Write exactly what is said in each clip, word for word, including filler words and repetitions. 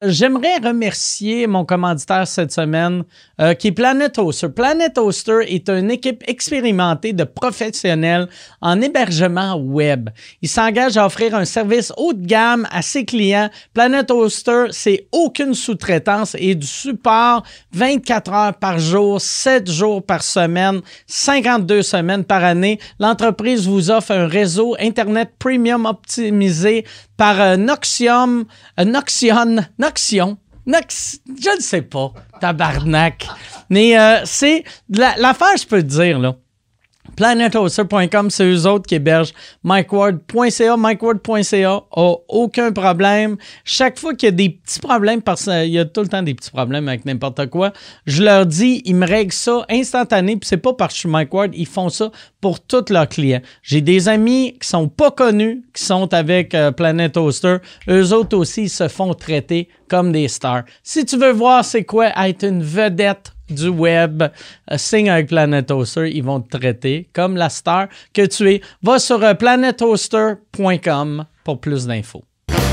J'aimerais remercier mon commanditaire cette semaine, euh, qui est Planet Hoster. Planet Hoster est une équipe expérimentée de professionnels en hébergement web. Il s'engage à offrir un service haut de gamme à ses clients. Planet Hoster, c'est aucune sous-traitance et du support vingt-quatre heures par jour, sept jours par semaine, cinquante-deux semaines par année. L'entreprise vous offre un réseau Internet premium optimisé par euh, Noxium, euh, Noxion, Noxion, Nox, je ne sais pas, tabarnak. Mais euh, c'est la, l'affaire, je peux te dire, là. planet hoster point com, c'est eux autres qui hébergent mike ward point c a. mike ward point c a a aucun problème. Chaque fois qu'il y a des petits problèmes, parce qu'il y a tout le temps des petits problèmes avec n'importe quoi, je leur dis, ils me règlent ça instantané, puis c'est pas parce que je suis Mike Ward, ils font ça pour tous leurs clients. J'ai des amis qui sont pas connus, qui sont avec euh, Planet Hoster. Eux autres aussi, ils se font traiter comme des stars. Si tu veux voir c'est quoi être une vedette du web, euh, signe avec Planet Hoster, ils vont te traiter comme la star que tu es. Va sur euh, planet hoster point com pour plus d'infos.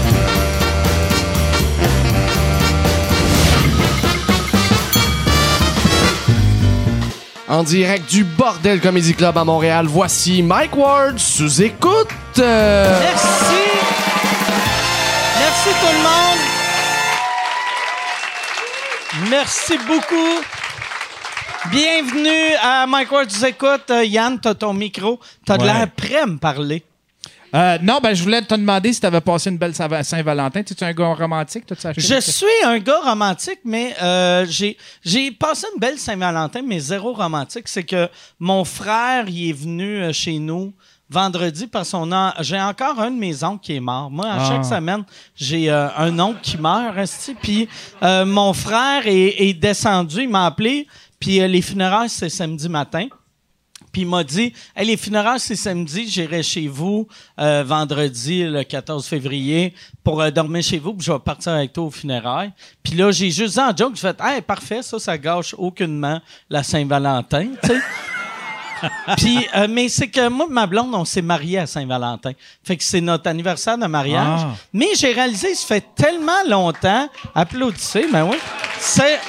En direct du Bordel Comedy Club à Montréal, voici Mike Ward sous écoute. Euh... Merci. Merci tout le monde. Merci beaucoup. Bienvenue à Mike Ward sous écoute. Euh, Yann, t'as ton micro. T'as de Ouais. l'air prêt à me parler. Euh, non, ben je voulais te demander si tu avais passé une belle Saint- Saint-Valentin. Tu es un gars romantique, toute sa Je suis un gars romantique, mais euh, j'ai, j'ai passé une belle Saint-Valentin, mais zéro romantique. C'est que mon frère, il est venu euh, chez nous vendredi parce qu'on a, j'ai encore un de mes oncles qui est mort. Moi, à Ah. chaque semaine, j'ai euh, un oncle qui meurt. esti. Puis euh, mon frère est, est descendu, il m'a appelé, puis euh, les funérailles, c'est samedi matin. Puis il m'a dit, hey, les funérailles, c'est samedi, j'irai chez vous euh, vendredi, le quatorze février, pour euh, dormir chez vous, puis je vais partir avec toi aux funérailles. Puis là, j'ai juste dit en joke, j'ai fait, hey, parfait, ça, ça gâche aucunement la Saint-Valentin, tu sais. Puis, euh, mais c'est que moi et ma blonde, on s'est mariés à Saint-Valentin. Fait que c'est notre anniversaire de mariage. Ah. Mais j'ai réalisé, ça fait tellement longtemps, applaudissez, ben oui, c'est...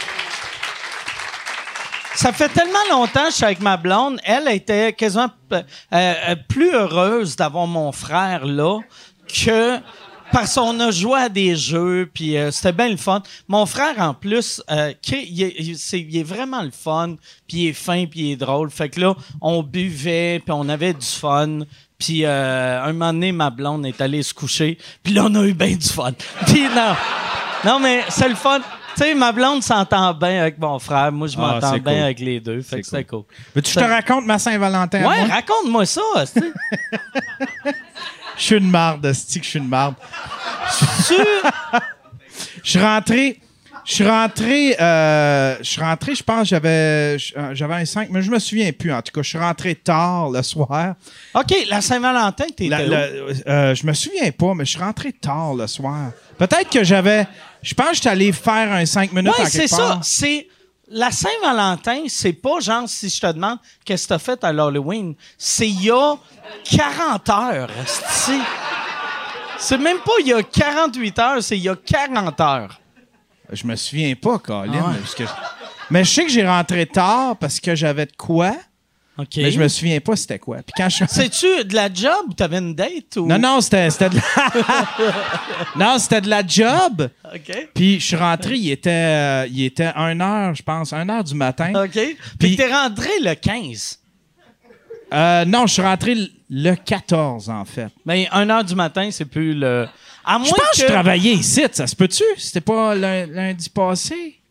Ça fait tellement longtemps que je suis avec ma blonde. Elle était quasiment euh, euh, plus heureuse d'avoir mon frère là que parce qu'on a joué à des jeux, puis euh, c'était bien le fun. Mon frère, en plus, euh, qui, il, est, il, c'est, il est vraiment le fun, puis il est fin, puis il est drôle. Fait que là, on buvait, puis on avait du fun. Puis euh, un moment donné, ma blonde est allée se coucher, puis là, on a eu bien du fun. Puis non, non, mais c'est le fun. Tu sais, ma blonde s'entend bien avec mon frère. Moi, je Ah, m'entends c'est bien cool. avec les deux. Fait C'est que c'était cool. Veux-tu que je te raconte ma Saint-Valentin? à Ouais, moi? raconte-moi ça. tu sais. Je suis une marde, esti que je suis une marde. tu... Je suis rentré... Je suis rentré... euh, je suis rentré, je pense, j'avais j'avais un cinq, mais je me souviens plus, en tout cas. Je suis rentré tard le soir. OK, la Saint-Valentin, t'étais La- où? la- euh, je me souviens pas, mais je suis rentré tard le soir. Peut-être que j'avais... Je pense que j'étais allé faire un cinq minutes Ouais, en quelque c'est part. ça. C'est... La Saint-Valentin, c'est pas genre si je te demande qu'est-ce que t'as fait à l'Halloween. C'est il y a quarante heures. esti. C'est même pas il y a quarante-huit heures, c'est il y a quarante heures. Je me souviens pas, Colin. Ah ouais. parce que- Mais je sais que j'ai rentré tard parce que j'avais de quoi, OK. mais je me souviens pas c'était quoi. Puis quand je suis... C'est-tu de la job ou t'avais une date? Ou... Non, non, c'était, c'était de la... non, c'était de la job. OK. Puis je suis rentré, il était, euh, il était une heure, je pense, une heure du matin. OK. Puis Puis- t'es rentré le quinze. Euh, non, je suis rentré le- le quatorze, en fait. Ben, une heure du matin, c'est plus le... À moins Je pense que que... je travaillais ici, ça se peut-tu? C'était pas lun- lundi passé?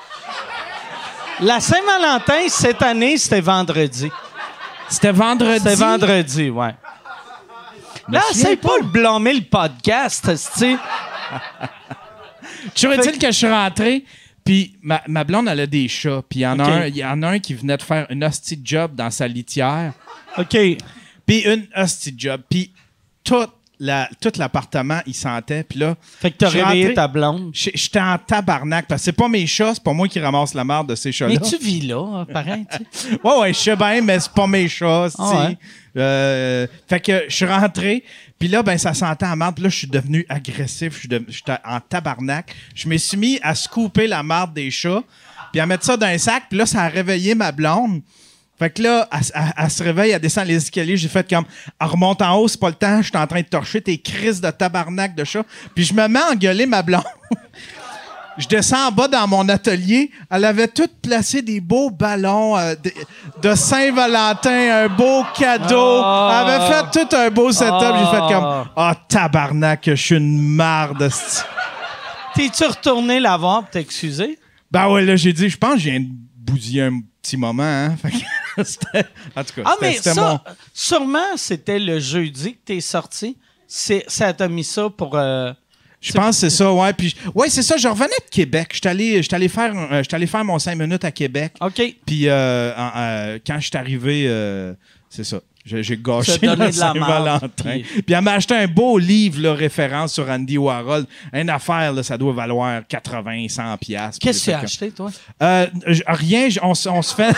La Saint-Valentin, cette année, c'était vendredi. C'était vendredi? C'était vendredi, ouais. Là, souviens c'est pas. pas le blâmer le podcast, tu sais. Toujours Fait est-il que je suis rentré, puis ma, ma blonde, elle a des chats, puis il y en a OK. un- il y en a un qui venait de faire une hostie de job dans sa litière, OK. puis une hostie de job, puis toute la, tout l'appartement, il sentait, puis là... Fait que t'as je suis réveillé rentré- ta blonde. j'- J'étais en tabarnak, parce que c'est pas mes chats, c'est pas moi qui ramasse la merde de ces chats-là. Mais tu vis là, hein, pareil, tu sais. Ouais, ouais, je sais bien, mais c'est pas mes chats, Ah ouais. si. Euh, fait que je suis rentré, Puis là, ben, ça sentait à marde. Puis là, je suis devenu agressif. Je suis de- j'étais en tabarnak. Je me suis mis à scooper la marde des chats, puis à mettre ça dans un sac. Puis là, ça a réveillé ma blonde. Fait que là, elle, elle- elle se réveille, elle descend les escaliers. J'ai fait comme, elle remonte en haut, c'est pas le temps. Je suis en train de torcher tes crises de tabarnak de chat. Puis je me mets à engueuler ma blonde. Je descends en bas dans mon atelier. Elle avait tout placé des beaux ballons euh, de, de Saint-Valentin, un beau cadeau. Oh. Elle avait fait tout un beau setup. Oh. J'ai fait comme, ah, tabarnak, je suis une marde. c'ti. T'es-tu retourné la voir pour t'excuser? Ben ouais, là, j'ai dit, je pense que je viens de bousiller un petit moment. Hein? Fait que c'était, en tout cas, Ah, c'était, mais c'était ça, mon... sûrement, c'était le jeudi que t'es sorti. C'est, ça t'a mis ça pour... euh, Je pense que c'est ça, ouais. Puis, ouais, c'est ça. Je revenais de Québec. J'étais allé, j'étais allé faire, euh, j'étais allé faire mon cinq minutes à Québec. OK. Puis, euh, en- euh, quand je suis arrivé, euh, c'est ça. J'ai, j'ai gâché T'as donné le de la marde, Saint-Valentin. puis- Puis, elle m'a acheté un beau livre, là, référence sur Andy Warhol. Une affaire, là, ça doit valoir quatre-vingts, cent piastres. Qu'est-ce que tu Puis as j'ai acheté, toi? fait comme- Euh, j- rien. j- On, s- on se fait...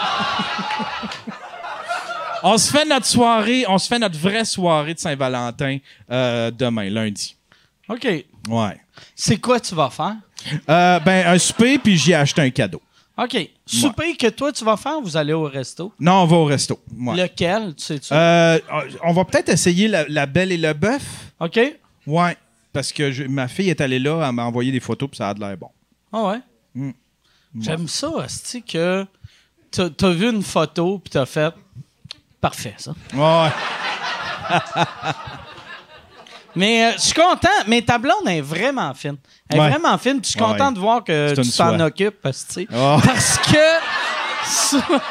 on se fait notre soirée, on se fait notre vraie soirée de Saint-Valentin euh, demain, lundi. OK. Ouais. C'est quoi tu vas faire? Euh, ben, un souper, puis j'ai acheté un cadeau. OK. Souper que toi, tu vas faire, vous allez au resto. Non, on va au resto. Ouais. Lequel, tu sais-tu? Euh, on va peut-être essayer la, la Belle et le Bœuf. OK. Ouais. Parce que je- ma fille est allée là, elle m'a envoyé des photos, puis ça a de l'air bon. Ah ouais? Mm. J'aime ça, c'est que t'as, t'as vu une photo puis t'as fait parfait, ça. Ouais. Mais euh, je suis content, mais ta blonde est vraiment fine. Elle est Ouais. vraiment fine, puis je suis Ouais. content de voir que C'est tu une t'en soie. occupes parce, que, tu sais, Oh. parce que sou-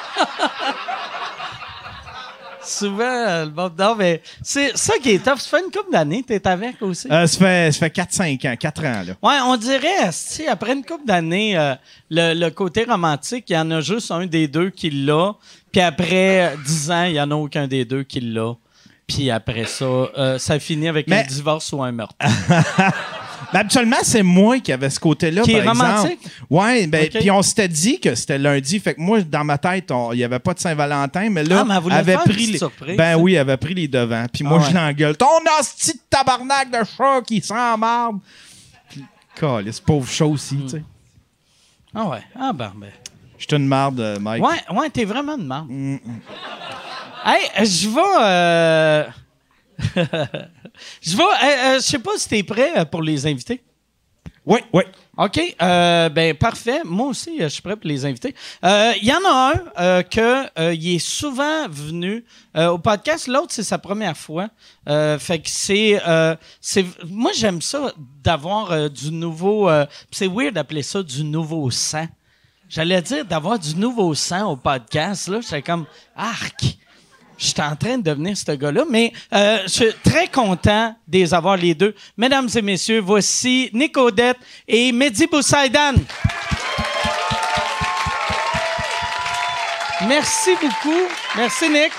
souvent euh, le bon, non, mais c'est ça qui est tough. Ça fait une couple d'années, t'es avec aussi. Euh, ça fait, ça fait quatre cinq ans, quatre ans, là. Ouais, on dirait, asti, après une couple d'années, euh, le, le côté romantique, il y en a juste un des deux qui l'a. Puis après dix ans, il n'y en a aucun des deux qui l'a. Puis après ça, euh, ça finit avec Mais- un divorce ou un meurtre. Ben, habituellement, c'est moi qui avait ce côté-là, Qui par est romantique? exemple. Ouais, ben, Ok. puis on s'était dit que c'était lundi. Fait que moi, dans ma tête, on- il n'y avait pas de Saint-Valentin, mais là, Ah, mais elle voulait avait faire une pris petite les... surprise, Ben ça. oui, elle avait pris les devants. Puis moi, Ah je ouais. l'engueule. Ton hostie de tabarnak de chat qui sent marde. Puis, calisse, pauvre chat aussi, tu sais. Ah ouais. Ah ben, ben. Je suis une marde, euh, Mike. Ouais, ouais, t'es vraiment de marde. Hey, je vais... euh, je vais... euh, euh, je sais pas si t'es prêt euh, pour les invités. Oui, oui. OK. Euh, ben parfait. Moi aussi, euh, je suis prêt pour les inviter. Euh, Il y en a un euh, que euh, il est souvent venu euh, au podcast. L'autre, c'est sa première fois. Euh, fait que c'est, euh, c'est, moi j'aime ça d'avoir euh, du nouveau. Euh, c'est weird d'appeler ça du nouveau sang. J'allais dire d'avoir du nouveau sang au podcast. Là, j'étais comme arc. J'étais en train de devenir ce gars-là, mais euh, je suis très content de les avoir les deux. Mesdames et messieurs, voici Nick Odette et Mehdi Boussaïdan. Merci beaucoup. Merci, Nick.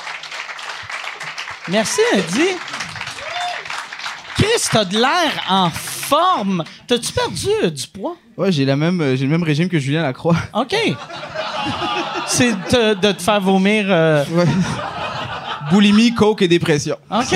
Merci, Mehdi. Chris, t'as de l'air en forme. T'as-tu perdu euh, du poids? Ouais, j'ai, la même, euh, j'ai le même régime que Julien Lacroix. OK. C'est de, de te faire vomir... euh, Ouais. Boulimie, coke et dépression. OK.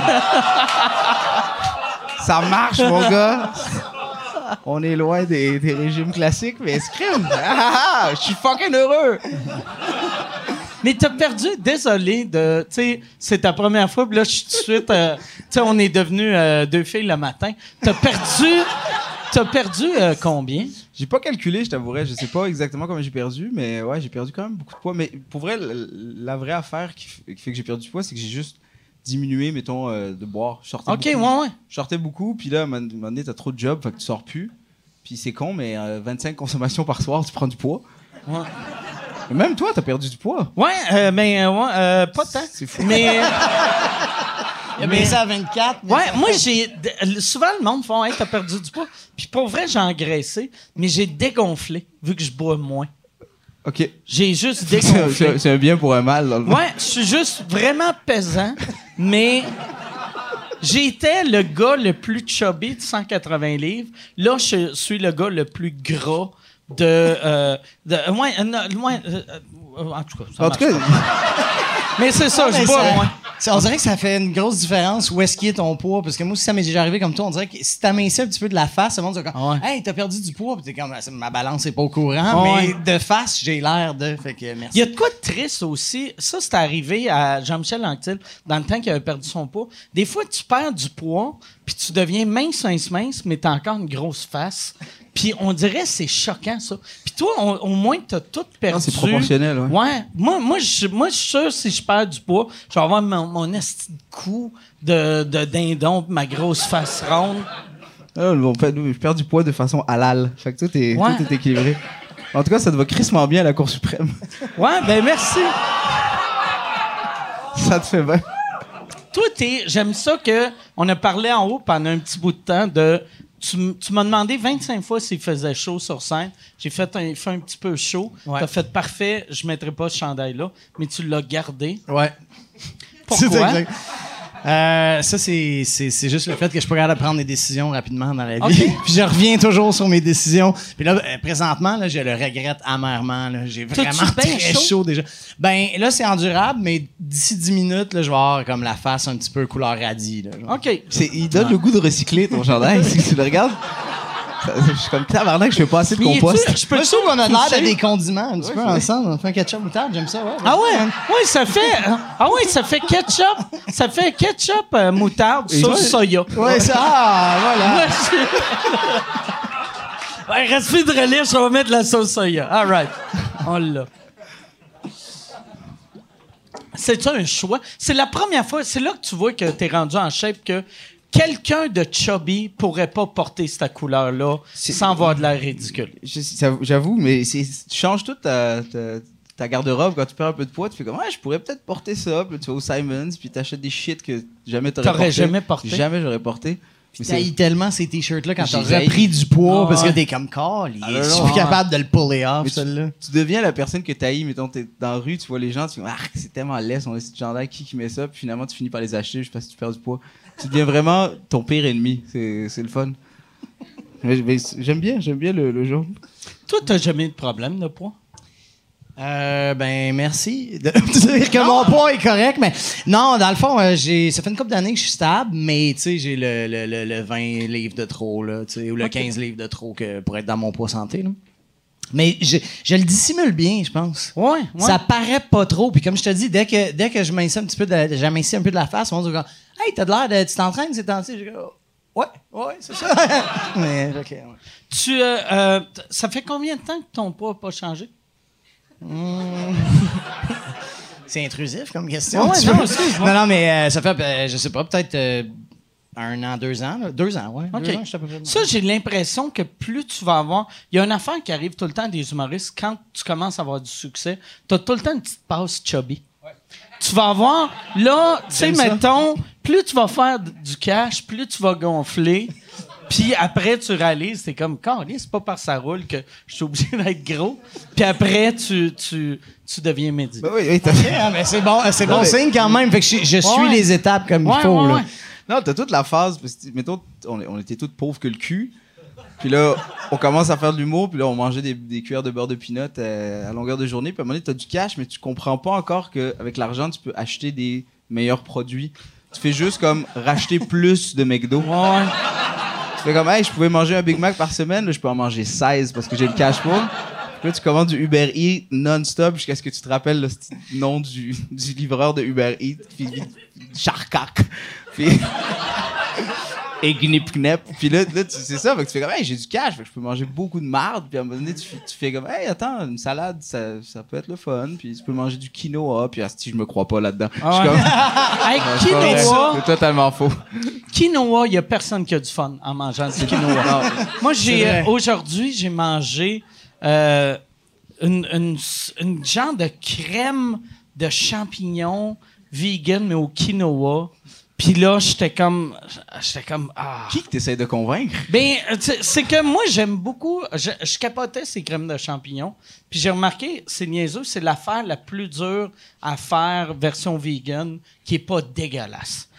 Ça marche, mon gars. On est loin des, des régimes classiques, mais escrime. Ah, ah, ah, je suis fucking heureux. Mais t'as perdu, désolé, de, tu sais, c'est ta première fois, puis là, je suis tout de suite, euh, tu sais, on est devenus euh, deux filles le matin. T'as perdu, t'as perdu euh, combien? J'ai pas calculé, je t'avouerais. Je sais pas exactement combien j'ai perdu, mais ouais, j'ai perdu quand même beaucoup de poids. Mais pour vrai, la, la vraie affaire qui, f- qui fait que j'ai perdu du poids, c'est que j'ai juste diminué, mettons, euh, de boire. Je sortais OK, ouais, beaucoup. ouais. Je sortais beaucoup, puis là, à un moment donné, t'as trop de job, fait que tu sors plus. Puis c'est con, mais euh, vingt-cinq consommations par soir, tu prends du poids. Ouais, Mais même toi, t'as perdu du poids. ouais euh, mais euh, ouais, euh, pas tant. C'est fou. Mais, Il a baissé à vingt-quatre. mais ouais, ça- moi, j'ai, d- souvent, le monde font, hey, t'as perdu du poids. Puis pour vrai, j'ai engraissé, mais j'ai dégonflé, vu que je bois moins. OK. J'ai juste C'est un- dégonflé. c'est un- c'est un bien pour un mal. Dans le fond. Ouais, je suis juste vraiment pesant, mais j'étais le gars le plus chubby de cent quatre-vingts livres. Là, je suis le gars le plus gras de... Euh, de ouais, euh, non, ouais, euh, euh, en tout cas, ça En marche tout cas, pas. Mais c'est ça, Non, je mais bois ça- moins. On dirait que ça fait une grosse différence où est-ce qu'il est ton poids. Parce que moi, si ça m'est déjà arrivé comme toi, on dirait que si t'amincis un petit peu de la face, le monde dit comme Ah ouais. hey, t'as perdu du poids. Puis t'es comme ma balance est pas au courant. Ah mais ouais. de face, j'ai l'air de. Fait que merci. Il y a de quoi de triste aussi. Ça, c'est arrivé à Jean-Michel Anctil dans le temps qu'il avait perdu son poids. Des fois, tu perds du poids, puis tu deviens mince, mince, mince, mais t'as encore une grosse face. Puis on dirait c'est choquant, ça. Puis toi, on- au moins, t'as tout perdu. Non, c'est proportionnel, ouais. Ouais. Moi, moi, je moi, je suis sûr, si je perds du poids, je vais avoir mon, mon esti de cou de, de dindon pis ma grosse face ronde. Ah, bon, en fait, nous, je perds du poids de façon halal. Fait que tout est, Ouais. tout est équilibré. En tout cas, ça te va crissement bien à la Cour suprême. Ouais, ben merci. Ça te fait bien. Toi, t'es, j'aime ça que on a parlé en haut pendant un petit bout de temps de. Tu, m- tu m'as demandé vingt-cinq fois s'il faisait chaud sur scène. J'ai fait un, fait un petit peu chaud. Ouais. T'as fait parfait, je mettrai pas ce chandail-là, mais tu l'as gardé. Ouais. Pourquoi? C'est exact. Euh, ça, c'est, c'est, c'est juste le fait que je suis pas capable de prendre des décisions rapidement dans la vie. OK. Puis je reviens toujours sur mes décisions. Puis là, euh, présentement, là, je le regrette amèrement. Là. J'ai T'as-tu vraiment bien très chaud? chaud? déjà. Ben là, c'est endurable, mais d'ici dix minutes, là, je vais avoir comme la face un petit peu couleur radis. Là, genre. OK. C'est, il donne le goût de recycler ton chandail. Si tu le regardes, ça- je suis comme tabarnak, je fais pas assez de Mais compost. es-tu- je peux Moi, je trouve qu'on a l'air toucher? de des condiments un petit Ouais, peu c'est vrai. ensemble. On fait un ketchup moutarde, j'aime ça. Ouais, Ah ouais? Oui, ça fait. Ah ouais, ça fait ketchup. Ça fait ketchup, euh, moutarde, sauce ouais. soya. Ouais, ça. Ah, voilà. Moi, je- Ouais, reste plus de relish, on va mettre de la sauce soya. All right. On l'a. C'est un choix. C'est la première fois, c'est là que tu vois que t'es rendu en shape que quelqu'un de chubby pourrait pas porter cette couleur-là C'est- sans avoir de l'air ridicule. Je- ça- J'avoue, mais c'est, tu changes toute ta, ta, ta garde-robe quand tu perds un peu de poids. Tu fais comme, ouais, je pourrais peut-être porter ça. Puis là, tu vas au Simons, puis t'achètes des shit que jamais t'aurais T'aurais porté. jamais porté. Jamais j'aurais porté. Mais c'est- T'haïs tellement ces t-shirts-là quand t'as J'ai repris du poids Ah, parce que ouais. t'es comme Carl, Ah, il non, est non, plus ouais. capable de le puller off, Mais tu- celle-là. Tu deviens la personne que t'haïs, mettons, t'es dans la rue, tu vois les gens, tu fais, ah, c'est tellement laid, on a ce chandail, qui qui met ça, puis finalement, tu finis par les acheter juste parce que tu perds du poids. Tu deviens vraiment ton pire ennemi. C'est, c'est le fun. Mais, mais j'aime bien, j'aime bien le, le jaune. Toi, t'as jamais eu de problème de poids? Euh, ben, merci de me dire que mon poids est correct, mais non, dans le fond, euh, j'ai, ça fait une couple d'années que je suis stable, mais tu sais, j'ai le, le, le, le vingt livres de trop, là, tu sais, ou le Ok. quinze livres de trop que, pour être dans mon poids santé, là. Mais je, je le dissimule bien, je pense. Ouais, ouais. Ça paraît pas trop. Puis comme je te dis, dès que, dès que je m'incie un petit peu de, j'amincis un peu de la face, on se dit comme, hey, t'as de l'air de, tu t'entraînes ces temps-ci? Je dis, ouais, ouais, c'est ça. mais, ok, ouais. Tu, euh, euh, t- ça fait combien de temps que ton poids n'a pas changé? C'est intrusif comme question. Ouais, tu non, vois. excuse-moi. non, non, mais euh, ça fait, euh, je sais pas, peut-être euh, un an, deux ans. Là. Deux ans, ouais. OK. Deux ans, je suis à peu près de- Ça, j'ai l'impression que plus tu vas avoir. Il y a une affaire qui arrive tout le temps à des humoristes. Quand tu commences à avoir du succès, tu as tout le temps une petite passe chubby. Tu vas avoir. Là, tu sais, J'aime ça. mettons, plus tu vas faire d- du cash, plus tu vas gonfler. Puis après, tu réalises, c'est comme, Caliste, c'est pas par sa roule que je suis obligé d'être gros. Puis après, tu, tu, tu deviens médium. Ben oui, oui, t'as, Ah, mais c'est bon, c'est Non, bon mais- signe quand même. Fait que je, je suis Ouais. les étapes comme Ouais, il faut. ouais, là. ouais. non, t'as toute la phase, parce que, mettons, on, on était tous pauvres que le cul. Puis là, on commence à faire de l'humour, puis là, on mangeait des, des cuillères de beurre de peanut euh, à longueur de journée. Puis à un moment donné, t'as du cash, mais tu comprends pas encore qu'avec l'argent, tu peux acheter des meilleurs produits. Tu fais juste comme racheter plus de McDo. Ouais. Tu fais comme, hey, je pouvais manger un Big Mac par semaine, là, je peux en manger seize parce que j'ai le cash pour. Puis là, tu commandes du Uber Eats non-stop jusqu'à ce que tu te rappelles le sti- nom du, du livreur de Uber Eats. Puis, Charcac. Puis, et Gnip Gnep. Puis là, là tu- c'est ça, fait que tu fais comme, hey, j'ai du cash, fait que je peux manger beaucoup de marde. Puis à un moment donné, tu, fais- tu fais comme, hey, attends, une salade, ça, ça peut être le fun. Puis tu peux manger du quinoa. Puis asti, je me crois pas là-dedans. Je suis Ah ouais. comme, Hey, c'est pas vrai. quinoa, C'est totalement faux. quinoa, il n'y a personne qui a du fun en mangeant du quinoa. Non. Moi, j'ai C'est vrai. euh, aujourd'hui, j'ai mangé euh, une, une, une genre de crème de champignons vegan, mais au quinoa. Puis là, j'étais comme... J'étais comme... Ah. Qui que t'essayes de convaincre? Ben, euh, tu sais, c'est que moi, j'aime beaucoup... Je, je capotais ces crèmes de champignons. Puis j'ai remarqué, c'est niaiseux, c'est l'affaire la plus dure à faire version vegan qui est pas dégueulasse.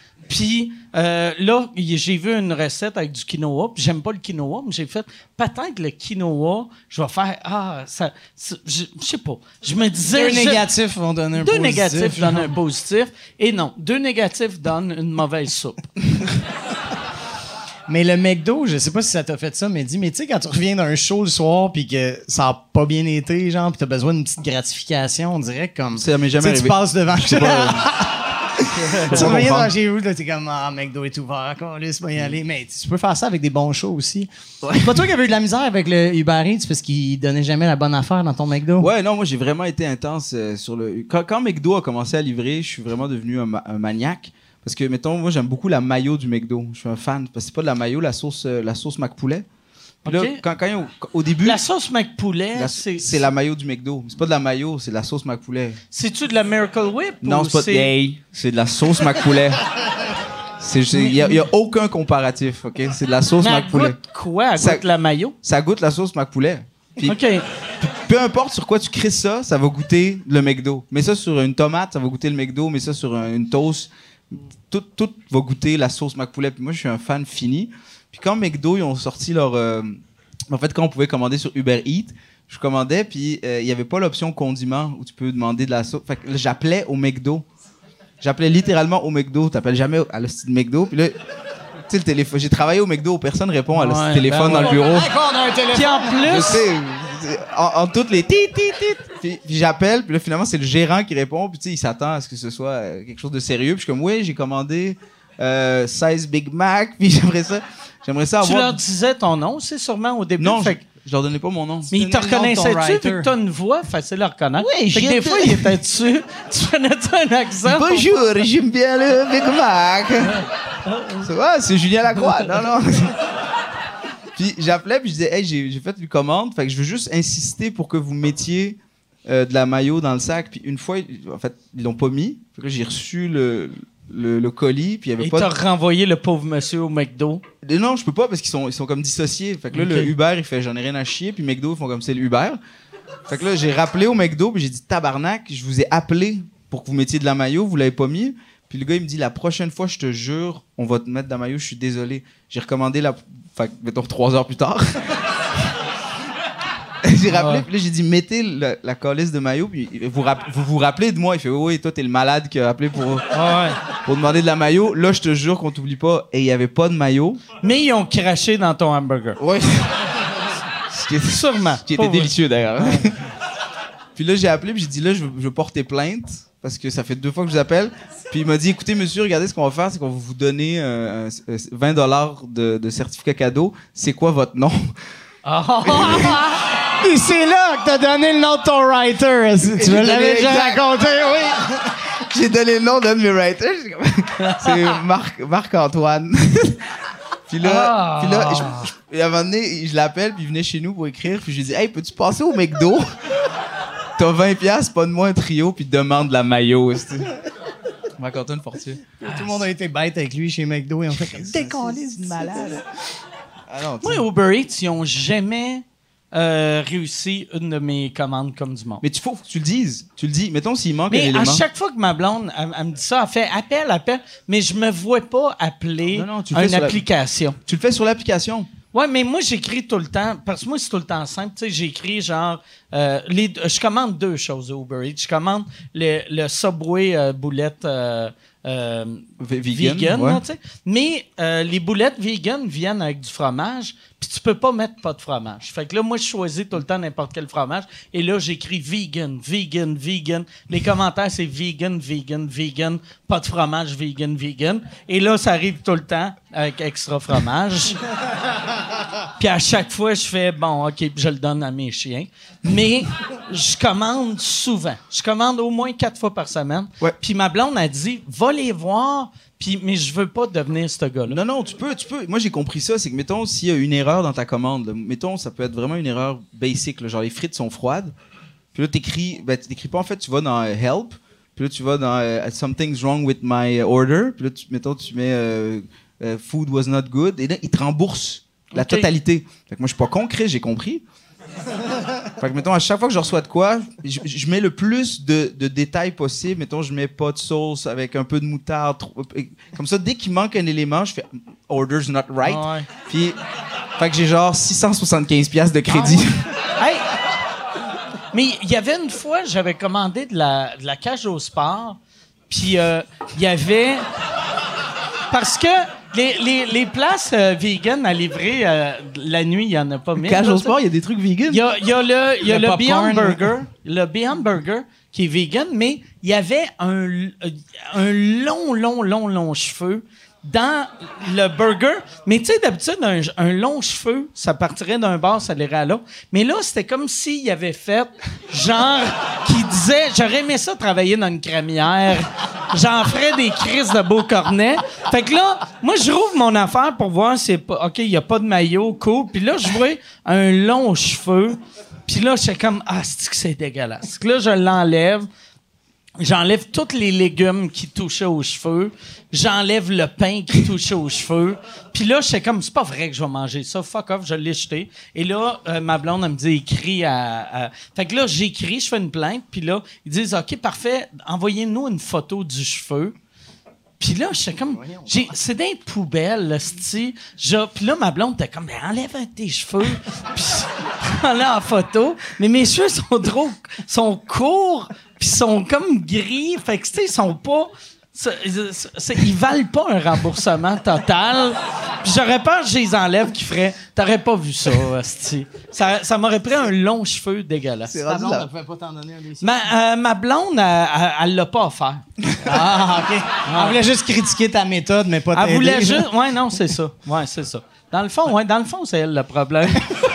Puis euh, là, y- j'ai vu une recette avec du quinoa, puis j'aime pas le quinoa, mais j'ai fait peut-être le quinoa, je vais faire ah ça, ça- je je sais pas. Je me disais Deux je- négatifs vont donner un deux positif. négatifs donnent un positif et non, deux négatifs donnent une mauvaise soupe. Mais le McDo, je sais pas si ça t'a fait ça, mais dis, mais tu sais, quand tu reviens d'un show le soir puis que ça a pas bien été, genre, puis t'as besoin d'une petite gratification, on dirait que comme. Ça m'est jamais Tu sais, arrivé. tu passes devant. Je sais pas. Tu pas reviens comprendre. devant chez vous, là, t'es comme, ah, McDo est ouvert, on laisse pas y aller. Mais tu peux faire ça avec des bons shows aussi. C'est pas toi qui avais eu de la misère avec le Uber Eats parce qu'il donnait jamais la bonne affaire dans ton McDo? Ouais, non, moi j'ai vraiment été intense euh, sur le. Quand, quand McDo a commencé à livrer, je suis vraiment devenu un, ma- un maniaque. Parce que, mettons, moi j'aime beaucoup la mayo du McDo. Je suis un fan. Parce que c'est pas de la mayo, la sauce, euh, la sauce McPoulet. Puis Ok. là, quand, quand, au, au début. La sauce McPoulet, la- c'est c'est la mayo du McDo. C'est pas de la mayo, c'est de la sauce McPoulet. c'est-tu de la Miracle Whip Non, ou c'est pas de hey, c'est de la sauce McPoulet. Il n'y a, y a aucun comparatif, OK? C'est de la sauce Mais elle McPoulet. goûte quoi? Elle Ça- goûte la mayo? Ça goûte la sauce McPoulet. Puis, OK. peu importe sur quoi tu crisses ça, ça va goûter le McDo. Mets ça sur une tomate, ça va goûter le McDo. Mets ça sur un- une toast, tout, tout va goûter la sauce McPoulet. Puis moi, je suis un fan fini. Puis quand McDo, ils ont sorti leur... euh, en fait, quand on pouvait commander sur Uber Eats, je commandais, puis euh, il n'y avait pas l'option condiment où tu peux demander de la sauce. Fait que là, j'appelais au McDo. J'appelais littéralement au McDo. T'appelles jamais à le style McDo. Puis là, tu sais, le téléphone... J'ai travaillé au McDo, personne répond à le Ouais, téléphone ben dans ouais. le bureau. on a un téléphone. Puis en Je plus, sais, en, en toutes les tit, tit, tit. Puis, puis j'appelle, puis là, finalement, c'est le gérant qui répond, puis tu sais, il s'attend à ce que ce soit euh, quelque chose de sérieux. Puis je suis comme, oui, j'ai commandé euh, seize Big Mac, puis j'aimerais ça, j'aimerais ça tu avoir... leur disais ton nom, c'est sûrement au début. Non, fait que- je, je leur donnais pas mon nom. mais ils te donnais le nom de ton reconnaissaient-tu vu writer. que t'as une voix facile à reconnaître? Oui, fait que j'ai des fois, de- il était dessus. Tu prenais-tu un accent? Bonjour, j'aime bien le Big Mac. C'est ouais, c'est Julien Lacroix. Non, non. Puis j'appelais, puis je disais, hey, j'ai j'ai fait une commande, fait que je veux juste insister pour que vous mettiez euh, de la mayo dans le sac. Puis une fois, ils- en fait, ils l'ont pas mis. Fait que là, j'ai reçu le, le, le colis, puis il y avait Et pas t'as de... renvoyé le pauvre monsieur au McDo. Et non, je peux pas parce qu'ils sont, ils sont comme dissociés. Fait que là, Ok. le Uber, il fait j'en ai rien à chier, puis McDo, ils font comme c'est le Uber. Fait que là, j'ai rappelé au McDo, puis j'ai dit tabarnak, je vous ai appelé pour que vous mettiez de la mayo, vous l'avez pas mis. Puis le gars, il me dit la prochaine fois, je te jure, on va te mettre de la mayo, je suis désolé. J'ai recommandé la. Fait que, mettons, trois heures plus tard. J'ai rappelé, Ouais. puis là, j'ai dit mettez la, la calice de mayo, puis vous, rapp- vous vous rappelez de moi. Il fait oui, oui, toi, t'es le malade qui a appelé pour, Ah ouais. pour demander de la mayo. Là, je te jure qu'on t'oublie pas. Et il y avait pas de mayo. Mais ils ont craché dans ton hamburger. Ouais. Ce qui, est- Sûrement. ce qui était Pas vrai. délicieux d'ailleurs. Puis là, j'ai appelé, puis j'ai dit là, je veux, je veux porter plainte parce que ça fait deux fois que je vous appelle. Puis il m'a dit écoutez, monsieur, regardez ce qu'on va faire, c'est qu'on va vous donner euh, un- vingt dollars de, de certificat cadeau. C'est quoi votre nom? Ah. Et c'est là que t'as donné le nom de ton writer. Tu me J'ai l'avais donné déjà exact. raconté, oui. J'ai donné le nom d'un de mes writers. J'ai comme- C'est Marc, Marc-Antoine. Puis là, Ah. puis là je, je- à un moment donné, je l'appelle, puis il venait chez nous pour écrire. Puis je lui dis hey, peux-tu passer au McDo? T'as vingt piastres, pas de moi un trio, puis demande la maillot. Marc-Antoine Fortier. Tout le monde a été bête avec lui chez McDo et on fait comme décoller, c'est une malade. Ah non, tu Moi, sais. Uber Eats, ils ont jamais euh, réussi une de mes commandes comme du monde. Mais tu faut que tu le dises. Tu le dis. Mettons s'il manque un Mais à élément. chaque fois que ma blonde, elle, elle me dit ça, elle fait appel, appel, mais je me vois pas appeler Non, non, tu le fais une sur la- application. Tu le fais sur l'application. Ouais, mais moi, j'écris tout le temps, parce que moi, c'est tout le temps simple. Tu sais, j'écris genre, euh, les, je commande deux choses au Uber Eats. Je commande le, le Subway euh, boulette euh, euh, V- vegan, vegan, ouais. là, tu sais. Mais euh, les boulettes vegan viennent avec du fromage, puis tu peux pas mettre pas de fromage. Fait que là, moi, je choisis tout le temps n'importe quel fromage, et là, j'écris vegan, vegan, vegan. Les commentaires, c'est vegan, vegan, vegan, pas de fromage, vegan, vegan. Et là, ça arrive tout le temps avec extra fromage. Puis à chaque fois, je fais, bon, OK, puis je le donne à mes chiens. Mais je commande souvent. Je commande au moins quatre fois par semaine. Ouais. Puis ma blonde a dit, va les voir, puis, mais je veux pas devenir ce gars-là. Non, non, tu peux, tu peux. Moi, j'ai compris ça. C'est que, mettons, s'il y a une erreur dans ta commande, là, mettons, ça peut être vraiment une erreur basic, là, genre les frites sont froides. Puis là, t'écris, ben, tu t'écris pas, en fait, tu vas dans euh, Help. Puis là, tu vas dans euh, Something's wrong with my order. Puis là, tu, mettons, tu mets euh, euh, Food was not good. Et là, ils te remboursent la Ok. totalité. Fait que moi, je suis pas concret, j'ai compris. Fait que, mettons, à chaque fois que je reçois de quoi, je, je mets le plus de, de détails possible. Mettons, je mets pas de sauce avec un peu de moutarde. Trop, comme ça, dès qu'il manque un élément, je fais « Order's not right Ah ouais. ». Puis, fait que j'ai genre six cent soixante-quinze piastres de crédit. Hey! Mais il y avait une fois, j'avais commandé de la, de la cage au sport, puis euh, il y avait... Parce que les, les, les places euh, vegan à livrer euh, la nuit, il n'y en a pas mille. Cage là, au sport, il y a des trucs vegan. Il y a, il y a le, il y a Le le Beyond popcorn. Burger, le Beyond Burger qui est vegan, mais il y avait un, un long, long, long, long cheveu dans le burger. Mais tu sais, d'habitude, un, un long cheveu, ça partirait d'un bar, ça irait à l'autre. Mais là, c'était comme s'il avait fait, genre, qui disait, j'aurais aimé ça travailler dans une crémière. J'en ferais des crises de beau cornet. Fait que là, moi, je rouvre mon affaire pour voir si c'est pas, OK, il y a pas de maillot, cool. Puis là, je vois un long cheveu. Puis là, j'étais comme, ah, c'est que c'est dégueulasse. Là, je l'enlève. J'enlève tous les légumes qui touchaient aux cheveux. J'enlève le pain qui touchait aux cheveux. Puis là, j'étais comme, c'est pas vrai que je vais manger ça. Fuck off, je l'ai jeté. Et là, euh, ma blonde, elle me dit, écris à, à... Fait que là, j'écris, je fais une plainte. Puis là, ils disent, OK, parfait, envoyez-nous une photo du cheveu. Puis là, j'étais comme, j'ai, c'est des poubelles, là, c'ti. Je- Puis là, ma blonde était comme, ben, enlève un de tes cheveux. Puis là, en photo. Mais mes cheveux sont trop, sont courts, puis sont comme gris. Fait que, tu sais, ils sont pas, c'est- c'est- c'est- ils valent pas un remboursement total. Puis j'aurais peur que je les enlève qui ferait, t'aurais pas vu ça, c'ti. Ça, ça m'aurait pris un long cheveu dégueulasse. C'est Ta rendu blonde, là. elle pouvait pas t'en donner un des Ma, euh, ma blonde, elle, elle, elle l'a pas offert. Ah, OK. Elle voulait juste critiquer ta méthode, mais pas Elle t'aider. voulait juste. Ouais, non, c'est ça. Ouais, c'est ça. Dans le fond, ouais, dans le fond, c'est elle le problème.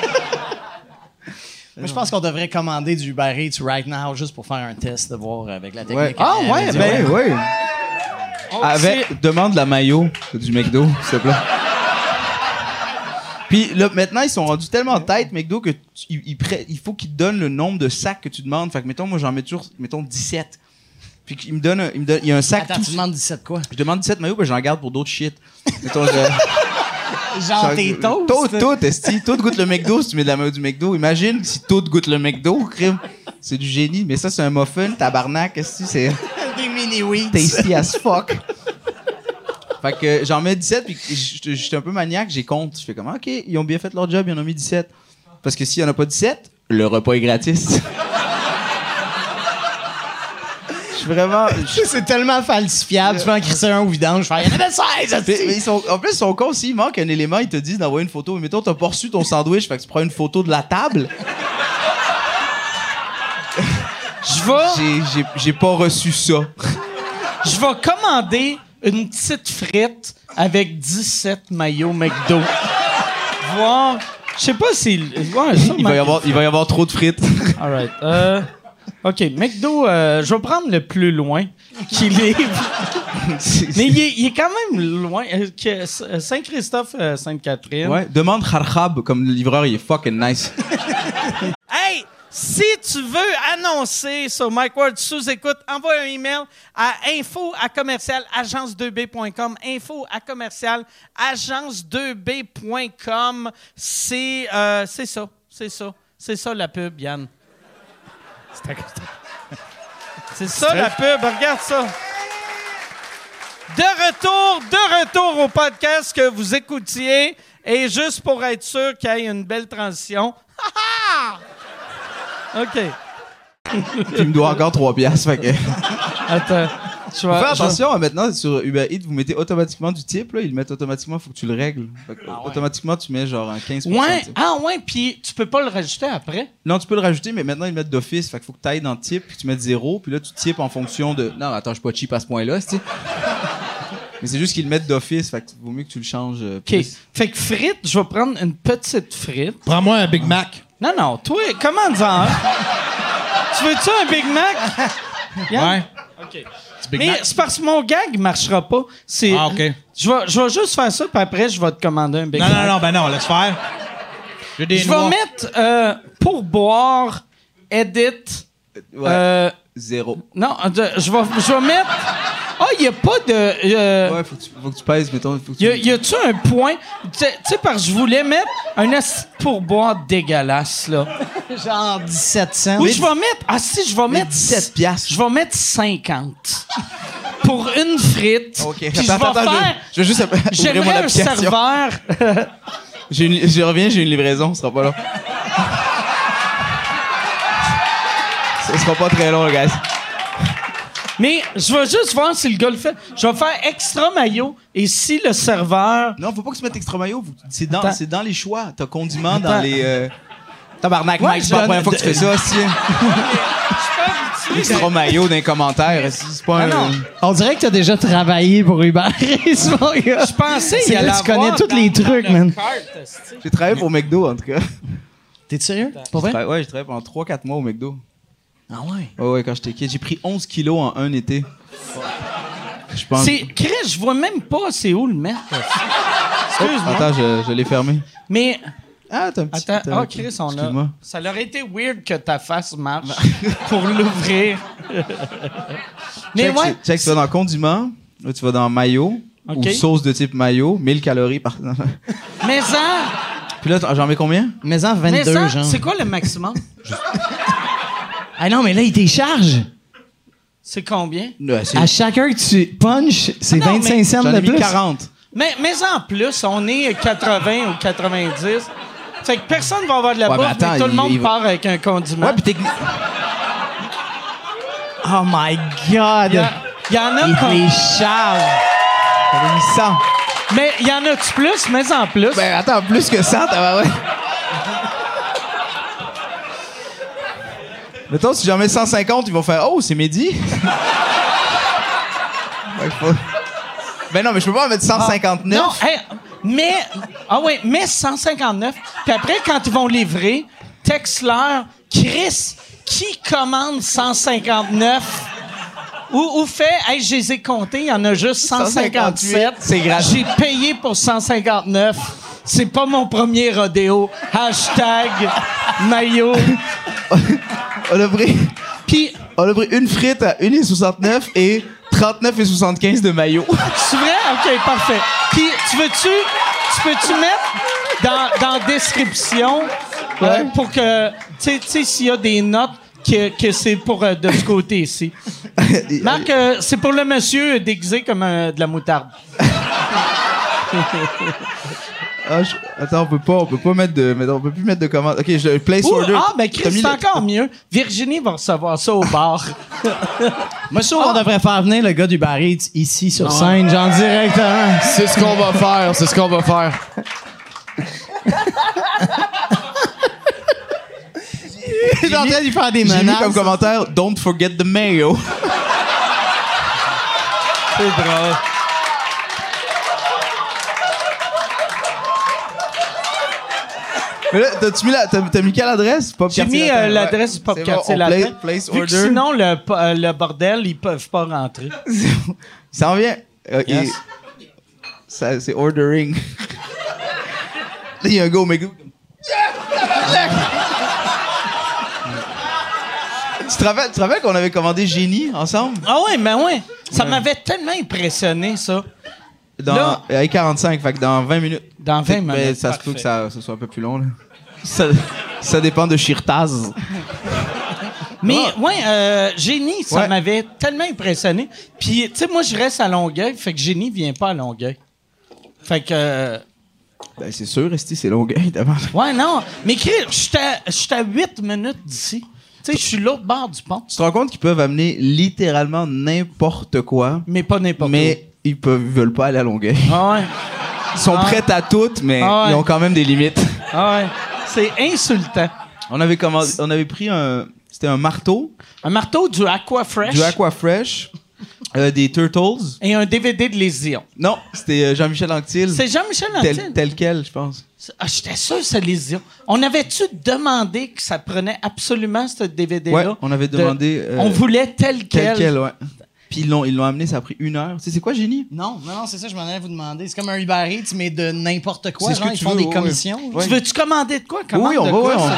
Moi, je pense qu'on devrait commander du Uber Eats right now juste pour faire un test de voir avec la technique. Ouais. Ah, Elle ouais, dit, ben- Ouais, ouais. Oh, Avec, demande la maillot du McDo, s'il te plaît. Puis là, maintenant, ils sont rendus tellement tête, McDo, que tu- ils- ils prêt- il faut qu'ils te donnent le nombre de sacs que tu demandes. Fait que, mettons, moi, j'en mets toujours, mettons, dix-sept. Puis il me donne, un- il me donne, il y a un sac. Attends, tout- tu demandes dix-sept quoi? Je demande dix-sept maillots, ben j'en garde pour d'autres shit. Mettons, je- Genre tes toasts? Tout, tout, esti. Tout goûte le McDo si tu mets de la maillot du McDo. Imagine si tout goûte le McDo, crime. C'est du génie. Mais ça, c'est un muffin, tabarnak, esti. C'est Des mini-wheats. tasty as fuck. Fait que j'en mets dix-sept, puis je suis un peu maniaque, j'ai compte. Je fais comme, OK, ils ont bien fait leur job, ils en ont mis dix-sept. Parce que s'il n'y en a pas dix-sept, le repas est gratis. Je suis vraiment. je- C'est tellement falsifiable. Tu peux en crisser un au vidange. Faire, il y en avait seize! Mais- mais ils sont, en plus, ils sont cons. S'il manque un élément, ils te disent d'envoyer une photo. Mais mettons, t'as pas reçu ton sandwich, fait que tu prends une photo de la table. Je vais, J'ai- J'ai j'ai pas reçu ça. je vais commander une petite frite avec dix-sept maillots McDo. Voir. Je sais pas si. Ouais, ça, Il va y avoir, il va y avoir trop de frites. All right. Euh, OK, McDo, euh, je vais prendre le plus loin qui livre. Mais il est, il est quand même loin. Euh, que- Saint-Christophe, euh, Sainte-Catherine. Ouais, demande Kharkhab, comme le livreur, il est fucking nice. Hey, si tu veux annoncer sur Mike Ward sous-écoute, envoie un email à info à commercial agence deux b point com. info à commercial agence deux b point com. C'est euh, c'est ça, c'est ça. C'est ça la pub, Yann. C'est ça la pub, regarde ça. De retour, de retour au podcast que vous écoutiez. Et juste pour être sûr qu'il y ait une belle transition. Ha ha! OK. Puis il me doit encore trois piastres, fait que... Attends. Je vais, Fais je- attention, hein, maintenant, sur Uber Eats, vous mettez automatiquement du type, là, ils le mettent automatiquement, faut que tu le règles. Fait que, automatiquement, tu mets genre un quinze pour cent. Ouais. type. Ah ouais, puis tu peux pas le rajouter après. Non, tu peux le rajouter, mais maintenant, ils le mettent d'office, fait qu'il faut que tu ailles dans type, puis tu mets zéro, puis là, tu types en fonction de... Non, attends, je suis pas cheap à ce point-là, tu sais. Mais c'est juste qu'ils le mettent d'office, fait que vaut mieux que tu le changes euh, OK. plus. Fait que frite, je vais prendre une petite frite. Prends-moi un Big Mac. Non, non, toi, commande-en un. Tu veux-tu un Big Mac? Yann? Ouais. OK. Petit Big Mais Mac. c'est parce que mon gag marchera pas. C'est, Ah, OK. Je vais, je vais juste faire ça, puis après, je vais te commander un Big Non, Mac. non, non, ben non, laisse faire. J'ai des Je vais noix. mettre euh, pour boire, edit. Ouais, euh, zéro. non, de- je vais, je vais mettre. Ah, il n'y a pas de... euh, Ouais, faut que tu, faut que tu pèses, mettons. Faut que tu... y a- y a-tu un point? Tu sais, tu sais, parce que je voulais mettre un asti de pourboire dégueulasse, là. Genre dix-sept cents. Oui, je vais mettre... Ah si, je vais mettre... dix-sept piastres. Je vais mettre cinquante. Pour une frite. OK. Puis je Attends, vais attends, faire... je, je vais juste ouvrir mon J'aimerais un application. serveur... J'ai une- je reviens, j'ai une livraison, ce sera pas long. Ce sera pas très long, le gars. Mais je vais juste voir si le gars le fait. Je vais faire extra maillot et si le serveur... Non, faut pas que tu mettes extra maillot. faut- C'est dans, Attends. c'est dans les choix. T'as condiments dans Attends. les. Euh... Tabarnak, Ouais, Mike, c'est pas la je- première fois que tu fais ça, aussi. Extra maillot dans les commentaires. C'est pas un. Ah non. On dirait que t'as déjà travaillé pour Uber Eats, mon gars. Je pensais C'est y là allait que tu connais avoir tous dans- les dans trucs, le man. cart, esti. J'ai travaillé pour McDo, en tout cas. T'es sérieux? Pour J'ai vrai? travaillé- Ouais, j'ai travaillé pendant trois quatre mois au McDo. Ah ouais? Ouais, ouais, quand j'étais kid. J'ai pris onze kilos en un été. Je pense. C'est... Chris, je vois même pas c'est où le mettre. Excuse-moi. Attends, je, je l'ai fermé. Mais... Ah, t'as un petit. Attends, t'as un ah, petit- Chris, on a... Excuse-moi. Ça aurait été weird que ta face marche pour l'ouvrir. Mais Check, ouais, c'est- check, tu vas dans condiments, là, tu vas dans mayo, OK. ou sauce de type mayo, mille calories par. mais ça... Puis là, j'en mets combien? Mais en Mais vingt-deux, ça, genre. c'est quoi le maximum? Ah non, mais là, il décharge. C'est combien? Ouais, c'est- À chaque heure que tu punches, c'est Ah non, vingt-cinq mais cents J'en de ai mis plus. quarante. Mais, mais en plus, on est quatre-vingts ou quatre-vingt-dix. Fait que personne va avoir de la Ouais, bouffe, mais mais, attends, tout le il- monde il va- part avec un condiment. Ouais, puis technique. Oh my God! Il y, a- il y en a Il pas. les charge. J'avais mis cent. Mais il y en a-tu plus? Mais en plus. Ben, attends, plus que cent, t'as ouais. Mettons, si j'en mets cent cinquante, ils vont faire « Oh, c'est midi! » Ouais, faut- Ben non, mais je peux pas en mettre cent cinquante-neuf. Non, hey, mais. Ah oui, mais cent cinquante-neuf. Puis après, quand ils vont livrer, texte-leur, Chris, qui commande cent cinquante-neuf? Ou, ou fait, hey, je les ai comptés, il y en a juste cent cinquante-sept. C'est gratuit. J'ai payé pour cent cinquante-neuf. C'est pas mon premier rodéo. Hashtag maillot. On a pris, Puis, on a pris une frite à un virgule soixante-neuf et trente-neuf virgule soixante-quinze de maillot. c'est vrai? OK, parfait. Puis, tu veux-tu, tu peux-tu mettre dans, dans la description euh, Ouais. pour que, tu sais- tu sais, s'il y a des notes que, que c'est pour euh, de ce côté-ci. Marc, euh, c'est pour le monsieur déguisé comme euh, de la moutarde. Ah, je- Attends, on peut pas, on peut pas mettre de, mais on peut plus mettre de commande. Ok, je place Ouh, order. ah, ben T'as Chris, mis c'est le- encore mieux. Virginie va recevoir ça au bar. Moi, je trouve qu'on devrait faire venir le gars du Uber Eats ici sur scène, genre directement. C'est ce qu'on va faire, c'est ce qu'on va faire. Il est en train d'y faire des J'ai mis menaces. comme commentaire Don't forget the mayo. C'est drôle. Mais là, t'as-tu mis la, t'as, t'as mis quelle adresse? Pop J'ai Quartier mis Latin. euh, Ouais. l'adresse du Pop C'est Quartier bon, on Latin. pla- place Vu que order. sinon, le, po- euh, le bordel, ils peuvent pas rentrer. Ça en vient. Ok. Yes. Ça, c'est ordering. Là, il y a un gars au McDo. Tu te rappelles, tu te rappelles qu'on avait commandé Génie ensemble? Ah ouais, mais ouais. Ça m'avait tellement impressionné, ça. Dans, Là- à quarante-cinq, fait que dans vingt minutes. Dans vingt Mais minutes. ça se peut parfait. que ça, ça soit un peu plus long, là. Ça, ça dépend de Shirtaz. Mais, ouais, euh, Génie, ça Ouais. m'avait tellement impressionné. Puis, tu sais, moi, je reste à Longueuil, fait que Génie vient pas à Longueuil. Fait que... euh, Ben, c'est sûr, Esti, c'est Longueuil, d'abord. ouais, non. Mais, Chris, j'étais à- j'étais à huit minutes d'ici. Tu sais, je suis l'autre bord du pont. Tu te rends compte qu'ils peuvent amener littéralement n'importe quoi, Mais pas n'importe mais ils peuvent, ils veulent pas aller à Longueuil. où. Ah ouais. Ils sont Ah. prêts à toutes, mais Ah ouais. ils ont quand même des limites. Ah ouais. C'est insultant. On avait commandé, on avait pris un, c'était un marteau, Un marteau du Aqua Fresh du Aqua Fresh, euh, des Turtles. et un D V D de Les Ions. Non, c'était euh, Jean-Michel Anctil. C'est Jean-Michel tel, Anctil. tel quel, je pense. Ah, j'étais sûr que c'est Les Ions. On avait-tu demandé que ça prenait absolument ce D V D-là? Ouais, on avait De- demandé. euh, On voulait tel quel. tel quel, ouais. Puis ils l'ont, ils l'ont amené, ça a pris une heure. Tu sais, c'est quoi, Génie? Non, non, non, c'est ça, je m'en allais vous demander. C'est comme un Uber Eats, mais de n'importe quoi. C'est ce Genre, que ils tu font veux, des ouais, commissions. ouais. Tu veux-tu commander de quoi? Commande Oui, on de va, quoi, ouais, on-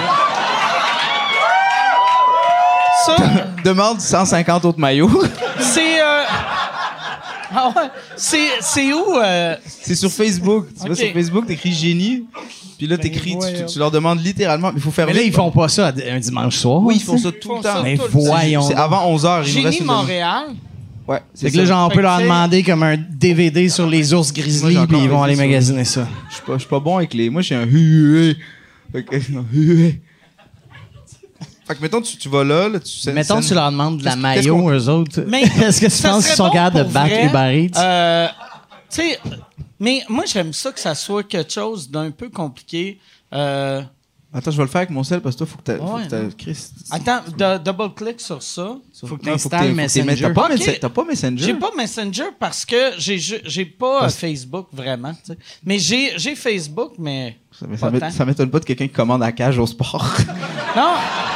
ça? Ça, Demande cent cinquante autres maillots. c'est... euh, Ah ouais? C'est, c'est où? euh, C'est sur Facebook. Tu vas Ok. sur Facebook, t'écris génie. Puis là, t'écris, tu, voyons. tu leur demandes littéralement. Mais il faut faire Mais là, vite. ils font pas ça un dimanche soir. Oui, ils tu font sais. ça tout font le ça temps. Mais tout le temps. voyons. C'est avant onze heures. Il nous reste Génie une- Montréal. Ouais, c'est Fait que là, ça. genre, on Fait peut que leur c'est- demander comme un D V D sur les ours Moi, grizzly, j'ai encore puis ils vont laissé aller ça. magasiner ça. Je suis pas, je suis pas bon avec les. Moi, j'ai un hu Fait que, hu Fait que, mettons, tu, tu vas là, là tu sais. Mettons, tu leur demandes de la Qu'est-ce- maillot, qu'est-ce eux autres. Mais Est-ce que tu ça penses serait qu'ils sont bon capables de pour battre vrai. Uber Eats? Euh, tu sais, mais moi, j'aime ça que ça soit quelque chose d'un peu compliqué. Euh, Attends, je vais le faire avec mon sel parce que toi, faut que t'as. faut Ouais, que t'as- non. Chris, attends, de- double-click sur ça. Faut que Non, t'installes t'aies- faut que t'aies- Messenger. T'as pas, Ok. Messa- t'as pas Messenger? J'ai pas Messenger parce que j'ai ju- j'ai pas euh, Facebook vraiment. tu sais. Mais j'ai j'ai Facebook, mais Ça, mais pas ça m'é- tant. ça m'étonne pas de quelqu'un qui commande à cage au sport. Non.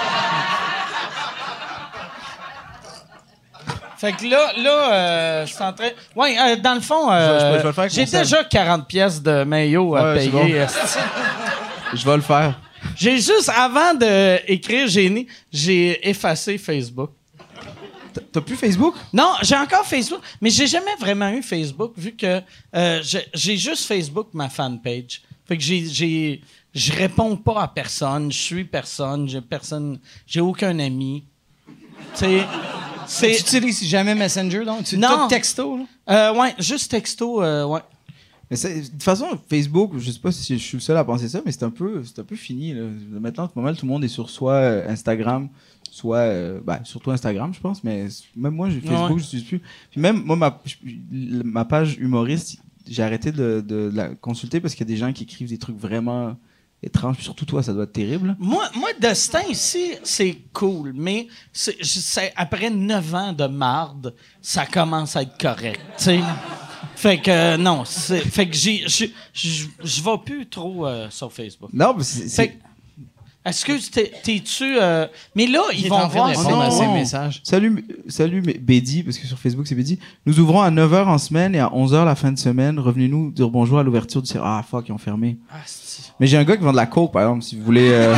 Fait que là, là, euh, je suis en train. Ouais, euh, dans le fond, euh, Je vais- je vais- je vais le faire avec j'ai mon sel. déjà quarante pièces de maillot à Ouais, c'est payer. bon. esti. Je vais le faire. J'ai juste, avant d'écrire Génie, j'ai effacé Facebook. T'as- T'as plus Facebook? Non, j'ai encore Facebook, mais j'ai jamais vraiment eu Facebook vu que euh, j'ai- j'ai juste Facebook, ma fanpage. Fait que j'ai, j'ai, je réponds pas à personne, je suis personne, j'ai personne, j'ai aucun ami. Tu sais, c'est, Tu utilises jamais Messenger, donc? Tu Non. tout texto, là? euh, ouais, juste texto, euh, ouais. Mais c'est- de toute façon, Facebook, je sais pas si je suis le seul à penser ça, mais c'est un peu, c'est un peu fini. Là. Maintenant, pas mal, tout le monde est sur soit euh, Instagram, soit euh, ben, surtout Instagram, je pense. Mais même moi, j'ai Facebook, Ouais. je n'utilise plus. Puis même moi, ma, je- ma page humoriste, j'ai arrêté de, de la consulter parce qu'il y a des gens qui écrivent des trucs vraiment étranges. Puis surtout toi, ça doit être terrible. Moi, moi, Destin ici, c'est cool, mais c'est, je- c'est- après neuf ans de marde, ça commence à être correct, tu sais. Fait que euh, non, c'est, fait que j'ai, je, je, je vais plus trop euh, sur Facebook. Non, mais c'est. Fait c'est- que, est-ce que t'es, t'es-tu, euh, mais là ils Il est vont en train de voir. répondre à son- ses messages. Salut, salut mais- Bédi, parce que sur Facebook c'est Bédi. Nous ouvrons à neuf heures en semaine et à onze heures la fin de semaine. Revenez-nous dire bonjour à l'ouverture du Ah fuck, ils ont fermé. Ah, c'est- Mais j'ai un gars qui vend de la coke, par exemple, si vous voulez. euh,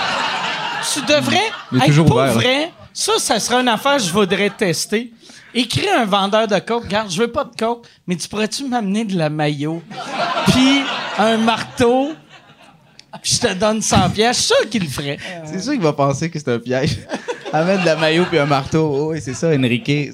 Tu devrais. Il est Hey, toujours pour ouvert, là. vrai, ça, ça serait une affaire que je voudrais tester. Écris un vendeur de coke. Regarde, je veux pas de coke, mais tu pourrais-tu m'amener de la maillot? Puis un marteau. Puis je te donne cent pièces. Je suis sûr qu'il le ferait. C'est sûr qu'il va penser que c'est un piège. À mettre de la maillot puis un marteau. Oh, oui, c'est ça, Enrique.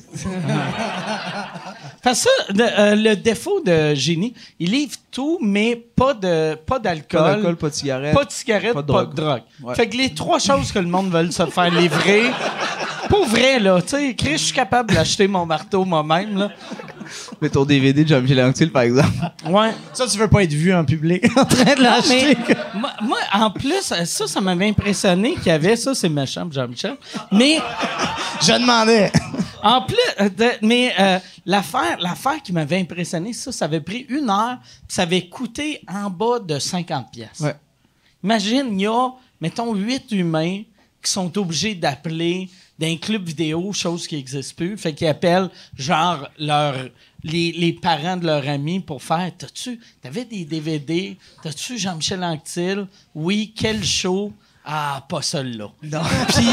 Parce que ça, de- euh, le défaut de Génie, il livre tout, mais pas de pas d'alcool. Pas d'alcool, pas de cigarette. Pas de cigarette, pas pas de de drogue. drogue. Ouais. Fait que les trois choses que le monde veut se faire livrer, pour vrai, là, tu sais, Chris, je suis capable d'acheter mon marteau moi-même, là. Mais ton D V D de Jean-Michel Anctil, par exemple. Ouais. Ça, tu veux pas être vu en public en train de l'acheter. Mais moi, moi, en plus, ça, ça m'avait impressionné qu'il y avait, ça, c'est méchant, pour Jean-Michel. Mais, Je demandais. en plus, euh, de- mais euh, l'affaire, l'affaire qui m'avait impressionné, ça, ça avait pris une heure, puis ça avait coûté en bas de cinquante pièces. Ouais. Imagine, il y a, mettons, huit humains qui sont obligés d'appeler d'un club vidéo, chose qui n'existe plus. Fait qu'ils appellent, genre, leur, les, les parents de leurs amis pour faire « T'as-tu, t'avais des D V D? T'as-tu Jean-Michel Anctil? Oui, quel show? Ah, pas celui-là. » Puis,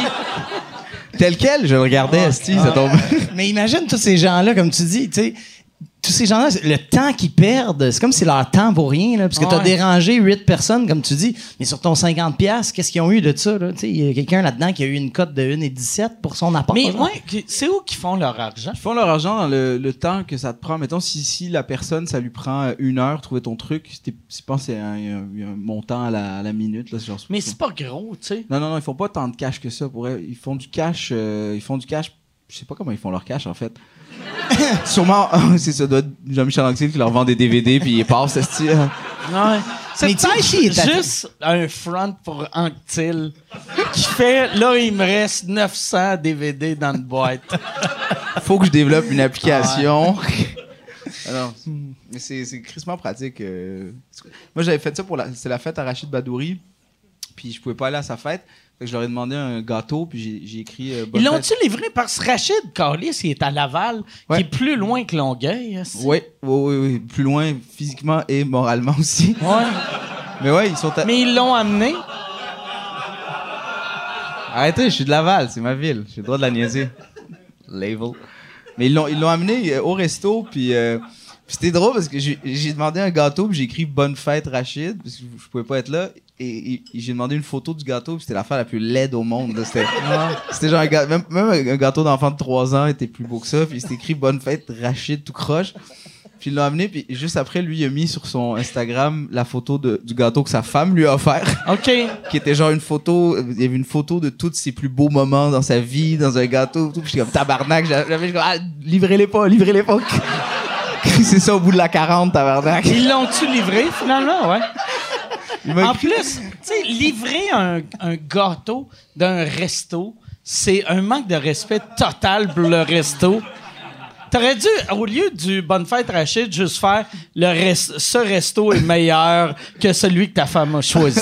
Tel quel, je le regardais, esti, ça tombe. Mais imagine tous ces gens-là, comme tu dis, tu sais, tous ces gens-là, le temps qu'ils perdent, c'est comme si leur temps vaut rien, là, parce que t'as Ouais. dérangé huit personnes, comme tu dis, mais sur ton cinquante piastres, qu'est-ce qu'ils ont eu de ça, là? Tu sais, il y a quelqu'un là-dedans qui a eu une cote de un virgule dix-sept pour son apport. mais là. ouais, que- c'est où qu'ils font leur argent? Ils font leur argent dans le, le temps que ça te prend. Mettons, si, si la personne, ça lui prend euh, une heure, trouver ton truc, si t'es- si tu penses que c'est un, un- un montant à la, à la minute. Là, c'est genre, Mais c'est pas gros, tu sais. Non, non, non, ils font pas tant de cash que ça. Pour eux. Ils font du cash. euh, ils font du cash. Je sais pas comment ils font leur cash, en fait. Sûrement, c'est ça, doit être Jean-Michel Anctil qui leur vend des D V D, puis ils passent, esti. Ouais. C'est Mais tu sais, peut-être qui est à- juste un front pour Anctil qui fait, là, il me reste neuf cents D V D dans une boîte. Faut que je développe une application. Alors, mais c'est c'est crissement pratique. euh. Moi, j'avais fait ça pour la, c'est la fête à Rachid Badouri, puis je pouvais pas aller à sa fête. Fait que je leur ai demandé un gâteau, puis j'ai- j'ai écrit euh, bonne Ils fête. l'ont-tu livré parce que Rachid Carlis, il est à Laval, Ouais. qui est plus loin que Longueuil. est-ce? Oui, oui, oui, oui, plus loin physiquement et moralement aussi. Ouais. Mais ouais, ils sont. à- Mais ils l'ont amené. Arrêtez, je suis de Laval, c'est ma ville. J'ai le droit de la niaiser. Label. Mais ils l'ont, ils l'ont amené euh, au resto, puis... Euh, Puis c'était drôle parce que j'ai, j'ai demandé un gâteau, puis j'ai écrit Bonne fête Rachid, parce que je, je pouvais pas être là. Et, et, et j'ai demandé une photo du gâteau, puis c'était l'affaire la plus laide au monde. Là. C'était, c'était genre un gâteau, même, même un gâteau d'enfant de trois ans était plus beau que ça. Puis c'était écrit Bonne fête Rachid tout croche. Puis ils l'ont amené, puis juste après, lui, il a mis sur son Instagram la photo de, du gâteau que sa femme lui a offert. OK. Qui était genre une photo, il y avait une photo de tous ses plus beaux moments dans sa vie, dans un gâteau. Tout. Puis j'étais comme tabarnak, j'avais, j'étais comme, ah, livrez-les pas, livrez-les pas. C'est ça au bout de la quarante, tabarnak. Ils l'ont-tu livré, finalement? Ouais. En écrit... plus, tu sais, livrer un, un gâteau d'un resto, c'est un manque de respect total pour le resto. T'aurais dû, au lieu du Bonne fête Rachid, juste faire le rest- ce resto est meilleur que celui que ta femme a choisi.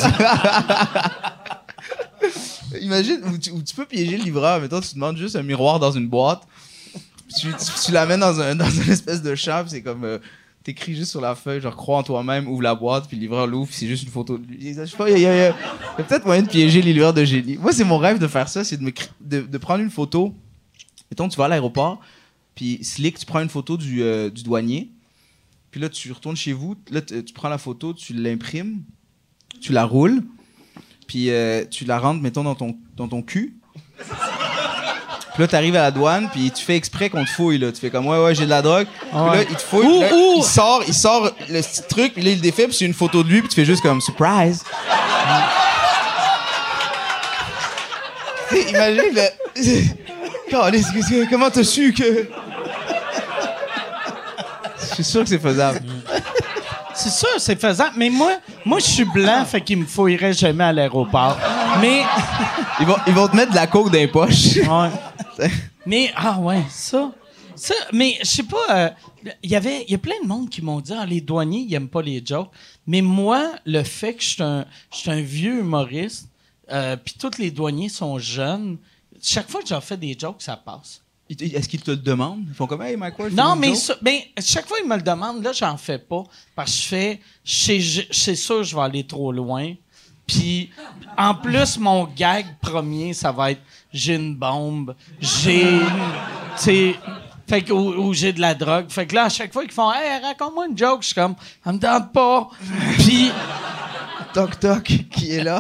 Imagine, où tu, où tu peux piéger le livreur, mais toi, tu demandes juste un miroir dans une boîte. Tu, tu, tu l'amènes dans, un, dans une espèce de champ, c'est comme... Euh, t'écris juste sur la feuille, genre, crois en toi-même, ouvre la boîte, puis le livreur l'ouvre, puis c'est juste une photo de lui. Je sais pas, il y a, y a, y a peut-être moyen de piéger les livreurs de génie. Moi, c'est mon rêve de faire ça, c'est de, me, de, de prendre une photo. Mettons, tu vas à l'aéroport, puis slick, tu prends une photo du, euh, du douanier, puis là, tu retournes chez vous, là, tu prends la photo, tu l'imprimes, tu la roules, puis euh, tu la rentres, mettons, dans ton, dans ton cul. Puis là, t'arrives à la douane, puis tu fais exprès qu'on te fouille, là. Tu fais comme, ouais, ouais, j'ai de la drogue. Puis là, il te fouille. Ouh, Là, ouh. il sort, il sort le petit truc, puis là, il le défait, puis c'est une photo de lui, puis tu fais juste comme, surprise. Imagine, le... Caliste, qu'est-ce que- comment t'as su que... Je suis sûr que c'est faisable. C'est sûr, c'est faisable. Mais moi, moi je suis blanc, fait qu'il me fouillerait jamais à l'aéroport. Mais... Ils vont, ils vont te mettre de la coke dans les poches. Ouais. Mais, ah ouais, ça. ça mais, je sais pas, il y avait, il y a plein de monde qui m'ont dit, ah, les douaniers, ils aiment pas les jokes. Mais moi, le fait que je suis un, je suis un vieux humoriste, euh, puis tous les douaniers sont jeunes, chaque fois que j'en fais des jokes, ça passe. Est-ce qu'ils te le demandent? Ils font comme, hey, Mike Ward, Non, fais-nous mais, une joke. ça- ben, chaque fois qu'ils me le demandent, là, j'en fais pas. Parce que je fais, je sais- je- c'est sûr, je vais aller trop loin. Puis, en plus, mon gag premier, ça va être j'ai une bombe, j'ai. Tu sais. Fait que, ou, ou j'ai de la drogue. Fait que là, à chaque fois qu'ils font hey, raconte-moi une joke, je suis comme ça me tente pas. Puis. Toc toc, qui est là?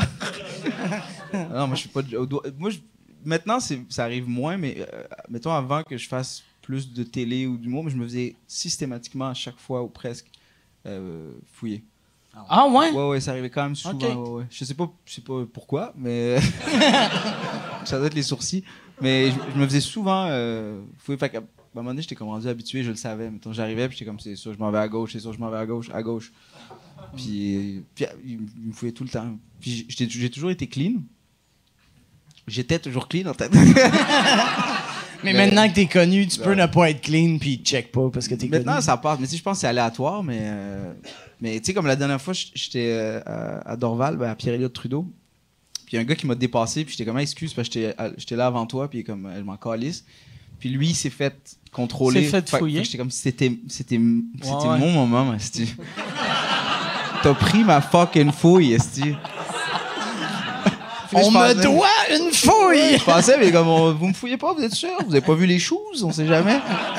Non, moi je fais pas de. au doigt- Moi, je- maintenant, c'est, ça arrive moins, mais euh, mettons avant que je fasse plus de télé ou d'humour, mais je me faisais systématiquement à chaque fois ou presque euh, fouiller. Ah ouais? Ouais, ouais, ça arrivait quand même souvent. Ok. Ouais, ouais. Je sais pas, je sais pas pourquoi, mais ça doit être les sourcils. Mais je, je me faisais souvent euh, fouiller. Fait qu'à à un moment donné, j'étais comme rendu habitué, je le savais. Mettons, j'arrivais, puis j'étais comme c'est sûr, je m'en vais à gauche, c'est sûr, je m'en vais à gauche, à gauche. Puis, puis il me fouillait tout le temps. Puis j'étais- j'ai toujours été clean. J'étais toujours clean en tête. Mais, Mais- maintenant que t'es connu, tu peux ne pas être clean puis ils te check pas parce que t'es Maintenant, connu. ça passe. Mais tu sais, je pense que c'est aléatoire. Mais, euh, mais tu sais, comme la dernière fois, j'étais euh, à à Dorval, ben, à Pierre-Éliott Trudeau. Puis il y a un gars qui m'a dépassé. Puis j'étais comme, ah, excuse, parce que j'étais à- j'étais là avant toi. Puis il est comme, je m'en calisse. Puis lui, il s'est fait contrôler. S'est fait fouiller. que j'étais comme, c'était c'était c'était Ouais, ouais. mon moment, esti. T'as pris ma fucking fouille, esti. Puis là, On je me pensais- doit une fouille! Je pensais, mais comme, on- vous me fouillez pas, vous êtes sûr? Vous avez pas vu les choses? On sait jamais.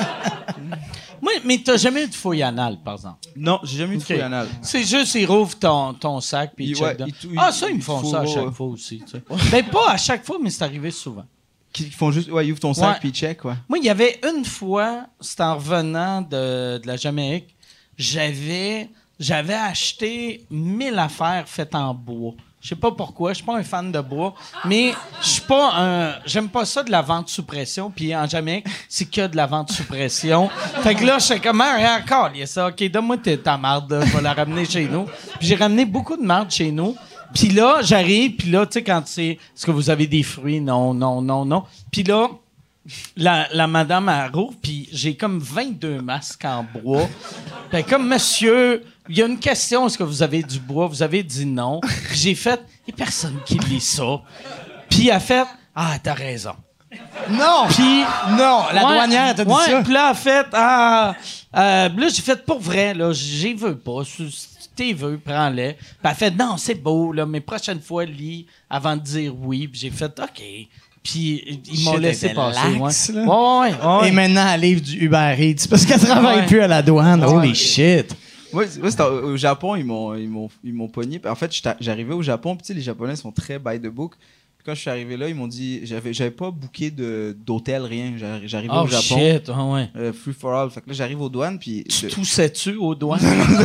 Moi, mais t'as jamais eu de fouille anale, par exemple. Non, j'ai jamais eu de Ok. fouille anale. C'est juste, ils rouvrent ton, ton sac puis ils Il- checkent ouais, dedans. il tou- Ah, il- ça, ils me il font faut- ça à ouais, chaque ouais. fois aussi. Tu sais. Ben, pas à chaque fois, mais c'est arrivé souvent. Qui font juste, ouais, ils ouvrent ton sac Ouais. puis ils check, ouais. Moi, il y avait une fois, c'était en revenant de, de la Jamaïque, j'avais, j'avais acheté mille affaires faites en bois. Je sais pas pourquoi, je suis pas un fan de bois, mais je suis pas un, j'aime pas ça de la vente sous pression. Puis en Jamaïque, c'est que de la vente sous pression. Fait que là, je sais comment, encore, il y a ça. Ok, donne-moi ta ta marde, là, je vais la ramener chez nous. Puis j'ai ramené beaucoup de marde chez nous. Puis là, j'arrive, puis là, tu sais, quand c'est, est-ce que vous avez des fruits? Non, non, non, non. Puis là, la, la madame à rouvre, puis j'ai comme vingt-deux masques en bois. Puis comme, monsieur, il y a une question, est-ce que vous avez du bois? Vous avez dit non. Puis j'ai fait, il n'y a personne qui lit ça. Puis elle a fait, ah, t'as raison. Non! Puis, Non, la ouais, douanière t'a dit ouais, ça. Puis là, elle a fait, ah, euh, là, j'ai fait pour vrai, là, j'y veux pas. Si t'es veux, prends-les. Puis elle a fait, non, c'est beau, là, mais prochaine fois, lis avant de dire oui. Puis j'ai fait, OK. Puis ils m'ont Shit, laissé était passer. lax, ouais. là. Ouais, ouais, ouais. Et maintenant, elle livre du Uber Eats parce qu'elle travaille Ouais. plus à la douane. Ouais. Holy shit. Moi, c'est- moi, c'était au au Japon, ils m'ont, ils m'ont, ils m'ont pogné. Puis en fait, j'étais- j'arrivais au Japon, puis tu sais, les Japonais sont très by the book. Puis quand je suis arrivé là, ils m'ont dit, j'avais, j'avais pas booké de, d'hôtel, rien. J'arri- J'arrivais Oh au Japon. shit, ouais, ouais. euh, free for all. Fait que là, j'arrive aux douanes, puis. Tu le- toussais-tu aux doigts?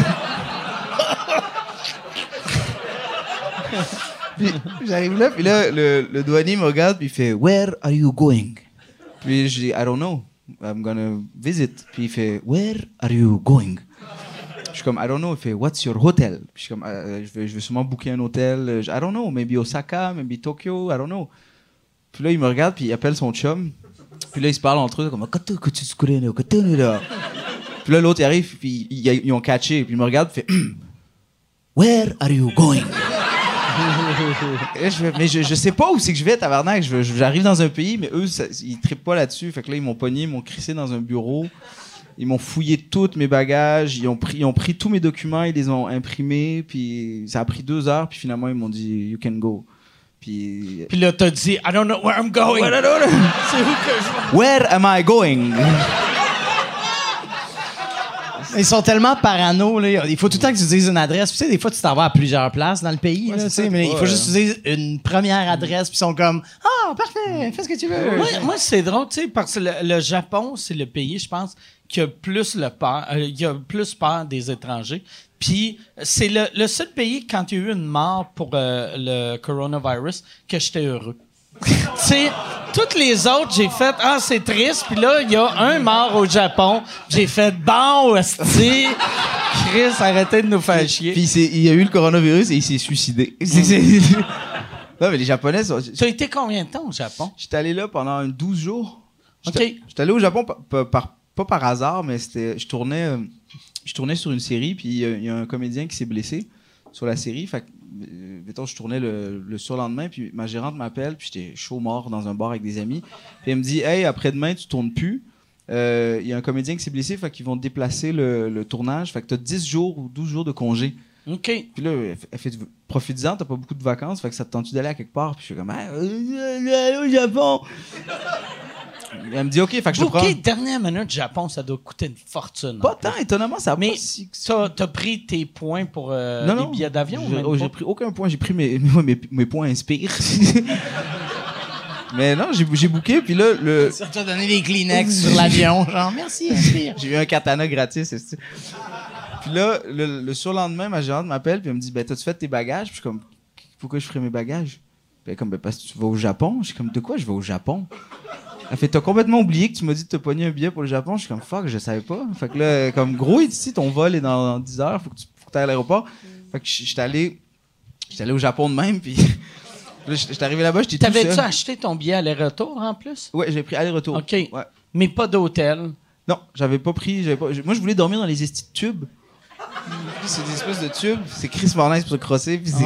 Puis j'arrive là, puis là, le, le douanier me regarde, puis il fait Where are you going? Puis je dis I don't know. I'm gonna visit. Puis il fait Where are you going? Je suis comme I don't know. Il fait What's your hotel? Puis je suis comme Euh, je, vais, je vais sûrement booker un hôtel. Je- I don't know. Maybe Osaka, maybe Tokyo. I don't know. Puis là, il me regarde, puis il appelle son chum. Puis là, ils se parlent entre eux, comme Koto, koto, tsukure no, koto, no, no. Puis là, l'autre, il arrive, puis ils, ils- ils ont catché. Puis il me regarde, puis il fait Where are you going? Et je fais, mais je, je sais pas où c'est que je vais, tabarnak. Je, je- j'arrive dans un pays, mais eux, ça- ils trippent pas là-dessus. Fait que là, ils m'ont pogné, ils m'ont crissé dans un bureau. Ils m'ont fouillé tous mes bagages. Ils ont, pris, ils ont pris tous mes documents, ils les ont imprimés. Puis ça a pris deux heures. Puis finalement, ils m'ont dit You can go. Puis. Puis là, t'as dit, I don't know where I'm going. Ouais, non, non, non. C'est où que je vais? Where am I going? Ils sont tellement parano, là. Il faut tout le temps que tu dises une adresse. Puis, tu sais, des fois, tu t'en vas à plusieurs places dans le pays, Ouais, là, c'est tu sais, ça. mais il faut Ouais. juste que tu dises une première adresse, puis ils sont comme Ah, parfait, fais ce que tu veux. Moi, moi, c'est drôle, tu sais, parce que le, le Japon, c'est le pays, je pense, qui a plus le peur, euh, il y a plus peur des étrangers. Puis c'est le, le seul pays, quand il y a eu une mort pour euh, le coronavirus, que j'étais heureux. Tu sais, toutes les autres, j'ai fait « Ah, c'est triste. » Puis là, il y a un mort au Japon. J'ai fait « Bon, esti, Chris, arrêtez de nous faire chier. » Puis c'est- il y a eu le coronavirus et il s'est suicidé. C'est- c'est- non, mais les Japonais sont. Tu as été combien de temps au Japon? J'étais allé là pendant douze jours. J'étais OK. j'étais allé au Japon pa- pa- par, pas par hasard, mais c'était, je tournais, euh, je tournais sur une série, puis il y a- il y, a un comédien qui s'est blessé sur la série. Fait que, euh, mettons, je tournais le, le surlendemain, puis ma gérante m'appelle, puis j'étais chaud mort dans un bar avec des amis. Puis elle me dit, hey, après-demain, tu tournes plus. Euh, Il y a un comédien qui s'est blessé, fait qu'ils vont déplacer le, le tournage. Fait que t'as dix jours ou douze jours de congé. OK. Puis là, elle fait, elle fait profite-en, t'as pas beaucoup de vacances, fait que ça te tente-tu d'aller à quelque part? Puis je suis comme, ah, euh, aller au Japon! Elle me dit, OK, fait que je te prends. Booker dernière minute Japon, ça doit coûter une fortune. Pas tant, étonnamment, ça a Mais pas si... t'as, t'as pris tes points pour euh, non, les non, billets d'avion? ou j'ai, même oh, pas? j'ai pris aucun point, j'ai pris mes, mes, mes, mes points inspire. Mais non, j'ai, j'ai booké, puis là, le, Ça t'a donné des Kleenex sur l'avion. Genre, merci, inspire. j'ai eu un katana gratis. est-ce que- Puis là, le, le surlendemain, ma gérante m'appelle, puis elle me dit, ben, t'as-tu fait tes bagages? Puis je suis comme, pourquoi je ferais mes bagages? Puis elle est comme, ben, parce que tu vas au Japon. Je suis comme, de quoi je vais au Japon? Elle fait, t'as complètement oublié que tu m'as dit de te pogner un billet pour le Japon. Je suis comme, fuck, je savais pas. Fait que là, comme, gros, ici, ton vol est dans, dans dix heures, faut que tu faut que t'ailles à l'aéroport. Fait que j'étais allé, j'étais allé au Japon de même, puis là, j'étais arrivé là-bas, j'étais tout T'avais-tu seul. acheté ton billet aller-retour en plus? Ouais, j'ai pris aller-retour. OK. Ouais. Mais pas d'hôtel. Non, j'avais pas pris. J'avais pas, moi, je voulais dormir dans les estis de tubes. C'est des espèces de tubes. C'est Chris Marlin pour se crosser. Puis c'est.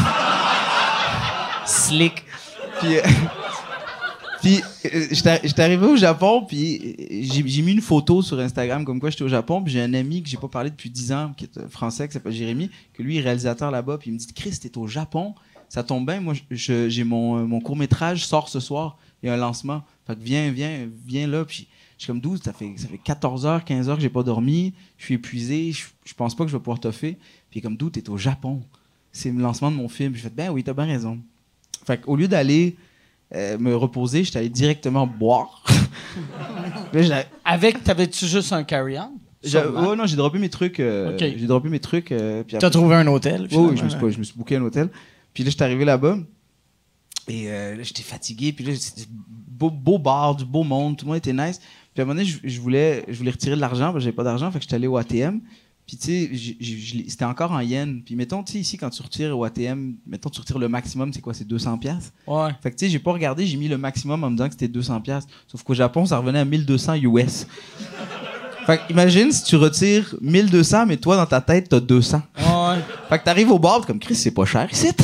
Slick. Puis. euh, Puis, euh, j'étais j'étais arrivé au Japon, puis euh, j'ai j'ai mis une photo sur Instagram comme quoi j'étais au Japon, puis j'ai un ami que j'ai pas parlé depuis dix ans, qui est euh, français, qui s'appelle Jérémy, que lui est réalisateur là-bas, puis il me dit « Chris, t'es au Japon, ça tombe bien, moi, je- je- j'ai mon, euh, mon court-métrage sort ce soir, il y a un lancement, fait que viens, viens, viens là, puis je suis comme douze, ça fait, ça fait quatorze heures, quinze heures que j'ai pas dormi, je suis épuisé, je, je pense pas que je vais pouvoir toffer, puis comme douze, t'es au Japon, c'est le lancement de mon film, je fais « Ben oui, t'as bien raison. » Fait qu'au lieu d'aller Euh, me reposer, j'étais allé directement boire. Là, j'ai- Avec, t'avais-tu juste un carry-on? j'ai- Sûrement. ouais, non, j'ai droppé mes trucs. euh, Ok. J'ai droppé mes trucs. euh, puis T'as après- trouvé un hôtel. Oui, finalement. oui, je me suis, pas- je me suis booké un hôtel. Puis là, j'étais arrivé là-bas. Et euh, là, j'étais fatigué. Puis là, c'était beau, beau bar, du beau monde. Tout le monde était nice. Puis à un moment donné, je, je voulais, je voulais retirer de l'argent parce que j'avais pas d'argent. Fait que j'étais allé au A T M. Puis tu sais, j'ai- j'ai- je l'ai- c'était encore en yens. Puis mettons, tu sais, ici, quand tu retires au A T M, mettons, tu retires le maximum, c'est quoi? C'est deux cents piastres. Ouais. Fait que tu sais, j'ai pas regardé, j'ai mis le maximum en me disant que c'était deux cents piastres. Sauf qu'au Japon, ça revenait à mille deux cents U S. Fait que imagine si tu retires mille deux cents, mais toi, dans ta tête, t'as deux cents. Ouais. Fait que t'arrives au bar, t'es comme Chris, c'est pas cher ici.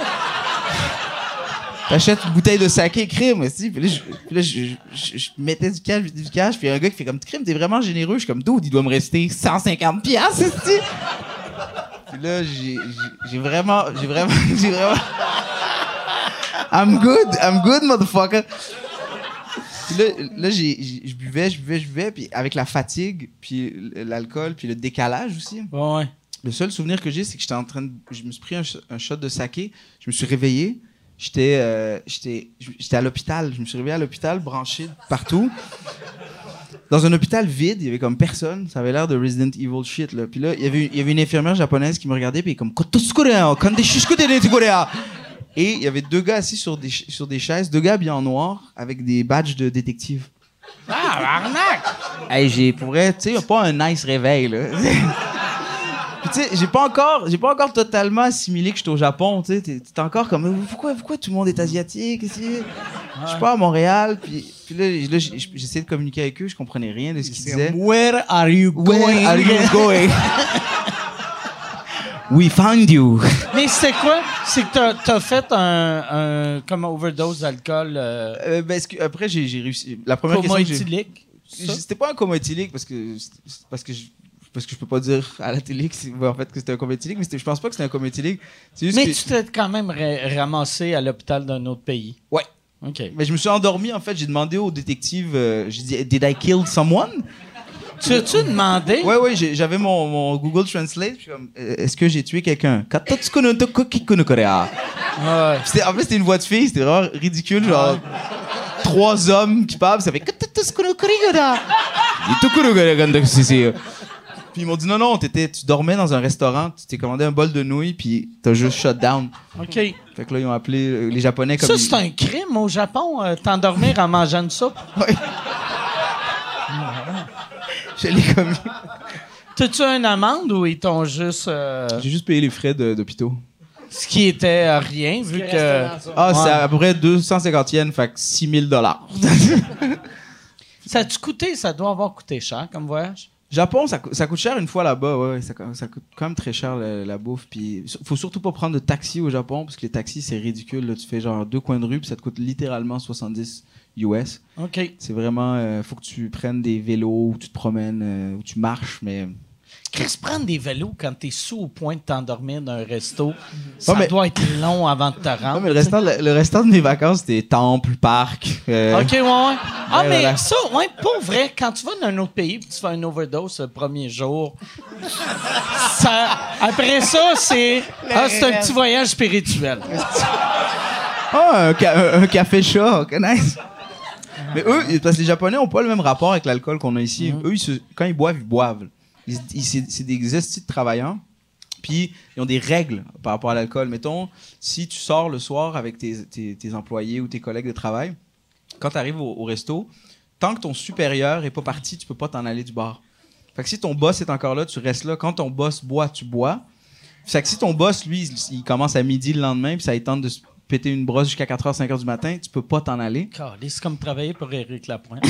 T'achètes une bouteille de saké crime aussi. Puis là, je, puis là, je, je- je mettais du cash, je mettais du cash. Puis il y a un gars qui fait comme crime, t'es vraiment généreux. Je suis comme dude, il doit me rester cent cinquante piastres, esti. Puis là, j'ai, j'ai- j'ai vraiment, j'ai vraiment, j'ai vraiment. I'm good, I'm good, motherfucker. Puis là, là j'ai, j'ai, je buvais, je buvais, je buvais, puis avec la fatigue, puis l'alcool, puis le décalage aussi. Ouais. Le seul souvenir que j'ai, c'est que j'étais en train de... Je me suis pris un, un shot de saké, je me suis réveillé, j'étais, euh, j'étais, j'étais à l'hôpital, je me suis réveillé à l'hôpital, branché partout. Dans un hôpital vide, il y avait comme personne, ça avait l'air de Resident Evil shit, là. Puis là, il y avait, il y avait une infirmière japonaise qui me regardait, puis comme... Et il y avait deux gars assis sur des, sur des chaises, deux gars habillés en noir, avec des badges de détective. Ah, arnaque! Hey, j'ai, pour vrai, tu sais, pas un nice réveil, là. Puis tu sais, j'ai pas encore, j'ai pas encore totalement assimilé que j'étais au Japon, tu sais. T'es, t'es encore comme, pourquoi, pourquoi tout le monde est asiatique? Je suis pas à Montréal, puis, puis là, là j'essayais de communiquer avec eux, je comprenais rien de ce qu'ils disaient. Where are you going? Where are you going? We found you. Mais c'est quoi? C'est que t'as, t'as fait un, un comme overdose d'alcool. Euh, euh, ben, que, après, j'ai, j'ai réussi. La première coma question. éthylique. C'était pas un coma éthylique parce que parce que je, parce que je peux pas dire à la télé que c'est, en fait que c'était un coma éthylique, mais je pense pas que c'était un coma éthylique. C'est juste mais que, tu t'es quand même ra- ramassé à l'hôpital d'un autre pays. Ouais. OK. Mais je me suis endormi en fait. J'ai demandé au détective. Euh, j'ai dit, Did I kill someone? Tu as-tu demandé? Ouais, ouais, j'ai, j'avais mon, mon Google Translate. Puis comme, est-ce que j'ai tué quelqu'un? Ouais. C'était, en fait, c'était une voix de fille. C'était vraiment ridicule. Genre, ouais. Trois hommes qui parlent. Ça fait. Puis ils m'ont dit non, non, t'étais, tu dormais dans un restaurant. Tu t'es commandé un bol de nouilles. Puis t'as juste shut down. OK. Fait que là, ils ont appelé les Japonais comme. Ça, ils... c'est un crime au Japon, euh, t'endormir en mangeant une soupe? Ouais. Je l'ai commis. T'as-tu une amende ou ils t'ont juste... Euh... J'ai juste payé les frais de, d'hôpitaux. Ce qui était euh, rien, vu que... Ah, ouais. C'est à peu près deux cent cinquante yens, fait que six mille dollars. Ça a-tu coûté? Ça doit avoir coûté cher comme voyage? Japon, ça, ça coûte cher une fois là-bas, ouais, ça, ça coûte quand même très cher la, la bouffe. Puis faut surtout pas prendre de taxi au Japon, parce que les taxis, c'est ridicule. Là. Tu fais genre deux coins de rue, puis ça te coûte littéralement soixante-dix U S. OK. C'est vraiment... Euh, faut que tu prennes des vélos, ou tu te promènes, euh, ou tu marches, mais... Chris, prendre des vélos quand t'es sous au point de t'endormir dans un resto, ça mais... doit être long avant de te rendre. Non, mais le restant, le, le restant de mes vacances, c'était temple, parc... Euh... OK, ouais, ouais. Ah, ouais, mais voilà. ça, ouais, pas vrai. Quand tu vas dans un autre pays et tu fais un overdose le premier jour, ça, après ça, c'est... Ah, c'est un petit voyage spirituel. Ah, un, ca- un café chat, ok, nice. Mais eux, parce que les Japonais ont pas le même rapport avec l'alcool qu'on a ici. Mm-hmm. Eux, ils se, quand ils boivent, ils boivent. Ils, ils, c'est, c'est des estis de travailleurs. Puis, ils ont des règles par rapport à l'alcool. Mettons, si tu sors le soir avec tes, tes, tes employés ou tes collègues de travail, quand tu arrives au, au resto, tant que ton supérieur est pas parti, tu peux pas t'en aller du bar. Fait que si ton boss est encore là, tu restes là. Quand ton boss boit, tu bois. Fait que si ton boss, lui, il, il commence à midi le lendemain, puis ça lui tente de se péter une brosse jusqu'à quatre heures, cinq heures du matin, tu peux pas t'en aller. C'est comme travailler pour Éric Lapointe.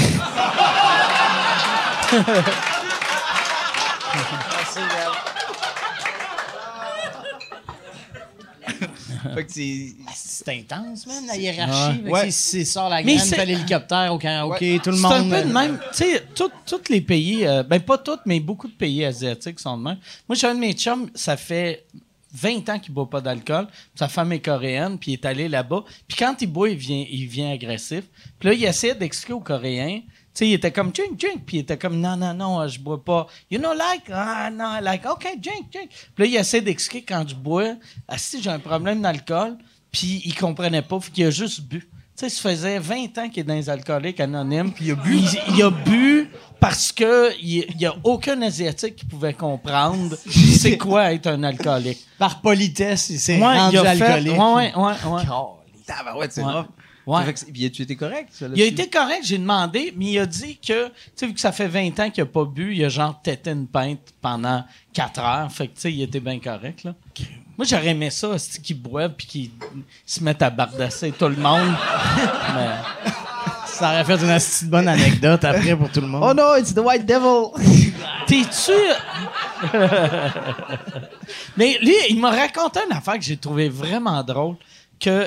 Fait que c'est... C'est intense, man, la hiérarchie. Ouais. Ouais. Si sort la Mais graine, c'est- fait l'hélicoptère au karaoké, Ouais. tout le C'est monde. un peu de même. Tu sais, tous les pays, euh, ben pas tous, mais beaucoup de pays asiatiques sont de même. Moi, j'ai un de mes chums, ça fait vingt ans qu'il boit pas d'alcool. Sa femme est coréenne, puis il est allé là-bas. Puis quand il boit, il vient, il vient agressif. Puis là, il essaie d'expliquer aux Coréens. Tu sais, il était comme drink, drink. Puis il était comme non, non, non, je bois pas. You know, like, ah, non, like, OK, drink, drink. Puis là, il essaie d'expliquer quand je bois, ah, si j'ai un problème d'alcool. Puis il comprenait pas, fait qu'il a juste bu. Tu sais, ça faisait vingt ans qu'il est dans les alcooliques anonymes. Puis il a bu. Il, il a bu parce que il y a aucun Asiatique qui pouvait comprendre c'est quoi être un alcoolique. Par politesse, il s'est Ouais, rendu il a fait- alcoolique. Ouais, ouais, ouais, ouais. Tabarouette, c'est Ouais. grave. Ouais. Fait que c'est- Puis tu étais correct? Ça, Il a là-dessus? été correct, j'ai demandé, mais il a dit que, tu sais, vu que ça fait vingt ans qu'il n'a pas bu, il a genre tété une pinte pendant quatre heures. Fait que, tu sais, il était bien correct, là. Moi, j'aurais aimé ça, c'est qu'il boive puis qu'il se mette à bardasser tout le monde. Mais... Ça aurait fait une assez bonne anecdote après pour tout le monde. Oh no, it's the white devil! T'es-tu... Mais lui, il m'a raconté une affaire que j'ai trouvé vraiment drôle, que...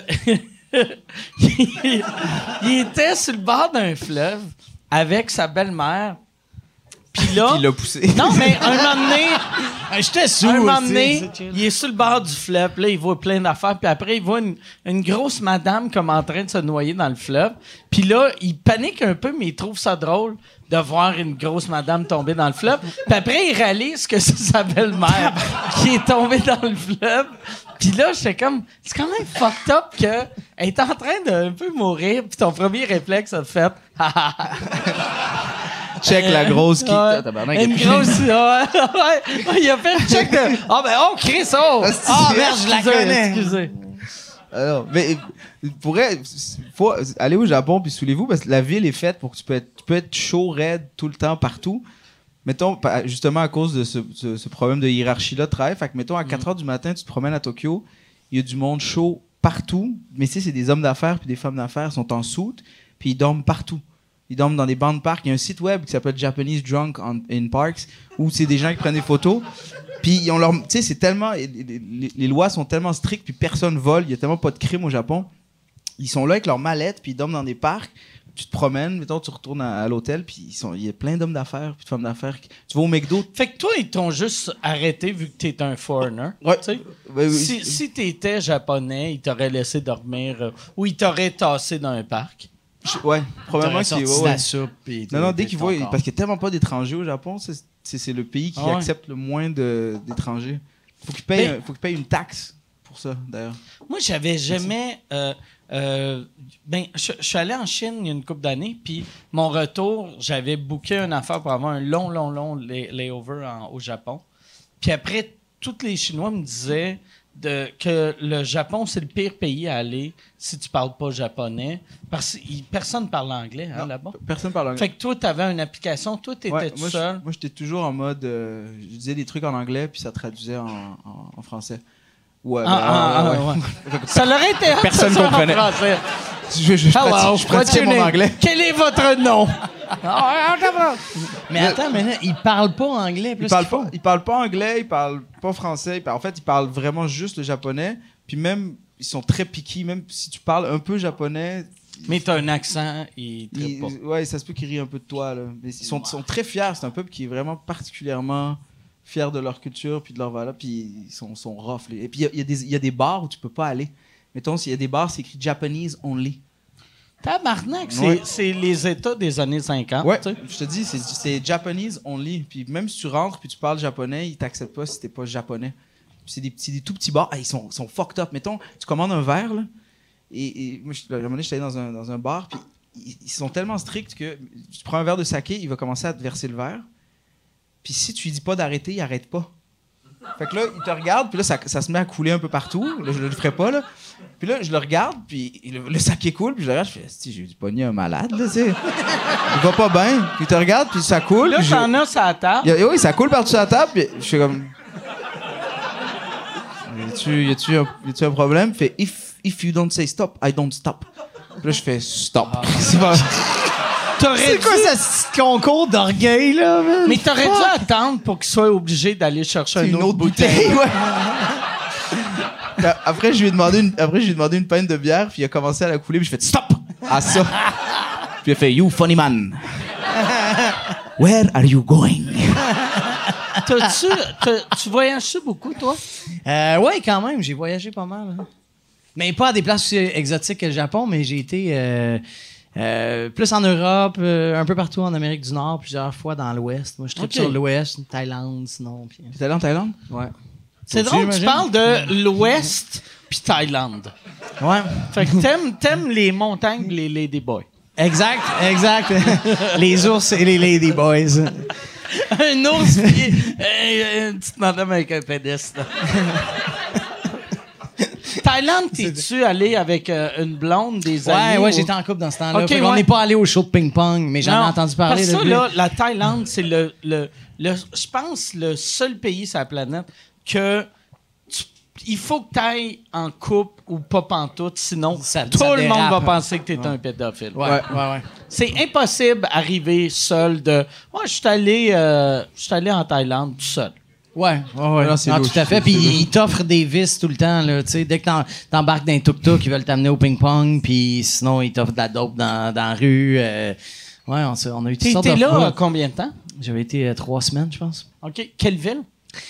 il, il était sur le bord d'un fleuve avec sa belle-mère, puis là... Il l'a poussé. Non, mais un moment donné... J'étais sous. Un moment aussi, donné, c'est chill. il est sur le bord du fleuve, là, il voit plein d'affaires, puis après, il voit une, une grosse madame comme en train de se noyer dans le fleuve. Puis là, il panique un peu, mais il trouve ça drôle de voir une grosse madame tomber dans le fleuve. Puis après, il réalise que c'est sa belle-mère qui est tombée dans le fleuve. Puis là, j'étais comme, c'est quand même fucked up qu'elle est en train de un peu mourir, puis ton premier réflexe a fait, Check la grosse qui. Ouais. Tabarnak, Une il- grosse. Ouais, ouais. Ouais, il a fait le check de. Ah, ben, oh, Chris, oh! Ah, merde, je la Excusez, connais. Excusez. Alors, mais pourrait faut aller au Japon puis saoulez-vous parce que la ville est faite pour que tu peux être, tu peux être chaud, raide tout le temps partout. Mettons, pa- justement à cause de ce, ce, ce problème de hiérarchie-là de travail, fait que mettons à quatre heures du matin, tu te promènes à Tokyo, il y a du monde chaud partout, mais tu sais, c'est des hommes d'affaires puis des femmes d'affaires, ils sont en soute, puis ils dorment partout. Ils dorment dans des bancs de parcs. Il y a un site web qui s'appelle Japanese Drunk on- in Parks où c'est des gens qui prennent des photos. Puis ils ont leur, tu sais, c'est tellement, les, les- les lois sont tellement strictes puis personne vole. Il y a tellement pas de crime au Japon. Ils sont là avec leurs mallettes puis ils dorment dans des parcs. Tu te promènes, mettons, tu retournes à, à l'hôtel puis ils sont, il y a plein d'hommes d'affaires puis de femmes d'affaires. qui- Tu vas au McDo. Fait que toi, ils t'ont juste arrêté vu que t'es un foreigner. Ouais. Tu sais? Ouais, oui. Si, si t'étais japonais, ils t'auraient laissé dormir euh, ou ils t'auraient tassé dans un parc. Je- ouais, probablement T'aurais que sorti c'est. de ouais, la ouais. soupe. puis Non, non, t'es- dès t'es qu'ils voient, encore. parce qu'il n'y a tellement pas d'étrangers au Japon, c'est, c'est, c'est le pays qui Ah ouais. accepte le moins de, d'étrangers. Faut qu'ils payent, Mais- un- faut qu'ils payent une taxe pour ça, d'ailleurs. Moi, j'avais jamais. Euh, euh, ben, je je suis allé en Chine il y a une couple d'années, puis mon retour, j'avais booké une affaire pour avoir un long, long, long lay- layover en- au Japon. Puis après, tous les Chinois me disaient de, que le Japon, c'est le pire pays à aller si tu parles pas japonais. Parce que il- personne parle anglais hein, Non, là-bas. Personne parle anglais. Fait que toi, tu avais une application, toi, tu étais Ouais, tout moi, seul. je- moi, j'étais toujours en mode. euh, je disais des trucs en anglais, puis ça traduisait en, en, en français. Ouais, Ah, ben, ah, ouais, ah, ouais. ouais. Ça l'aurait été hot, Personne ça, en comprenait. français. Je, je, je, Hello, pratique- je what's pratiquais your mon name? anglais. Quel est votre nom? Mais attends, mais là, ils parlent pas anglais. Ils parlent pas, ils parlent pas anglais, ils parlent pas français. Ils parlent- en fait, ils parlent vraiment juste le japonais. Puis même, ils sont très piqués. Même si tu parles un peu japonais, Mais t'as un accent, il trippe ils- pas. ouais, ça se peut qu'ils rient un peu de toi. Là. Mais ils sont, sont très fiers. C'est un peuple qui est vraiment particulièrement fier de leur culture puis de leur valeur. Puis ils sont, sont rough. là. Et puis il y a- il y, a des- il y a des bars où tu peux pas aller. Mettons, s'il y a des bars, c'est écrit Japanese only. Tabarnak, c'est, Ouais. c'est les États des années cinquante. Ouais, tu sais. je te dis, c'est, c'est Japanese only. Puis même si tu rentres puis tu parles japonais, ils t'acceptent pas si t'es pas japonais. Puis c'est des, petits, des tout petits bars. Ah, ils sont, sont fucked up. Mettons, tu commandes un verre, là, et, et moi, je- à un moment donné, j'étais allé dans un, dans un bar, puis ils, ils sont tellement stricts que tu prends un verre de saké, il va commencer à te verser le verre. Puis si tu lui dis pas d'arrêter, il arrête pas. Fait que là, il te regarde, puis là, ça, ça se met à couler un peu partout. Là, je le ferai pas, là. Puis là, je le regarde, puis le, le saké coule, puis je le regarde, je fais, si j'ai dû pogner un malade, là, tu sais. Il va pas bien. Puis il te regarde, puis ça coule. Là, puis je- t'en as sur la table. y a- oui, ça coule par-dessus la table, puis je suis comme. Y a-tu, y a-tu un, y a-tu un problème? Il fait, if, if you don't say stop, I don't stop. Puis là, je fais stop. C'est pas- T'aurais C'est quoi dû- ce petit concours d'orgueil, là, man? Mais t'aurais dû attendre pour qu'il soit obligé d'aller chercher une autre bouteille. Ouais. Puis Après, je lui ai demandé une, après, je lui ai demandé une pinte de bière, puis il a commencé à la couler, puis je fais stop! À ça. Puis il a fait, you funny man. Where are you going? T'as-tu, t'as- tu voyages-tu beaucoup, toi? Euh, ouais, quand même, j'ai voyagé pas mal. hein. Mais pas à des places aussi exotiques que le Japon, mais j'ai été euh, euh, plus en Europe, euh, un peu partout en Amérique du Nord, plusieurs fois dans l'Ouest. Moi, je tripe Ok. sur l'Ouest, Thaïlande, sinon. Puis, T'es allé en Thaïlande? ouais. C'est Toi aussi, drôle, tu j'imagine? parles de l'Ouest puis Thaïlande. Ouais. Fait que t'aimes, t'aimes les montagnes pis les ladyboys. Exact, exact. Les ours et les ladyboys. Un ours pis euh, une petite madame avec un pénis. là. Thaïlande, t'es-tu allé avec euh, une blonde, des Ouais, amis? ouais, ou- j'étais en couple dans ce temps-là. Ok, Fait qu'on ouais. n'est pas allé au show de ping-pong, mais j'en ai Non, entendu parler. Parce que de ça, là, la Thaïlande, c'est le, le, le- je pense, le seul pays sur la planète que tu- il faut que tu ailles en couple ou pas pantoute, sinon Ça- tout ça le monde dérape. va penser que tu es un pédophile. Ouais, ouais, ouais. C'est impossible d'arriver seul de. Moi, je suis allé, euh, je suis allé en Thaïlande tout seul. Ouais, ouais, ouais. Non, c'est Non, louche, tout à fait. c'est- Puis c'est louche. ils t'offrent des vis tout le temps. Là, tu sais, dès que t'en- t'embarques dans un tuk-tuk, ils veulent t'amener au ping-pong. Puis sinon, ils t'offrent de la dope dans, dans la rue. euh, ouais, on, s'est- on a eu toutes Tu sortes étais de là fois. euh, combien de temps? J'avais été euh, trois semaines, je pense. OK. Quelle ville?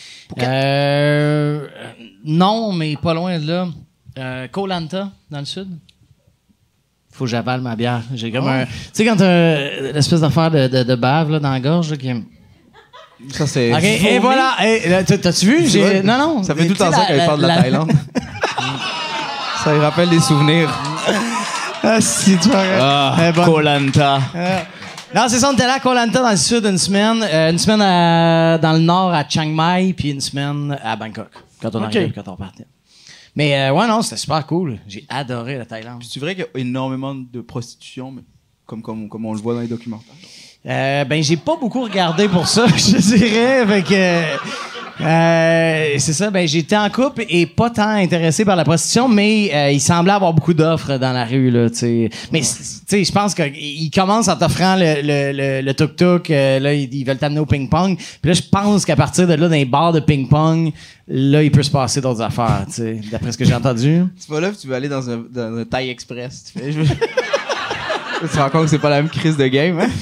Euh, non, mais pas loin de là. Euh, Koh Lanta, dans le sud. Faut que j'avale ma bière. J'ai comme un... Tu sais, quand t'as l'espèce d'affaire de, de, de bave là, dans la gorge, là, qui... Ça, c'est. OK, et voilà. Hey, là, t'as- t'as-tu vu? J'ai... Ouais. Non, non. Ça fait tout le Tu sais, temps ça quand il parle de la, Thaïlande. Ça lui rappelle des souvenirs. Ah, si, tu vois. Ah, Koh Lanta. Non, c'est ça, on était là à Koh Lanta dans le sud une semaine. Euh, une semaine à- dans le nord à Chiang Mai, puis une semaine à Bangkok, quand on OK. arrivait, quand on partait. Mais euh, ouais, non, c'était super cool. J'ai adoré la Thaïlande. C'est vrai qu'il y a énormément de prostitution, mais comme, comme, comme on le voit dans les documentaires. Euh, ben, j'ai pas beaucoup regardé pour ça, je dirais. Fait que, euh, c'est ça, ben, j'étais en couple et pas tant intéressé par la prostitution, mais euh, il semblait avoir beaucoup d'offres dans la rue, là, tu sais. Mais, tu sais, je pense qu'il commence en t'offrant le, le, le, le tuk-tuk, euh, là, ils, ils veulent t'amener au ping-pong. Puis là, je pense qu'à partir de là, dans les bars de ping-pong, là, il peut se passer d'autres affaires, tu sais, d'après ce que j'ai entendu. Tu vas là, puis tu vas aller dans un, dans un Thai Express. Tu fais, je... tu te rends compte que c'est pas la même crise de game, hein?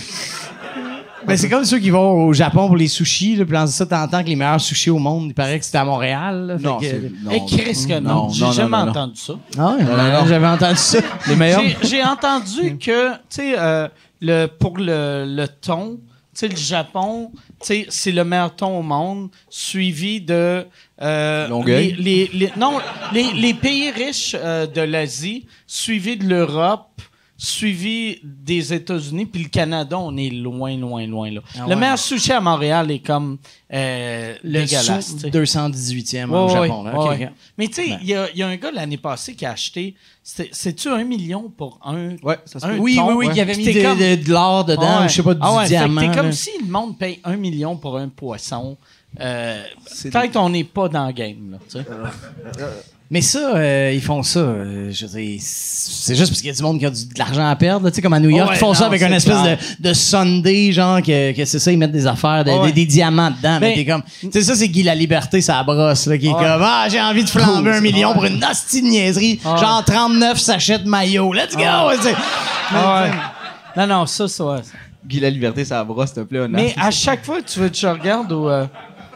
Ben, c'est comme ceux qui vont au Japon pour les sushis, là, puis dans ça, t'entends que les meilleurs sushis au monde, il paraît que c'était à Montréal, là. Fait Non, que- c'est... non, Eh, Chris, que non. non, J'ai non, jamais non, non. entendu ça. Ah ouais, non, non. j'avais entendu ça. Les meilleurs? J'ai- J'ai entendu que, tu sais, euh, le, pour le, le thon, tu sais, le Japon, tu sais, c'est le meilleur thon au monde, suivi de... euh, Longueuil? les, les, les- non, les, les pays riches euh, de l'Asie, suivi de l'Europe, suivi des États-Unis, puis le Canada, on est loin, loin, loin, là. Ah le ouais. meilleur sushi à Montréal est comme euh, Le dégueulasse, sous tu sais. deux cent dix-huitième Ouais, au ouais, Japon. là. ouais, Ok, ouais. ok. Mais tu sais, Ben. il y, a- il y a un gars l'année passée qui a acheté, c'était- c'est-tu un million pour un... Ouais, ça se un peut. Oui, thon? oui, oui, Ouais. qui avait Puis mis t'es de, comme- de- de l'or dedans, Ouais. ou je sais pas, du Ah ouais, fait que diamant. t'es comme là. si le monde paye un million pour un poisson. Euh, C'est Peut-être qu'on n'est pas dans le game, là, tu sais. Mais ça, euh, ils font ça. euh, je veux dire, c'est juste parce qu'il y a du monde qui a du- de l'argent à perdre. là. Tu sais, comme à New York, Ouais, ils font ça non, avec c'est une espèce clair. de, de Sunday, genre, que, que c'est ça, ils mettent des affaires, de- Ouais. des, des diamants dedans. mais Ben, t'es comme. Tu sais, ça, c'est Guy la Liberté, ça brosse, là, qui est Ouais. comme, ah, j'ai envie de flamber un million pour une hostie de niaiserie. Ouais. Genre trente-neuf sachets de maillot. Let's go! Ouais. tu sais. Ah ouais. Non, non, ça, ça. ouais. Guy la Liberté, ça brosse, s'il te plaît. Mais à chaque fois, tu veux que je regarde ou. euh,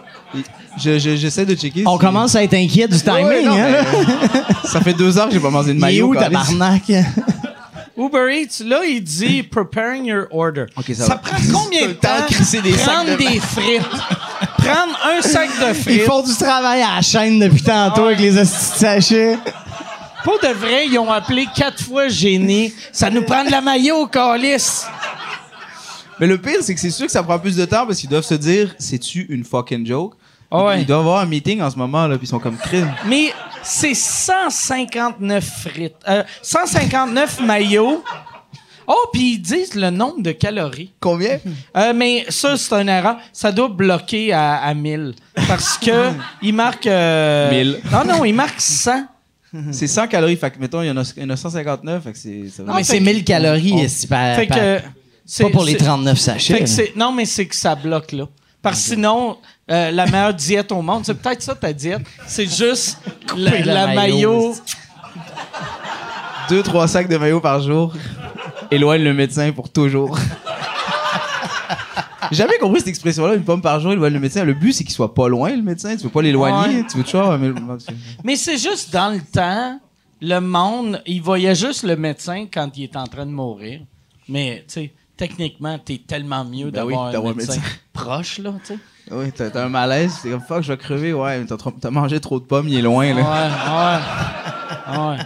Je, je, j'essaie de checker. On si- commence à être inquiet du timing, Ouais, non, hein? mais- Ça fait deux heures que j'ai pas mangé de Il est maillot. où, câlisse. tabarnak? Uber Eats, là, il dit preparing your order. Ok, ça ça va. prend combien de Le temps temps de crisser des sacs prendre de- des frites? Prendre un sac de Ils frites. font du travail à la chaîne depuis tantôt Ouais. avec les hosties de sachets. Pour de vrai, ils ont appelé quatre fois Génie. Ça nous prend de la maillot, calice. Mais le pire, c'est que c'est sûr que ça prend plus de temps parce qu'ils doivent se dire, c'est-tu une fucking joke? Ah ouais. Ils, ils doivent avoir un meeting en ce moment, là, puis ils sont comme crime. Mais c'est cent cinquante-neuf frites. Euh, cent cinquante-neuf maillots. Oh, puis ils disent le nombre de calories. Combien? Euh, mais ça, c'est une erreur. Ça doit bloquer à, à mille. Parce que il marque... euh, mille. Non, non, il marque cent. C'est cent calories. Fait que, mettons, il y en a, il y en a cent cinquante-neuf. Fait que c'est. ça va- Non, mais fait c'est que- mille calories, on- esti, par- Fait par- que... c'est- pas pour les c'est- trente-neuf sachets. Fait que là. c'est- non, mais c'est que ça bloque, là. Parce que sinon, euh, la meilleure diète au monde, c'est peut-être ça ta diète, c'est juste la, le la maillot. maillot. Deux, trois sacs de maillot par jour. Éloigne le médecin pour toujours. J'ai jamais compris cette expression-là, une pomme par jour, éloigne le médecin. Le but, c'est qu'il soit pas loin, le médecin. Tu veux pas l'éloigner. Ouais. Tu veux toujours. Mais... Mais c'est juste dans le temps, le monde, il voyait juste le médecin quand il est en train de mourir. Mais, tu sais, techniquement, t'es tellement mieux Ben oui, d'avoir un d'avoir un médecin, médecin. proche, là, tu sais. Oui, t'as, t'as un malaise. T'es comme fuck, je vais crever. Ouais, mais t'as, trop- t'as mangé trop de pommes, il est loin, là. Ouais, ouais, ouais.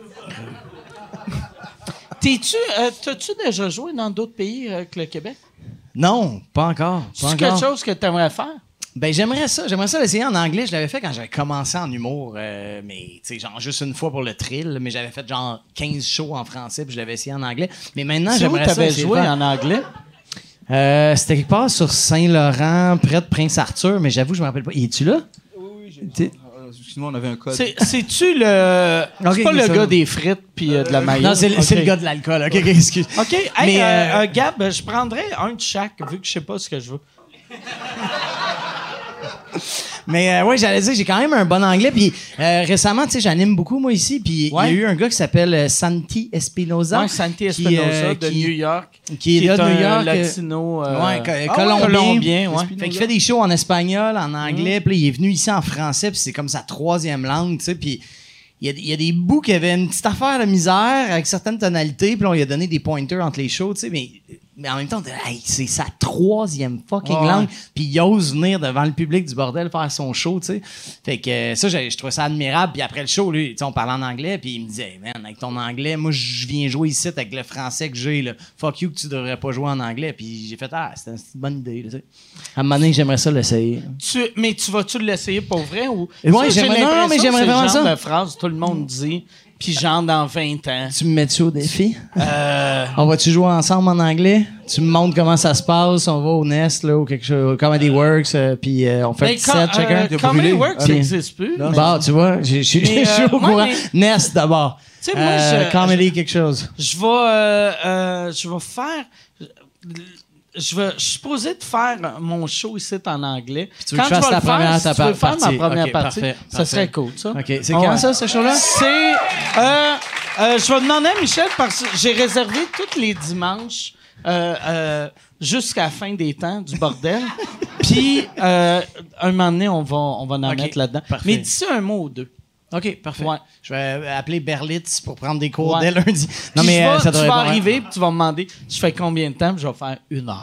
T'es-tu, euh, t'as-tu déjà joué dans d'autres pays euh, que le Québec? Non, pas encore. Pas C'est encore. quelque chose que t'aimerais faire? Ben, j'aimerais ça. J'aimerais ça l'essayer en anglais. Je l'avais fait quand j'avais commencé en humour, euh, mais, tu sais, genre juste une fois pour le thrill. Mais j'avais fait genre quinze shows en français, puis je l'avais essayé en anglais. Mais maintenant, C'est où j'aimerais ça t'avais essayer de joué faire- en anglais? Euh, c'était quelque part sur Saint-Laurent, près de Prince-Arthur, mais j'avoue, je me rappelle pas. Y es-tu là? Oui, oui, j'ai. T'es- Excuse-moi, on avait un code. C'est, c'est-tu le. Ok, c'est pas ok, le ça gars va. des frites puis euh, de la maillot? Non, c'est, le- c'est Ok. le gars de l'alcool. OK, OK, excuse. OK. Hey, Mais, euh, euh, euh, Gab, je prendrais un de chaque, vu que je sais pas ce que je veux. Mais euh, ouais, j'allais dire, j'ai quand même un bon anglais. Puis euh, récemment, tu sais, j'anime beaucoup, moi, ici. Puis il Ouais. y a eu un gars qui s'appelle euh, Santi Espinoza. Ouais, Santi qui, Espinosa euh, de qui- New York. qui est là de un New York, euh, latino. euh, Ouais, co- ah colombien. colombien, ouais. Fait qu'il fait des shows en espagnol, en anglais, puis là, il est venu ici en français, puis c'est comme sa troisième langue, tu sais, puis il y, a, il y a des bouts qui avaient une petite affaire de misère avec certaines tonalités, puis là, on lui a donné des pointers entre les shows, tu sais, mais, mais en même temps, t'es, hey, c'est sa troisième fucking Ouais. langue, puis il ose venir devant le public du bordel faire son show, tu sais. Fait que euh, ça, j'ai- je trouvais ça admirable, puis après le show, lui, tu sais, on parlait en anglais, puis il me disait, hey, man, avec ton anglais, moi, je viens jouer ici avec le français que j'ai, là. Fuck you que tu devrais pas jouer en anglais, puis j'ai fait, ah, c'est une bonne idée, là, tu sais. À un moment donné, j'aimerais ça l'essayer. Tu, mais tu vas-tu l'essayer pour vrai ou. Ouais, Ça, j'ai j'aimerais- non, l'impression mais que j'aimerais c'est le vraiment genre ça. de phrase que tout le monde dit, puis genre dans vingt ans. Tu me mets-tu au défi? Euh, On va-tu jouer ensemble en anglais? Tu me montres comment ça se passe, on va au Nest, là, ou quelque chose, Comedy Works, euh, puis euh, on fait un mais petit com- set chacun. euh, Comedy Works, ça Puis- n'existe plus. mais- Bon, tu vois, j'ai- je suis Mais, je suis euh, au moi, courant. mais- Nest d'abord. Tu sais, moi, Euh, je- comedy quelque chose. Je vais, euh, euh, je vais faire. Je vais, je suis supposé de faire mon show ici en anglais. tu veux que je fasse vais ta le faire, première, si ta tu veux par- faire ma partie. première Ok, partie, parfait, ça parfait. serait cool, ça. OK. C'est Ah quand ouais. ça, ce show-là? C'est. Euh, euh, je vais demander à Michel parce que j'ai réservé tous les dimanches euh, euh, jusqu'à la fin des temps du bordel. Puis, euh, un moment donné, on va, on va en Ok, mettre là-dedans. parfait. Mais d'ici un mot ou deux. OK, parfait. Ouais. Je vais appeler Berlitz pour prendre des cours Ouais. dès lundi. Non, Puis mais je euh, vais- ça tu devrait vas pas- arriver puis tu vas me demander tu fais combien de temps puis je vais faire une heure.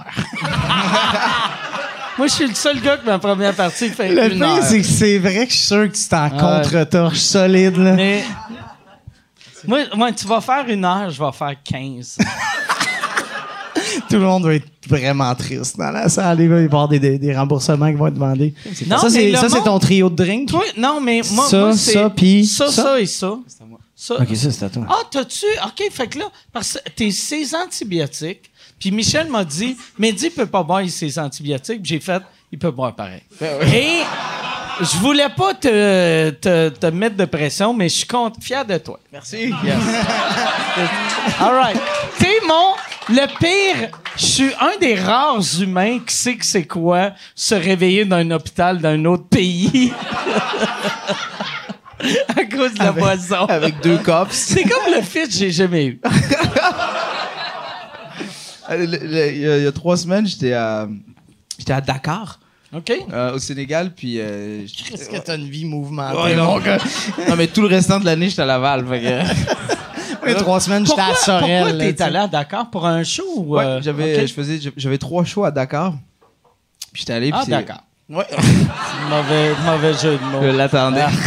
Moi, je suis le seul gars que ma première partie fait Le une pire, heure. c'est que c'est vrai que je suis sûr que tu t'en Ouais. contre-torche solide, là. Mais moi, moi, tu vas faire une heure, je vais faire quinze. Tout le monde va être vraiment triste dans la salle. Il va y avoir des, des, des remboursements qui vont être demandés. Non, ça, mais c'est, le ça, c'est monde- ton trio de drink? Toi, non, mais moi, Ça, moi, c'est ça, puis ça, ça? ça et ça. Ça. OK, ça, c'est à toi. Ah, t'as-tu? OK, fait que là, parce que t'es ses antibiotiques. Puis Michel m'a dit, Mehdi peut pas boire ses antibiotiques. Puis j'ai fait, il peut boire pareil. Et je voulais pas te, te, te mettre de pression, mais je suis con- fier de toi. Merci. All right. T'es mon... Le pire, je suis un des rares humains qui sait que c'est quoi se réveiller dans un hôpital d'un autre pays. À cause de la boisson. Avec deux cops. C'est comme le fit que j'ai jamais eu. Euh, le- le- Il y, a- il y a trois semaines, j'étais à, j'étais à Dakar, OK? euh, au Sénégal, puis... euh, j'étais- Qu'est-ce que t'as une vie mouvementée, Ouais, non. mon gars? non, mais tout le restant de l'année, j'étais à Laval. Fait que... Oui, trois semaines, j'étais Pourquoi, à Sorel. pourquoi là, t'es tu sais. allé à Dakar pour un show? Ou, Ouais, euh, j'avais, OK. je faisais, j'avais trois shows à Dakar. Puis j'étais allé. Ah, puis c'est- d'accord. Ouais. Mauvais, mauvais jeu de mots. Je l'attendais. Ah.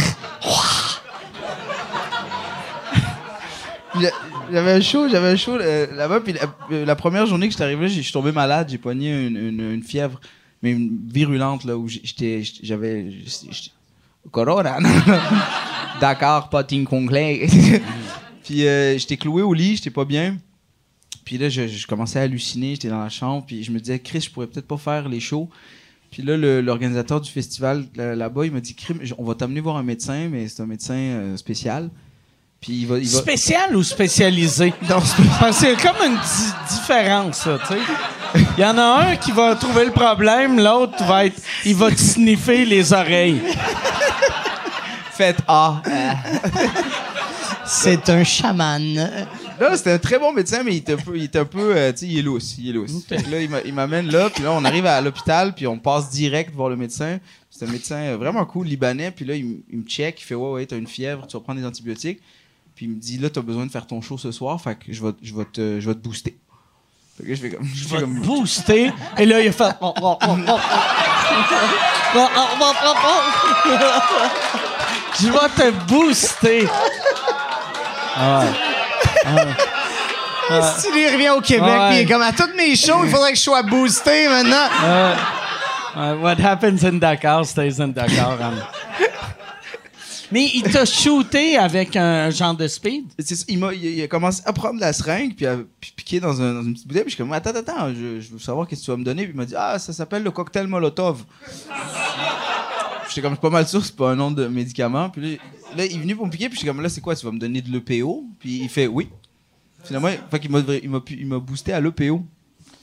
Puis, J'avais un show, j'avais un show euh, là-bas. Puis la, euh, la première journée que j'étais arrivé, j'ai- je suis tombé malade. J'ai pogné une, une, une fièvre, mais une virulente là où j'étais, j'étais- j'avais, j'étais- corona. non, non. Dakar, pas ting conglais. Puis euh, j'étais cloué au lit, j'étais pas bien. Puis là, je, je commençais à halluciner, j'étais dans la chambre, puis je me disais, Chris, je pourrais peut-être pas faire les shows. Puis là, le- l'organisateur du festival là- là-bas, il m'a dit, Crime, on va t'amener voir un médecin, mais c'est un médecin euh, spécial. Puis il va. Il va... Spécial ou spécialisé? Parce que c'est comme une di- différence, là, tu sais. Il y en a un qui va trouver le problème, l'autre va être. Il va te sniffer les oreilles. Faites A. C'est un chaman. Là, c'était un très bon médecin, mais il était un peu, il était un peu, euh, tu sais, il est lousse, il est lousse. Fait que là, il m'a- il m'amène là, puis là, on arrive à l'hôpital, puis on passe direct voir le médecin. C'est un médecin euh, vraiment cool, libanais, puis là, il, m- il me check, il fait, ouais, ouais, t'as une fièvre, tu vas prendre des antibiotiques. Puis il me dit, là, t'as besoin de faire ton show ce soir, fait que je vais, je vais te, je vais te booster. Fait que je fais comme, je Je fais vais te comme, booster. Et là, il a fait. Oh, oh, oh, oh, oh. Oh, oh, oh, oh, oh. Je vais te booster. Ah ouais. Si lui revient au Québec, Ouais. puis il est comme à toutes mes shows, il faudrait que je sois boosté maintenant. Euh, euh, what happens in Dakar stays in Dakar. hein. Mais il t'a shooté avec un genre de speed? c'est ça, il, m'a, il, il a commencé à prendre la seringue, puis à puis piquer dans, un- dans une petite bouteille, puis je suis comme, attends, attends, attends, je, je veux savoir qu'est-ce que tu vas me donner. Puis il m'a dit, ah, ça s'appelle le cocktail Molotov. J'étais comme, je suis pas mal sûr que c'est pas un nom de médicament. Puis là, là, il est venu pour me piquer, puis je suis comme, là, c'est quoi, tu vas me donner de l'E P O? Puis il fait, oui. Finalement, fait qu'il m'a, il m'a, pu- il m'a boosté à l'E P O.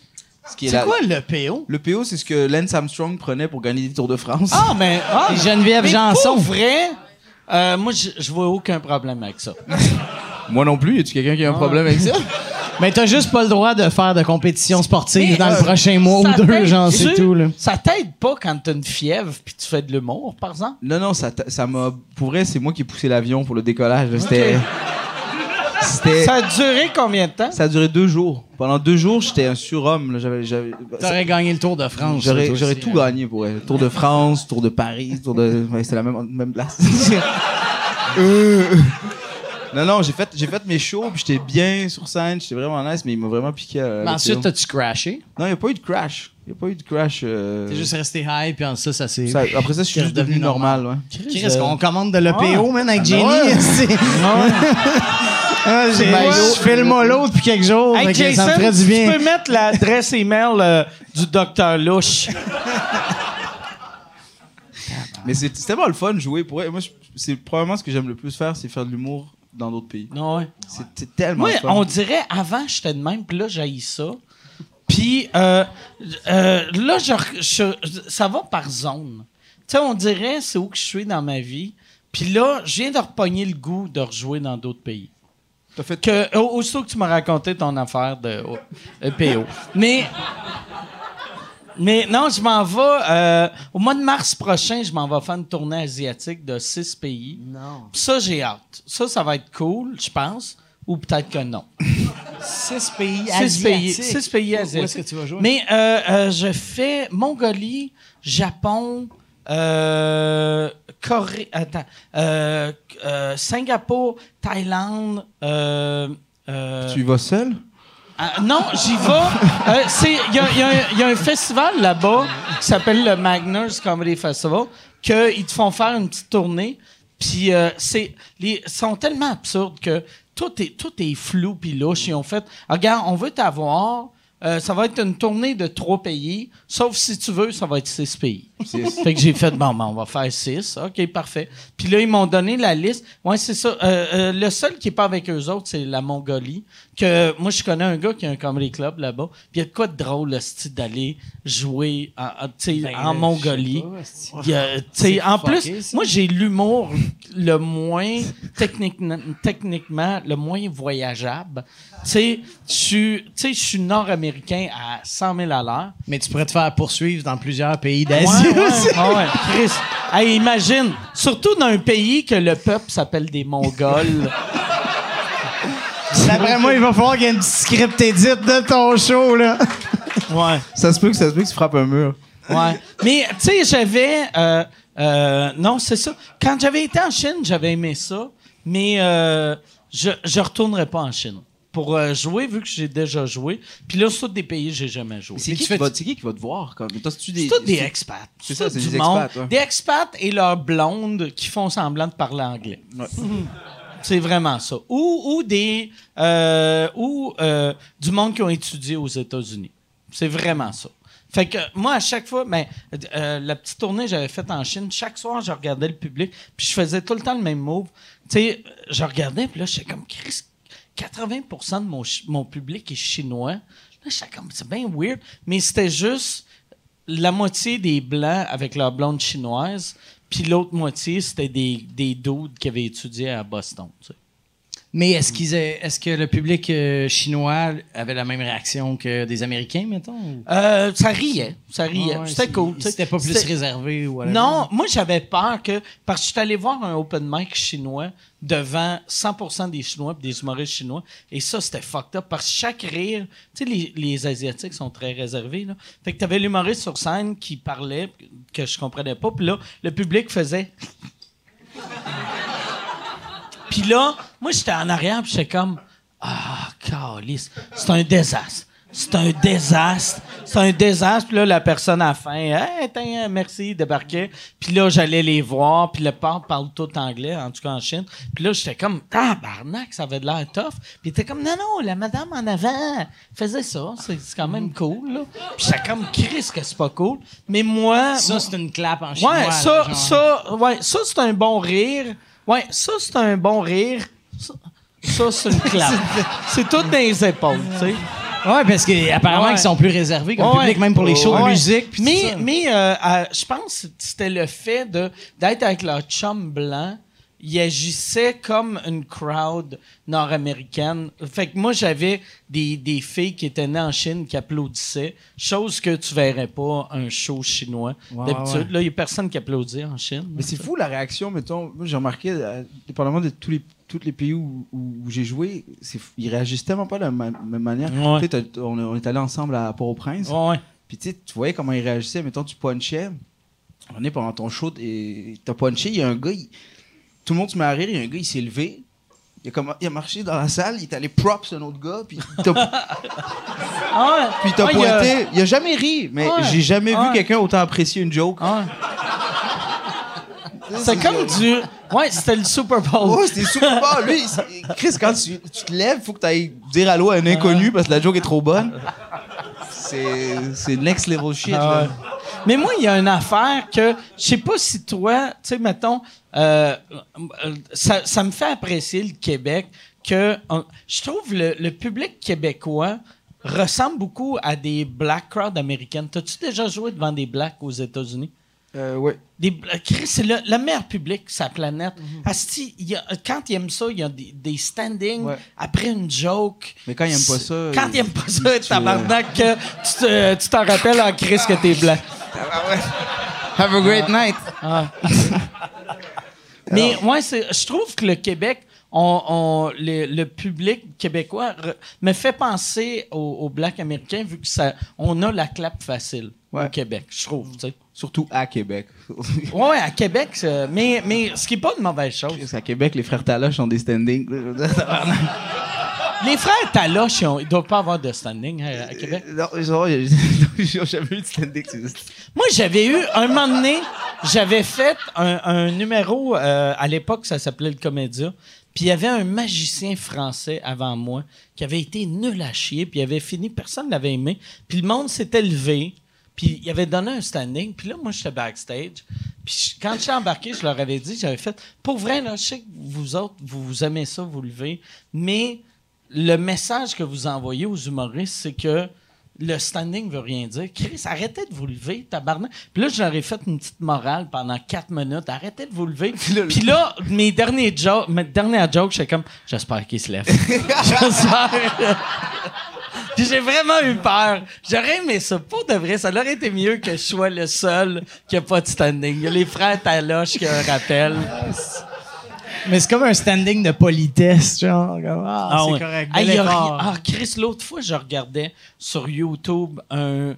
Ce qui est C'est la- quoi le P O? Le P O, c'est ce que Lance Armstrong prenait pour gagner des Tours de France. Ah, mais. Ah, Et Geneviève mais Janson. Pour vrai, euh, moi, je je vois aucun problème avec ça. Moi non plus. Y a-tu quelqu'un qui a un problème avec ça? Mais t'as juste pas le droit de faire de compétition sportive Mais, dans euh, le prochain mois Ça ou deux, t'aide- genre, c'est tu- tout, là. Ça t'aide pas quand t'as une fièvre puis tu fais de l'humour, par exemple? Non, non, ça, t'a- ça m'a. Pour vrai, c'est moi qui ai poussé l'avion pour le décollage. là. C'était. C'était. Ça a duré combien de temps? Ça a duré deux jours. Pendant deux jours, j'étais un surhomme. là. J'avais, j'avais, T'aurais gagné le Tour de France. J'aurais, toi j'aurais aussi, tout hein. gagné pour elle. Tour de France, Tour de Paris, Tour de. Ouais, c'était la même, même place. Euh. Non, non, j'ai fait, j'ai fait mes shows, puis j'étais bien sur scène, j'étais vraiment nice, mais il m'a vraiment piqué. à Mais ensuite, l'hôtel. t'as-tu crashé? Non, il n'y a pas eu de crash. Il n'y a pas eu de crash. euh, T'es juste resté high, puis en ça, ça s'est... ça- après ça, je suis t'es juste devenu redevenu normal, ouais. Qui est-ce qu'on commande de l'E P O, man, avec Jenny? ouais. c'est- Ah, j'ai- Je fais le mollo depuis quelques jours, Hey, fait que Jason, ça me ferait du tu bien. peux mettre l'adresse email euh, du docteur Louche. Mais c'est, c'est tellement le fun de jouer. Pour elle. Moi, je- c'est probablement ce que j'aime le plus faire, c'est faire de l'humour dans d'autres pays. Non, ouais. C'est, c'est tellement Moi, le fun. on dirait, avant, j'étais de même, puis là, j'haïs ça. Puis euh, euh, là, je, je- ça va par zone. Tu sais, on dirait, c'est où que je suis dans ma vie. Puis là, je viens de repogner le goût de rejouer dans d'autres pays. T'as fait Que, au- aussitôt que tu m'as raconté ton affaire de E P O. Mais, mais non, je m'en vais. euh, au mois de mars prochain, je m'en vais faire une tournée asiatique de six pays. Non. Puis ça, j'ai hâte. Ça, ça va être cool, je pense. Ou peut-être que non. Six pays Six pays, asiatiques. six pays Où asiatiques. est-ce que tu vas jouer? Mais euh, euh, je fais Mongolie, Japon, euh, Corée, attends, euh, euh, Singapour, Thaïlande. Euh, euh, Tu y vas seul? ah, non, j'y vais. Euh, c'est- Il y, a- il y a un- il y a un festival là-bas qui s'appelle le Magners Comedy Festival, qu'ils te font faire une petite tournée. Puis euh, c'est les sont tellement absurdes que tout est tout est flou puis louche. Ils ont fait, regarde, on veut t'avoir. Euh, ça va être une tournée de trois pays, sauf si tu veux, ça va être six pays. Fait que j'ai fait, bon, ben, on va faire six. OK, parfait. Puis là, ils m'ont donné la liste. Ouais, c'est ça. Euh, euh, le seul qui est pas avec eux autres, c'est la Mongolie. Que moi, je connais un gars qui a un comedy club là-bas. Puis il y a de quoi de drôle, là, c'est d'aller jouer en, en- tu sais, Ben, en je Mongolie. sais pas, Il y a, tu sais, C'est en fucké, plus, ça. moi, j'ai l'humour le moins techniquement, techniquement le moins voyageable. Tu sais, je suis, tu sais, je suis nord-américain à cent mille à l'heure. Mais tu pourrais te faire poursuivre dans plusieurs pays Ouais, d'Asie ouais, aussi. ouais, ouais. Chris, hey, imagine, surtout dans un pays que le peuple s'appelle des Mongols. D'après moi, il va falloir qu'il y ait une petite script édite de ton show, là. Ouais. Ça se peut que ça se peut que tu frappes un mur. Ouais. Mais, tu sais, j'avais. euh, euh, non, c'est ça. Quand j'avais été en Chine, j'avais aimé ça. Mais euh, je ne retournerai pas en Chine pour euh, jouer, vu que j'ai déjà joué. Puis là, c'est tous des pays que j'ai jamais joué. C'est qui, qui va, c'est qui qui va te voir? Comme? Toi, c'est-tu des, C'est tous des c'est- expats. C'est ça, c'est du des monde. expats, ouais. Des expats et leurs blondes qui font semblant de parler anglais. Ouais. C'est vraiment ça. Ou, ou des euh, ou euh, du monde qui ont étudié aux États-Unis. C'est vraiment ça. Fait que moi, à chaque fois, ben, euh, la petite tournée que j'avais faite en Chine, chaque soir, je regardais le public, puis je faisais tout le temps le même move. Tu sais, je regardais, puis là, j'étais comme, Chris, quatre-vingts pour cent de mon, chi- mon public est chinois. Là, j'étais comme, c'est bien weird, mais c'était juste la moitié des Blancs avec leur blonde chinoise, puis l'autre moitié, c'était des, des dudes qui avaient étudié à Boston. Tu sais. Mais est-ce qu'ils aient- est-ce que le public euh, chinois avait la même réaction que des Américains, mettons? ou- Euh, ça riait, ça riait. Ah ouais, C'était c'est- cool. tu sais. C'était pas plus C'était- réservé ou whatever? Non, moi j'avais peur que parce que je suis allé voir un open mic chinois devant cent pour cent des Chinois et des humoristes chinois et ça c'était fucked up parce que chaque rire, tu sais les, les asiatiques sont très réservés là. Fait que t'avais l'humoriste sur scène qui parlait que je comprenais pas puis là le public faisait puis là, moi, j'étais en arrière, puis j'étais comme, ah, calice, c'est un désastre. C'est un désastre. C'est un désastre. Puis là, la personne à la fin, hey, tiens, merci, débarquait. Puis là, j'allais les voir. Puis le père parle tout anglais, en tout cas en Chine. Puis là, j'étais comme, tabarnak, ça avait de l'air tough. Puis il était comme, non, non, la madame en avant faisait ça. C'est c'est quand même cool, là. Puis j'étais comme, Chris, que c'est pas cool. Mais moi. Ça, c'est une clap en chinois. Ouais, là, ça, genre. ça, ouais, ça, c'est un bon rire. Ouais, ça, c'est un bon rire. Ça, ça, c'est une clap. C'est tout dans les épaules, tu sais. Ouais, parce qu'apparemment, Ouais. ils sont plus réservés comme Ouais. public, même pour les shows de Ouais. musique. puis tout Mais, ça. mais euh, euh, je pense que c'était le fait de, d'être avec leur chum blanc. Ils agissaient comme une crowd nord-américaine. Fait que moi, j'avais des, des filles qui étaient nées en Chine qui applaudissaient, chose que tu verrais pas un show chinois. Ouais, D'habitude, ouais. là, il y a personne qui applaudit en Chine. Mais c'est fou la réaction, mettons. Moi, j'ai remarqué, euh, dépendamment de tous les, tous les pays où, où, où j'ai joué, c'est fou, ils réagissent tellement pas de la ma- même manière. Ouais. Tu sais, t'as- on, est- on est allé ensemble à Port-au-Prince. Ouais, ouais. Puis tu sais, tu voyais comment ils réagissaient. Mettons, tu punchais. On est pendant ton show et t'as punché. Il y a un gars, il- tout le monde se met à rire. Il y a un gars, il s'est levé. Il a, comme, il a marché dans la salle. Il est allé props un autre gars. Puis il t'a Ah ouais. puis il t'a Ah, il y a- pointé. Il a jamais ri. Mais Ouais. j'ai jamais Ouais. vu quelqu'un autant apprécier une joke. Ah ouais. C'est comme du. Ouais, c'était le Super Bowl. Ouais, c'était super bon. Lui, il- Chris, quand tu, tu te lèves, faut que tu ailles dire allô à un inconnu parce que la joke est trop bonne. C'est, c'est next level shit. Ah là. ouais. Mais moi, il y a une affaire que je sais pas si toi, tu sais, mettons, euh, euh, ça, ça me fait apprécier le Québec que euh, je trouve le, le public québécois ressemble beaucoup à des black crowd américaines. T'as-tu déjà joué devant des blacks aux États-Unis? Euh, ouais. Des, bla- Chris, c'est le, le meilleur public sur la planète. Asti, il y a- quand ils aiment ça, il y a des, des standings Ouais. après une joke. Mais quand ils aiment pas ça, Quand ils- ils aiment pas tu- ça, tu- tabarnak, que tu te- tu t'en rappelles en Chris que t'es blanc. Have a great night. Mais moi, je trouve que le Québec, on, on- le, le public québécois re- me fait penser aux, aux Blacks américains vu que ça, on a la clap facile au Ouais. Québec, je trouve. tu sais. Surtout à Québec. Ouais, ouais, à Québec, c'est- mais, mais ce qui n'est pas une mauvaise chose. à Québec, les frères Taloche ont des standings. Les frères Taloche, ils ne doivent pas avoir de standing à, à Québec. non, ils ont, ils ont jamais eu de standing. c'est- Moi, j'avais eu, un moment donné, j'avais fait un, un numéro, euh, à l'époque, ça s'appelait le Comédia, puis il y avait un magicien français avant moi qui avait été nul à chier, puis il avait fini, personne ne l'avait aimé, puis le monde s'était levé, puis il avait donné un standing, puis là, moi, j'étais backstage, puis je- quand je suis embarqué, je leur avais dit, j'avais fait, pour vrai, là, je sais que vous autres, vous aimez ça, vous levez, mais le message que vous envoyez aux humoristes, c'est que le standing veut rien dire. Chris, arrêtez de vous lever, tabarnak. Puis là, je leur ai fait une petite morale pendant quatre minutes. Arrêtez de vous lever. Puis là, mes derniers jokes, mes dernières jokes, j'étais comme, j'espère qu'ils se lèvent. J'espère. Puis j'ai vraiment eu peur. J'aurais aimé ça. Pour de vrai, ça aurait été mieux que je sois le seul qui a pas de standing. Il y a les frères Taloche qui ont un rappel. Mais c'est comme un standing de politesse, genre. Comme, ah, Ah c'est ouais. correct. Ah, bel il y a effort. rien- ah, Chris, l'autre fois, je regardais sur YouTube un.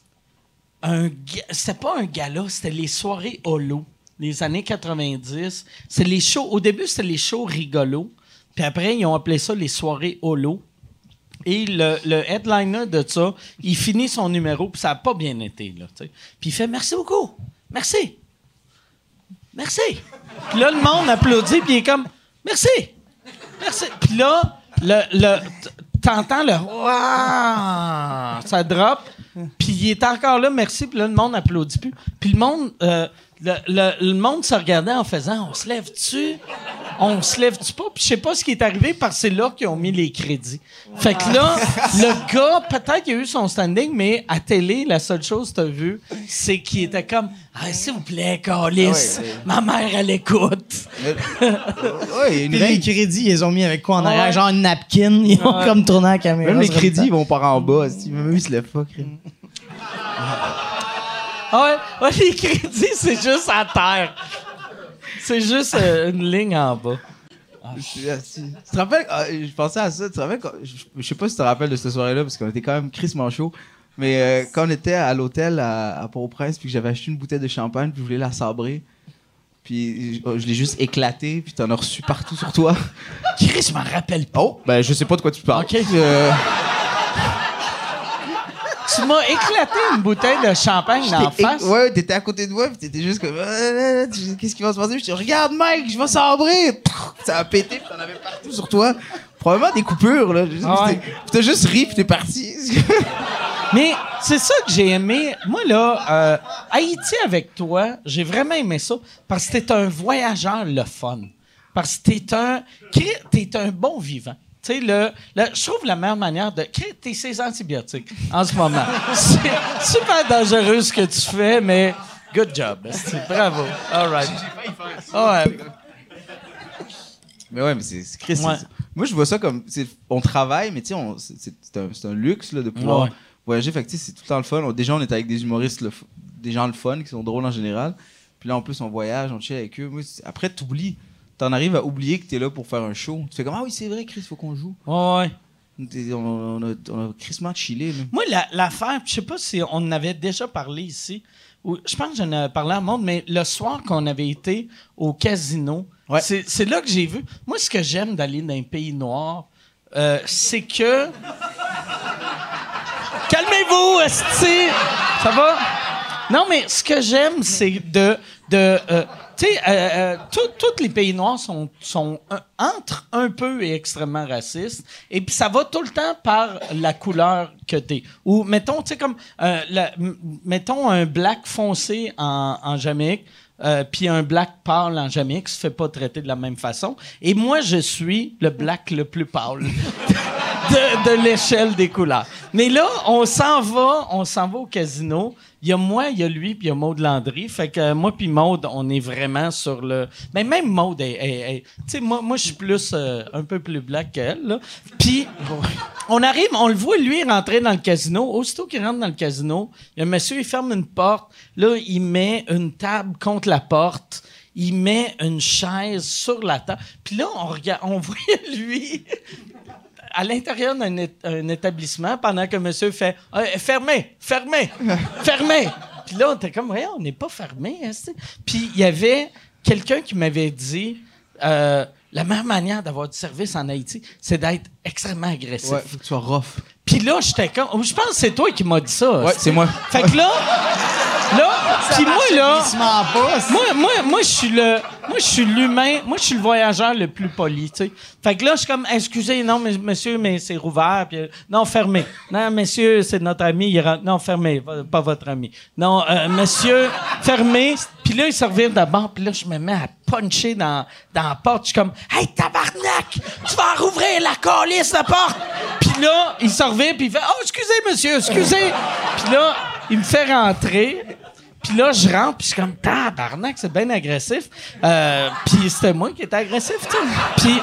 un ga- c'était pas un gala, c'était les soirées holo, les années quatre-vingt-dix. C'est les shows. Au début, c'était les shows rigolos. Puis après, ils ont appelé ça les soirées holo. Et le, le headliner de ça, il finit son numéro, puis ça n'a pas bien été. Là, tu sais. Puis il fait merci beaucoup. Merci. Merci. Puis là, le monde applaudit, puis il est comme merci. Merci. Puis là, le, le, t- t'entends le Wouah! Ça drop. Puis il est encore là, merci. Puis là, le monde applaudit plus. Puis le monde, euh, le, le, le monde se regardait en faisant on se lève-tu? On se lève-tu pas? Puis je sais pas ce qui est arrivé parce que c'est là qu'ils ont mis les crédits. Fait que là, le gars, peut-être qu'il a eu son standing, mais à télé, la seule chose que t'as vu, c'est qu'il était comme ah, s'il vous plaît, Calice, Ah ouais, ouais. ma mère, elle écoute. Ouais, il y a une Puis les règle. crédits, ils les ont mis avec quoi en arrière? Ouais. Genre une napkin. Ils ont Ouais. comme tourné la caméra. Même les sur le crédits temps. ils vont par en bas. si. Même eux, ils se lèvent pas. Chris. Ah ouais, ouais, les crédits, c'est juste à terre. C'est juste euh, une ligne en bas. Je suis assis. Tu te rappelles, ah, je pensais à ça, tu te rappelles, quand- je, je sais pas si tu te rappelles de cette soirée-là, parce qu'on était quand même crissement chaud, mais euh, quand on était à l'hôtel à, à Port-au-Prince, puis que j'avais acheté une bouteille de champagne, puis je voulais la sabrer, puis je, je l'ai juste éclaté, puis t'en as reçu partout sur toi. Chris, je m'en rappelle pas. Oh, ben je sais pas de quoi tu parles. Ok. Euh, Tu m'as éclaté une bouteille de champagne d'en t'es- face. Ouais, t'étais à côté de moi, puis t'étais juste comme, euh, tu- qu'est-ce qui va se passer? Je te dis, regarde Mike, je vais sabrer. Ça a pété, puis t'en avais partout sur toi. Probablement des coupures, là. Ah ouais. Puis t'as juste ri, puis t'es parti. Mais c'est ça que j'ai aimé. Moi, là, euh, Haïti avec toi, j'ai vraiment aimé ça parce que t'es un voyageur le fun. Parce que t'es un, t'es un bon vivant. Tu sais, le, le, je trouve la meilleure manière de... T'es ces antibiotiques en ce moment. C'est super dangereux ce que tu fais, mais good job. C'est, bravo. All right. Oh, ouais. Mais ouais, mais c'est, c'est Chris. Ouais. c'est- moi, je vois ça comme. c'est- On travaille, mais tu sais, on- c'est, c'est- c'est un, c'est un luxe là, de pouvoir Ouais. voyager. Fait que tu sais, c'est tout le temps le fun. On- déjà, on est avec des humoristes, le f- des gens le fun, qui sont drôles en général. Puis là, en plus, on voyage, on chill avec eux. Moi, c'est- après, t'oublies. T'en arrives à oublier que t'es là pour faire un show. Tu fais comme, ah oui, c'est vrai, Chris, faut qu'on joue. Ouais, ouais. T'es- On, on a, on a crissement chillé, là. Moi, la, l'affaire, je sais pas si on en avait déjà parlé ici, ou je pense que j'en ai parlé à monde, mais le soir qu'on avait été au casino, Ouais. c'est, c'est là que j'ai vu. Moi, ce que j'aime d'aller dans un pays noir, euh, c'est que. Calmez-vous, esti! Ça va? Non, mais ce que j'aime, c'est de. de euh, tu sais, euh, euh, tout- tous les pays noirs sont, sont un- entre un peu et extrêmement racistes. Et puis ça va tout le temps par la couleur que t'es. Ou mettons, tu sais, comme. euh, la- m- mettons un black foncé en, en Jamaïque. Euh, puis un black pâle en Jamaïque se fait pas traiter de la même façon. Et moi, je suis le black le plus pâle de, de l'échelle des couleurs. Mais là, on s'en va, on s'en va au casino. Il y a moi, il y a lui, puis il y a Maude Landry. Fait que euh, moi puis Maude, on est vraiment sur le... Mais même Maude, elle, elle- elle- tu sais, moi, moi je suis plus, euh, un peu plus black qu'elle, là. Puis, on arrive, on le voit, lui, rentrer dans le casino. Aussitôt qu'il rentre dans le casino, il y a un monsieur, il ferme une porte. Là, il met une table contre la porte. Il met une chaise sur la table. Puis là, on regarde, on voit lui... à l'intérieur d'un é- un établissement pendant que monsieur fait ah, fermez, fermez, fermez. Puis là, on était comme, voyons, on n'est pas fermé. Hein, c'est- Puis il y avait quelqu'un qui m'avait dit euh, la meilleure manière d'avoir du service en Haïti, c'est d'être extrêmement agressif. Ouais, faut que tu sois rough. Puis là, j'étais comme, je pense que c'est toi qui m'as dit ça. Ouais, c'est moi. Fait que là, là, puis moi, là. pas. Moi, moi, moi, je suis le, moi, je suis l'humain, moi, je suis le voyageur le plus poli, tu sais. Fait que là, je suis comme, excusez, non, mais, monsieur, mais c'est rouvert, puis euh, non, fermez. Non, monsieur, c'est notre ami, il rentre. Non, fermez, va- pas votre ami. Non, euh, monsieur, fermez. Puis là, il se revient d'abord, puis là, je me mets à puncher dans, dans la porte. Je suis comme, hey, tabarnak, tu vas rouvrir la calice, la porte. Puis là, il se revient, puis il fait, oh, excusez, monsieur, excusez. Puis là, il me fait rentrer. Puis là, je rentre, puis je suis comme, tabarnak, c'est bien agressif. Euh, puis c'était moi qui étais agressif, tu sais. Puis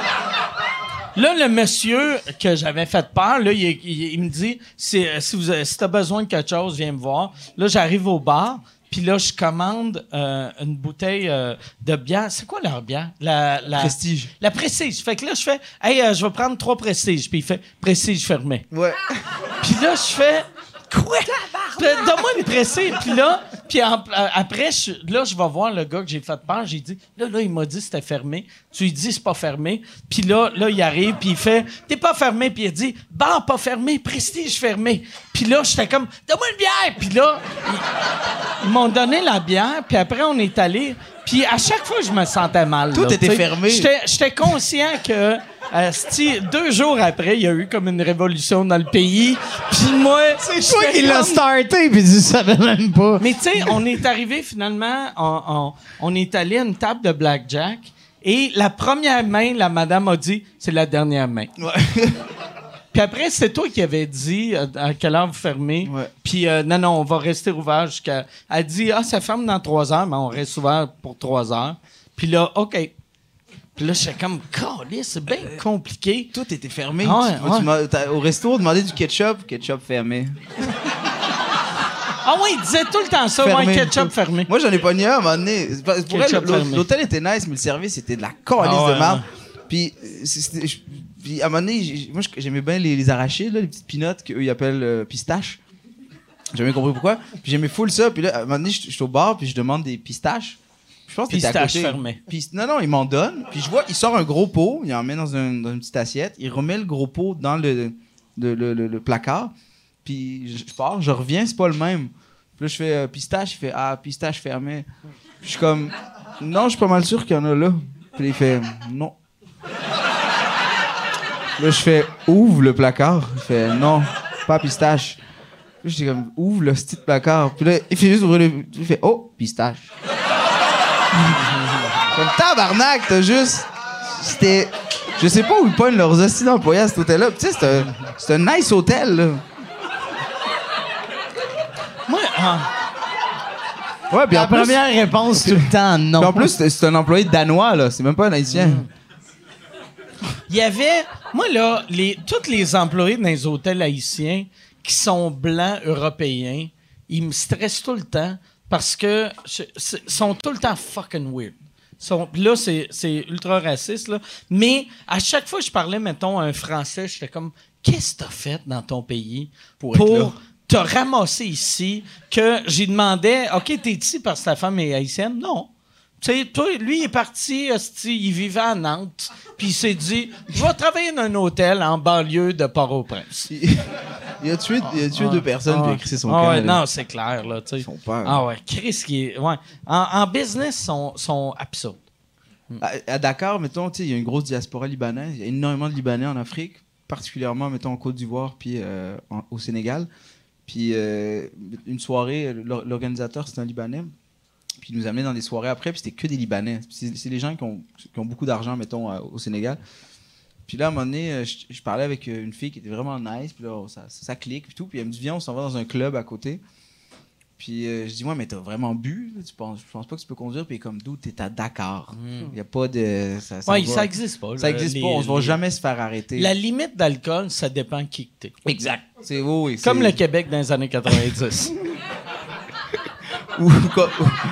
là, le monsieur que j'avais fait peur, là, il, il- il me dit, si, si, vous, si t'as besoin de quelque chose, viens me voir. Là, j'arrive au bar, puis là, je commande euh, une bouteille euh, de bière. C'est quoi leur bière? La, la, Prestige. La Prestige. Fait que là, je fais, hey, euh, je vais prendre trois Prestige. Puis il fait, Prestige fermé. Ouais. Puis là, je fais quoi? Puis, donne-moi une pressée. Puis là, puis en- euh, après, je, là, je vais voir le gars que j'ai fait peur. J'ai dit, là, là, il m'a dit que c'était fermé. Tu lui dis, c'est pas fermé. Puis là, là, il arrive, puis il fait, t'es pas fermé. Puis il dit, bar pas fermé, Prestige fermé. Puis là, j'étais comme, donne-moi une bière. Puis là, ils, ils m'ont donné la bière. Puis après, on est allé. Puis à chaque fois, je me sentais mal. Tout là, était tu sais. fermé. J'étais, j'étais conscient que asti, deux jours après, il y a eu comme une révolution dans le pays. Puis moi, C'est toi qui l'as starté, puis tu savais même pas. mais tu sais, on est arrivé finalement, on, on, on est allé à une table de blackjack et la première main, la madame a dit, c'est la dernière main. Puis après, c'est toi qui avais dit euh, à quelle heure vous fermez. Ouais. Puis euh, non, non, on va rester ouvert jusqu'à... Elle dit, ah, ça ferme dans trois heures, mais on reste ouvert pour trois heures. Puis là, OK. Puis là, j'étais comme, calé, c'est bien compliqué. Tout était fermé. Ah ouais, Tu- ouais. tu m'as- t'as- au resto, on demandait du ketchup. Ketchup fermé. Ah oui, il disait tout le temps ça, Fermé. ouais, ketchup fermé. Moi, j'en ai pas ni un à un moment donné. C'est pas- Pour elle, Ketchup l'hô- fermé. l'hôtel était nice, mais le service était de la calice Ah ouais, de merde. ouais. Puis, euh, c'est- c'était- je- puis à un moment donné, j'ai- moi, je- j'aimais bien les, les arachides, là, les petites pinottes qu'eux, ils appellent euh, pistaches. J'ai jamais compris pourquoi. Puis j'aimais full ça. Puis là, à un moment donné, je je suis au bar, puis je demande des pistaches. Je pense que c'était à Pistache côté. fermé. Puis, non, non, il m'en donne. Puis je vois, il sort un gros pot, il en met dans, un- dans une petite assiette, il remet le gros pot dans le, le, le- le- le placard. Puis je, je pars, je reviens, c'est pas le même. Puis là, je fais euh, pistache, il fait ah, pistache fermé. Puis je suis comme non, je suis pas mal sûr qu'il y en a là. Puis il fait non. Là, je fais ouvre le placard. Il fait non, pas pistache. Puis j'étais comme ouvre le petit placard. Puis là, il fait juste ouvrir le. Il fait oh, pistache. Comme tabarnak, t'as juste. C'était. Je sais pas où ils pognent leurs hosties d'employés à cet hôtel-là. Tu sais, c'est un, c'est un nice hôtel, là. Moi, ah, Ouais, puis la en plus, première réponse, tout le temps, non. puis en plus, c'est c'est un employé danois, là. C'est même pas un haïtien. Mm. Il y avait, moi là, les, tous les employés dans les hôtels haïtiens qui sont blancs européens, ils me stressent tout le temps parce que je- c'est- sont tout le temps fucking weird. Sont, là, c'est, c'est ultra raciste, là. Mais à chaque fois que je parlais, mettons, à un Français, j'étais comme, qu'est-ce que t'as fait dans ton pays Pour être là. te ramasser ici que j'ai demandé, OK, t'es ici parce que ta femme est haïtienne? Non. Tu sais, toi, lui, il est parti, hostie, il vivait à Nantes, puis il s'est dit, je vais travailler dans un hôtel en banlieue de Port-au-Prince. Il, il a tué, il a tué deux personnes, puis il a crissé son Ah camp. ouais, là. non, c'est clair, là, tu sais. Son père. Ah ouais, Chris qui est... Ouais. En, en business, ils sont, sont absurdes. À, à Dakar, mettons, tu sais, il y a une grosse diaspora libanaise. Il y a énormément de Libanais en Afrique, particulièrement, mettons, en Côte d'Ivoire, puis euh, en- au Sénégal. Puis euh, une soirée, l'or- l'organisateur, c'était un Libanais. Puis il nous amenait dans des soirées après, puis c'était que des Libanais. C'est, c'est les gens qui ont, qui ont beaucoup d'argent, mettons, à- au Sénégal. Puis là, à un moment donné, euh, je, je parlais avec euh, une fille qui était vraiment nice, puis là, ça, ça, ça clique, puis tout. Puis elle me dit, viens, on s'en va dans un club à côté. Puis euh, je dis, ouais, mais t'as vraiment bu? Tu penses, je pense pas que tu peux conduire. Puis comme, d'où t'es à Dakar. Il y a pas de. Ça, ça Ouais, va- ça existe pas. ça là, existe les- pas, on se va les- jamais se faire arrêter. La limite d'alcool, ça dépend qui que t'es. Exact. C'est oui, oui, Comme c'est- le Québec dans les années quatre-vingt-dix. Ou- quoi-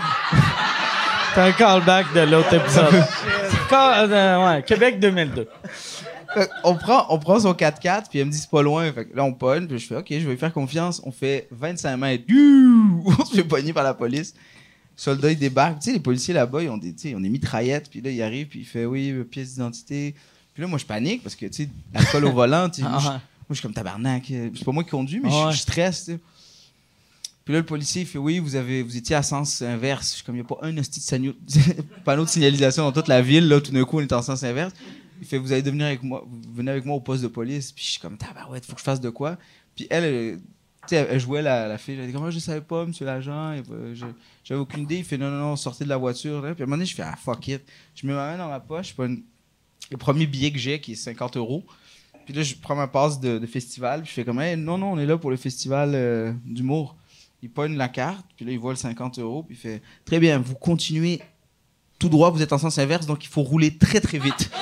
C'est un callback de l'autre épisode. Call- euh, ouais, Québec deux mille deux. Fait on prend, on prend son quatre-quatre, puis elle me dit c'est pas loin. Fait que là, on pogne, puis je fais OK, je vais lui faire confiance. On fait vingt-cinq mètres. Youh! On se fait pogner par la police. Le soldat, il débarque. Tu sais, les policiers là-bas, ils ont des, tu sais, ils ont des mitraillettes. Puis là, il arrive, puis il fait oui, euh, pièce d'identité. Puis là, moi, je panique parce que, tu sais, alcool au volant, tu sais, moi, je- Ah, moi, je suis comme tabarnak. euh, C'est pas moi qui conduis, mais je- ouais. je stresse, tu sais. Puis là, le policier, il fait oui, vous, avez, vous étiez à sens inverse. Je suis comme, il n'y a pas un hostie de sagno- panneau de signalisation dans toute la ville. Là, tout d'un coup, on est en sens inverse. Il fait, vous allez devenir avec moi, vous venez avec moi au poste de police. Puis je suis comme, tabarouette, faut que je fasse de quoi. Puis elle, elle, tu sais, elle, elle jouait la, la fille. Elle dit, comment je savais pas, monsieur l'agent. Et, euh, je- J'avais aucune idée. Il fait, non, non, non, sortez de la voiture. Là. Puis à un moment donné, je fais, ah, fuck it. Je mets ma main dans ma poche. Je prends une- le premier billet que j'ai, qui est cinquante euros. Puis là, je prends ma passe de, de festival. Puis je fais comme, hey, non, non, on est là pour le festival euh, d'humour. Il pogne la carte. Puis là, il voit le cinquante euros. Puis il fait, très bien, vous continuez tout droit, vous êtes en sens inverse, donc il faut rouler très, très vite.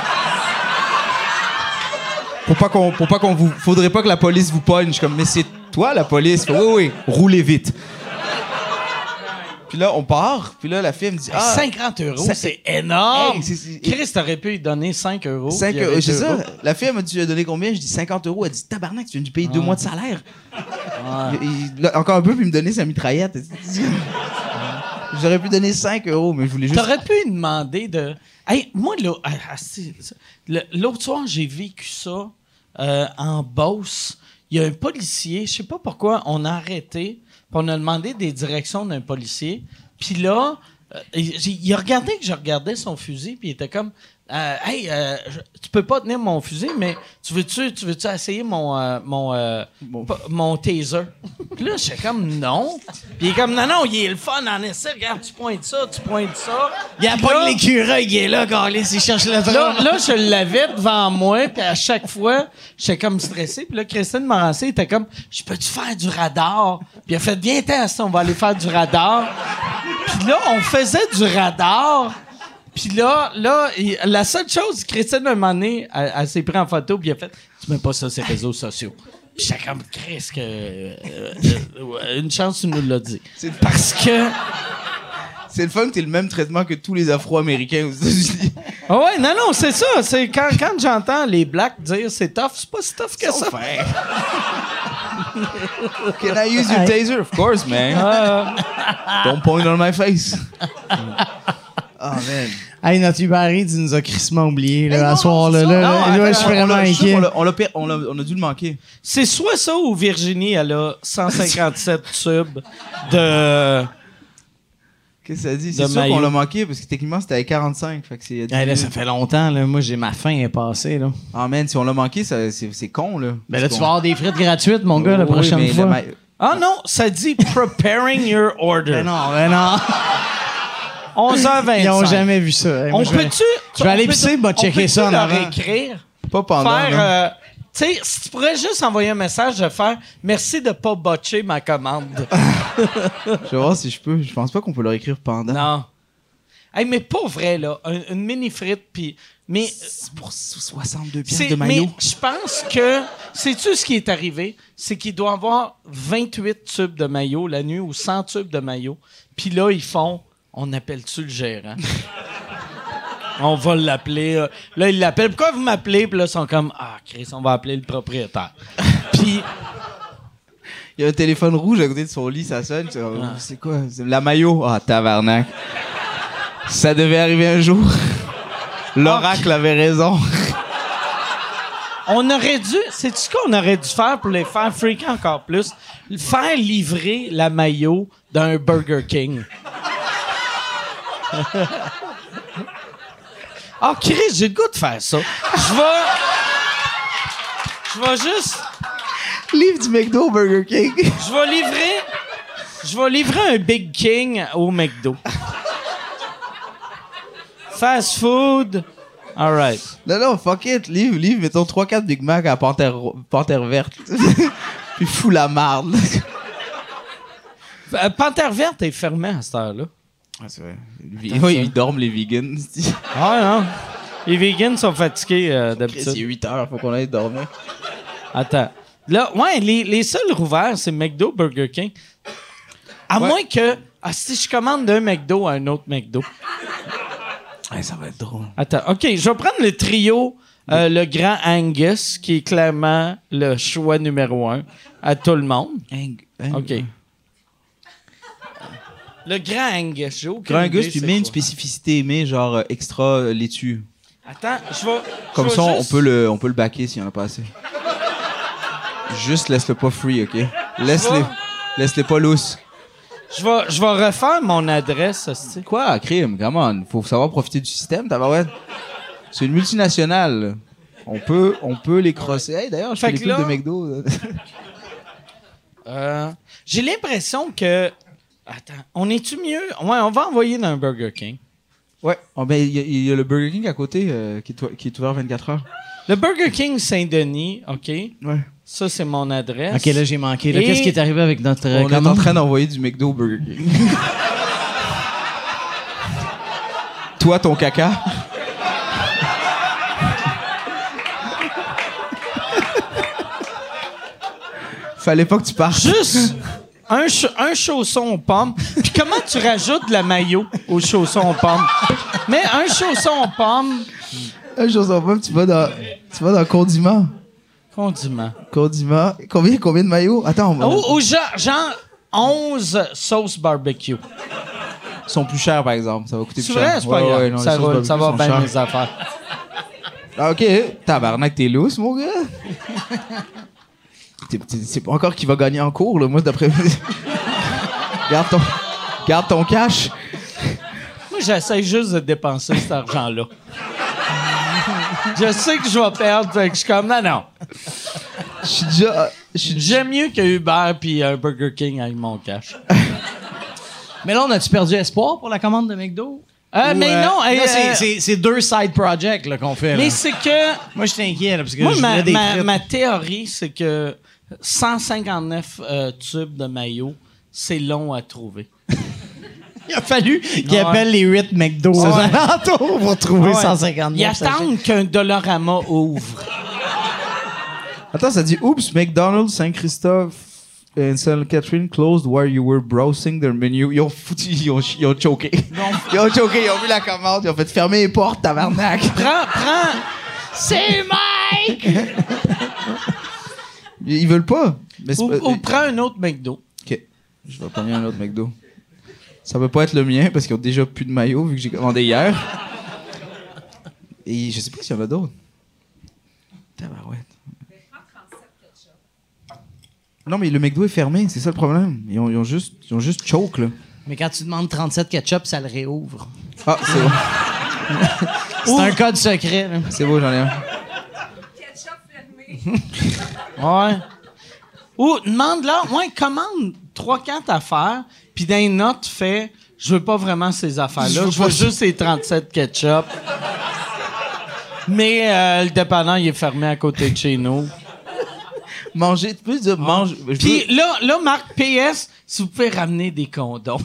Pour pas qu'on, pour pas qu'on vous, faudrait pas que la police vous pogne. Je suis comme, mais c'est toi la police. Il fait, oui, oui, roulez vite. Puis là, on part. Puis là, la fille elle me dit, ah, cinquante euros, ça- c'est énorme. Hey, c'est- c'est- Chris, t'aurais pu lui donner cinq euros. cinq puis il y euros. aurait C'est deux ça. euros. La fille, elle m'a dit, tu lui as donné combien? Je dis cinquante euros. Elle dit, tabarnak, tu viens de lui payer deux mois de salaire. Il- il- là, encore un peu, puis il me donnait sa mitraillette. J'aurais pu donner cinq euros, mais je voulais juste. T'aurais pu lui demander de. Hey, moi, là, ah, ah, c'est- c'est- le- l'autre soir, j'ai vécu ça euh, en Beauce. Il y a un policier, je sais pas pourquoi, on a arrêté, puis on a demandé des directions d'un policier. Puis là, euh, il, il a regardé que je regardais son fusil, puis il était comme. Euh, hey, euh, je- tu peux pas tenir mon fusil, mais tu veux-tu, tu veux-tu essayer mon, euh, mon, euh, Bon. pas- mon taser? Puis là, j'étais comme non. Puis il est comme non, non, il est le fun en essai. Regarde, tu pointes ça, tu pointes ça. Il a Puis pas là- de l'écureuil qui est là, Carlis, il cherche le Là, drone. là, je l'avais devant moi, puis à chaque fois, j'étais comme stressé. Puis là, Christine Morancé était comme, je peux-tu faire du radar? Puis elle a fait, viens, test, on va aller faire du radar. Puis là, on faisait du radar. Puis là, là, il- la seule chose, Christine, un moment donné, elle, elle s'est prise en photo, puis elle a fait, tu mets pas ça sur les réseaux sociaux. Puis j'étais comme, Chris, que, euh, euh, une chance, tu nous l'as dit. C'est- Parce que, C'est le fun que t'aies le même traitement que tous les Afro-Américains aux États-Unis. ah ouais, non, non, c'est ça. C'est quand, quand j'entends les blacks dire c'est tough, c'est pas si tough que ça. Can I use your taser? Of course, man. Don't point on my face. Oh, man. Hey, notre Uber Eats, il nous a crissement oublié, là, Hey, à non, soir, là. c'est ça. là, Non, là, attends, je suis on vraiment l'a- je suis sûr inquiet. qu'on l'a- On l'a per- on l'a- on a dû le manquer. C'est soit ça ou Virginie, elle a cent cinquante-sept tubes de. Qu'est-ce que ça dit? De C'est sûr maillot. qu'on l'a manqué parce que techniquement, c'était à quarante-cinq. Fait que c'est. Hey, là, ça fait longtemps, là. Moi, j'ai ma faim est passée, là. Ah, man, si on l'a manqué, ça- c'est c'est con, là. Ben là, Parce tu qu'on- vas avoir des frites gratuites, mon gars, la Oui, prochaine mais fois. le ma- Ah non, ça dit preparing your order. Ben non, ben non. onze heures vingt-cinq. Ils n'ont jamais vu ça. Hey, moi, On je vais- peut-tu... je vais aller on peut- pisser, bah, on checker peut-tu ça en leur avant. écrire, Pas pendant. faire... non. euh, tu sais, si tu pourrais juste envoyer un message de faire « Merci de pas botcher ma commande. Je vais voir si je peux. Je pense pas qu'on peut leur écrire » pendant. Non. Hey, mais pas vrai, là. Un- une mini frite, puis... Mais... C'est pour soixante-deux C'est- pièces de mais maillot. je pense que... Sais-tu ce qui est arrivé? C'est qu'il doit avoir vingt-huit tubes de maillot la nuit ou cent tubes de maillot. Puis là, ils font... On appelle-tu le gérant? On va l'appeler. euh. Là, ils l'appellent. Pourquoi vous m'appelez? Puis là, ils sont comme... Ah, Chris, on va appeler le propriétaire. Puis... Il y a un téléphone rouge à côté de son lit, ça sonne. C'est, comme, c'est quoi? C'est la maillot? Ah, tabarnak. Ça devait arriver un jour. L'oracle avait raison. On aurait dû... Sais-tu ce qu'on aurait dû faire pour les faire freaker encore plus? Faire livrer la maillot d'un Burger King. Ah, oh, Chris, j'ai le goût de faire ça. Je vais... Je vais juste... Livre du McDo au Burger King. Je vais livrer... Je vais livrer un Big King au McDo. Fast food. All right. Non, non, fuck it. Livre, livre, mettons trois quatre Big Mac à Panthère, Panthère verte. Puis fous la marde. Euh, Panthère verte est fermée à cette heure-là. Ah, c'est vrai. Vi- oui, ils dorment, les vegans. Ah non. Les vegans sont fatigués euh, Chris, d'habitude. il est huit heures, faut qu'on aille dormir. Attends. Là, ouais, les, les seuls rouverts, c'est McDo, Burger King. À Ouais. moins que... Ah, si je commande d'un McDo à un autre McDo. Ouais, ça va être drôle. Attends, OK, je vais prendre le trio, euh, le grand Angus, qui est clairement le choix numéro un à tout le monde. Ang- Ang- OK. Le grand Angus, j'ai aucune Grand idée Angus, tu c'est mets une quoi. spécificité, mais genre euh, extra euh, laitue. Attends, je vais... Comme je vais ça, on juste- peut le, on peut le backer s'il y en a pas assez. Juste laisse-le pas free, OK? Laisse-le, laisse-le pas loose. Je vais, je vais refaire mon adresse, hostie. Quoi, crime? Come on. Faut savoir profiter du système, tabarouette. C'est une multinationale. là. On peut, on peut les crosser. Hey, d'ailleurs, je Fait fais les que pubs là- de McDo. Euh, j'ai l'impression que... Attends, on est-tu mieux? Ouais, on va envoyer dans un Burger King. Ouais. Oh, ben, il y, a- il y a le Burger King à côté euh, qui, est, oi- qui est ouvert vingt-quatre heures. Le Burger King Saint-Denis, OK? Ouais. Ça, c'est mon adresse. OK, là, j'ai manqué. Là, Et- Qu'est-ce qui est arrivé avec notre euh, On est en commande? train d'envoyer du McDo au Burger King. Toi, ton caca. Fallait pas que tu partes. Juste un, ch- un chausson aux pommes. Puis comment tu rajoutes de la maillot au chausson aux pommes? Mais un chausson aux pommes... Un chose en même, tu vas dans, tu vas dans condiment. Condiment. Condiment. Combien, combien de maillots? Attends, on va- Ou, ou genre, genre onze sauces barbecue. ils sont plus chers, par exemple. Ça va coûter C'est plus vrai, cher. c'est pas Ouais, grave. ouais, non, les ça sauces roule, ça va barbecue bien sont mes chères. affaires. Ah, OK. Tabarnak, t'es lousse, mon gars. T'es- t'es- c'est pas encore qui va gagner en cours, là. Moi, d'après... garde, ton, garde ton cash. Moi, j'essaie juste de dépenser cet argent-là. Je sais que je vais perdre, fait que je suis comme, non, non. Je suis déjà... je suis déjà- J'aime mieux que Uber puis un Burger King avec mon cash. Mais là, on a-tu perdu espoir pour la commande de McDo? Euh, Ou, mais euh, non, hey, là, c'est- euh, c'est c'est deux side projects là, qu'on fait. là. mais c'est que... Moi, je t'inquiète, parce que Moi, je ma, voulais des ma- frites. ma théorie, c'est que cent cinquante-neuf euh, tubes de maillot, c'est long à trouver. Il a fallu qu'ils Ouais. appellent les huit McDo aux Ouais. alentours pour trouver Ouais. cent cinquante-neuf. Ils attendent qu'un Dollarama ouvre. Attends, ça dit « Oops, McDonald's Saint-Christophe and Sainte-Catherine closed while you were browsing their menu. » Ils ont foutu, ils ont, ils ont choqué. Ils ont choqué, ils ont vu la commande, ils ont fait fermer les portes, tabarnak. Prends, prends... C'est Mike! Ils, ils veulent pas. Mais c'est ou, pas- ou prends un autre McDo. OK. Je vais prendre un autre McDo. Ça peut pas être le mien parce qu'ils ont déjà plus de maillot vu que j'ai commandé hier. Et je sais pas s'il y en a d'autres. Tabarouette. Non, mais le McDo est fermé, c'est ça le problème. Ils ont, ils ont juste, ils ont juste choke, là. Mais quand tu demandes trente-sept ketchup, ça le réouvre. Ah, c'est bon. C'est un code secret. là. C'est beau, j'en ai un. Ouais. Ou demande-leur, ouais, commande trois quatre affaires, puis dans les notes, fais je veux pas vraiment ces affaires-là. Je veux Je veux pas- juste les trente-sept ketchup. Mais euh, le dépanneur, il est fermé à côté de chez nous. Manger, tu peux dire mange. je veux- Puis là, là, Marc, P S, si vous pouvez ramener des condoms.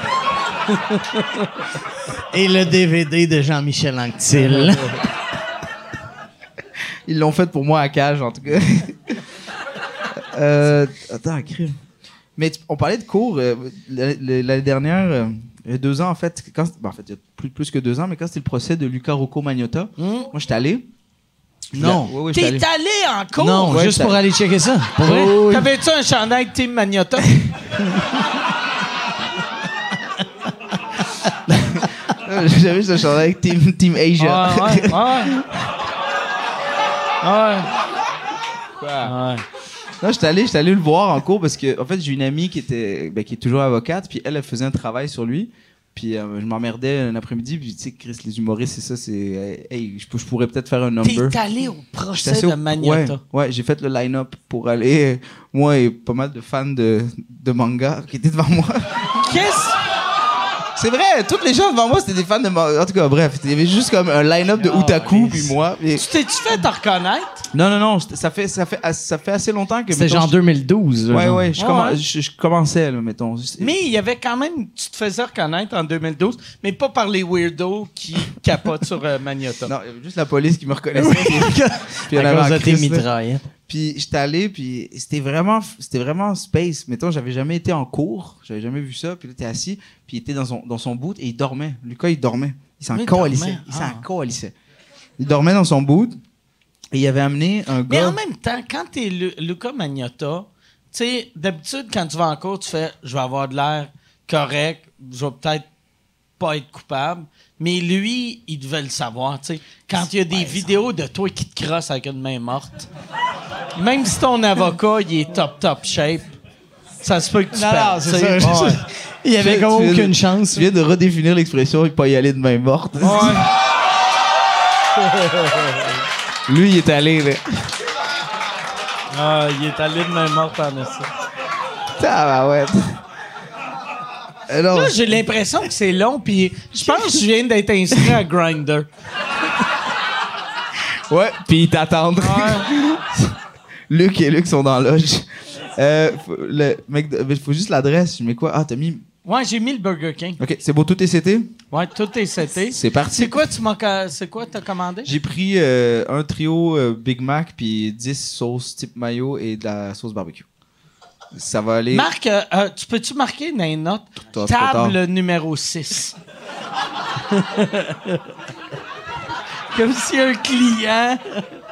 Et le D V D de Jean-Michel Anctil. Ils l'ont fait pour moi à cage, en tout cas. euh, attends, crime. Mais tu- on parlait de cours. euh, la- la- L'année dernière, euh, il y a deux ans, en fait, quand, ben, en fait, il y a plus, plus que deux ans, mais quand c'était le procès de Luca Rocco Magnotta, moi, j'étais allé. Non. Ouais, ouais, j'étais T'es allé. allé en cours? Non, Ouais, juste ça- pour aller checker ça. Pour vrai? Oh, oui. T'avais-tu un chandail de Team Magnotta? J'avais ce chandail avec Team, team Asia. Ah, ouais, ouais. Ouais. Ouais. Non, j'étais allé, j'étais allé le voir en cours parce que, en fait, j'ai une amie qui était, ben, qui est toujours avocate, puis elle, elle faisait un travail sur lui. Puis euh, je m'emmerdais un après-midi, puis tu sais, Chris, les humoristes, c'est ça, c'est. Hey, je, je pourrais peut-être faire un number. T'es allé au J'étais procès assez de au- Magnotta. Ouais, ouais, j'ai fait le line-up pour aller. euh, Moi et pas mal de fans de, de manga qui étaient devant moi. Qu'est-ce? C'est vrai, tous les gens devant moi, c'était des fans de manga. En tout cas, bref, il y avait juste comme un line-up de otaku, puis moi. Et- Tu t'es-tu fait te reconnaître? Non, non, non, ça fait, ça fait, ça fait assez longtemps que. C'était mettons, genre je- deux mille douze. là, Ouais, genre. ouais, je, Ouais, commen- ouais. je- je commençais, là, mettons. Mais il y avait quand même... Tu te faisais reconnaître en deux mille douze, mais pas par les weirdos qui capotent sur euh, Magnotta. Non, il y avait juste la police qui me reconnaissait. puis il y en À avait cause en de tes crise, là. mitraillettes. Puis j'étais allé, puis c'était vraiment, c'était vraiment space. Mettons, j'avais jamais été en cours, j'avais jamais vu ça. Puis là, t'es assis, puis il était dans son, dans son boot et il dormait. Lucas, il dormait. Il s'en Oui, il coalissait. dormait. Il s'en Ah. coalissait. Il dormait dans son boot et il avait amené un Mais gars. en même temps, quand t'es Lu- Luca Magnotta, tu sais, d'habitude, quand tu vas en cours, tu fais « Je vais avoir de l'air correct, je vais peut-être pas être coupable. » Mais lui, il devait le savoir, tu sais. Quand il y a des vidéos de toi qui te crosses avec une main morte, même si ton avocat, il est top, top shape, ça se peut que tu Non, perdes, non, c'est tu sais. ça. Ouais. Il y avait Tu- comme tu viens de- aucune chance. Tu viens de redéfinir l'expression et pas y aller de main morte. Lui, il est allé, là. Ah, il est allé de main morte en ça. Tabarouette. Alors, Là, j'ai l'impression que c'est long, puis je pense que je viens d'être inscrit à Grindr. ouais, puis ils t'attendent. Luc et Luc sont dans la loge. Euh, faut, le mec, il faut juste l'adresse. Je mets quoi? Ah, t'as mis. Ouais, j'ai mis le Burger King. Ok, c'est beau, tout est seté? Ouais, tout est seté. C'est parti. C'est quoi tu m'as ca- c'est quoi t'as commandé? J'ai pris euh, un trio euh, Big Mac puis dix sauces type mayo et de la sauce barbecue. Ça va aller. Marc, euh, euh, tu peux-tu marquer dans les notes Trop tard. table numéro six? Comme s'il y a un client.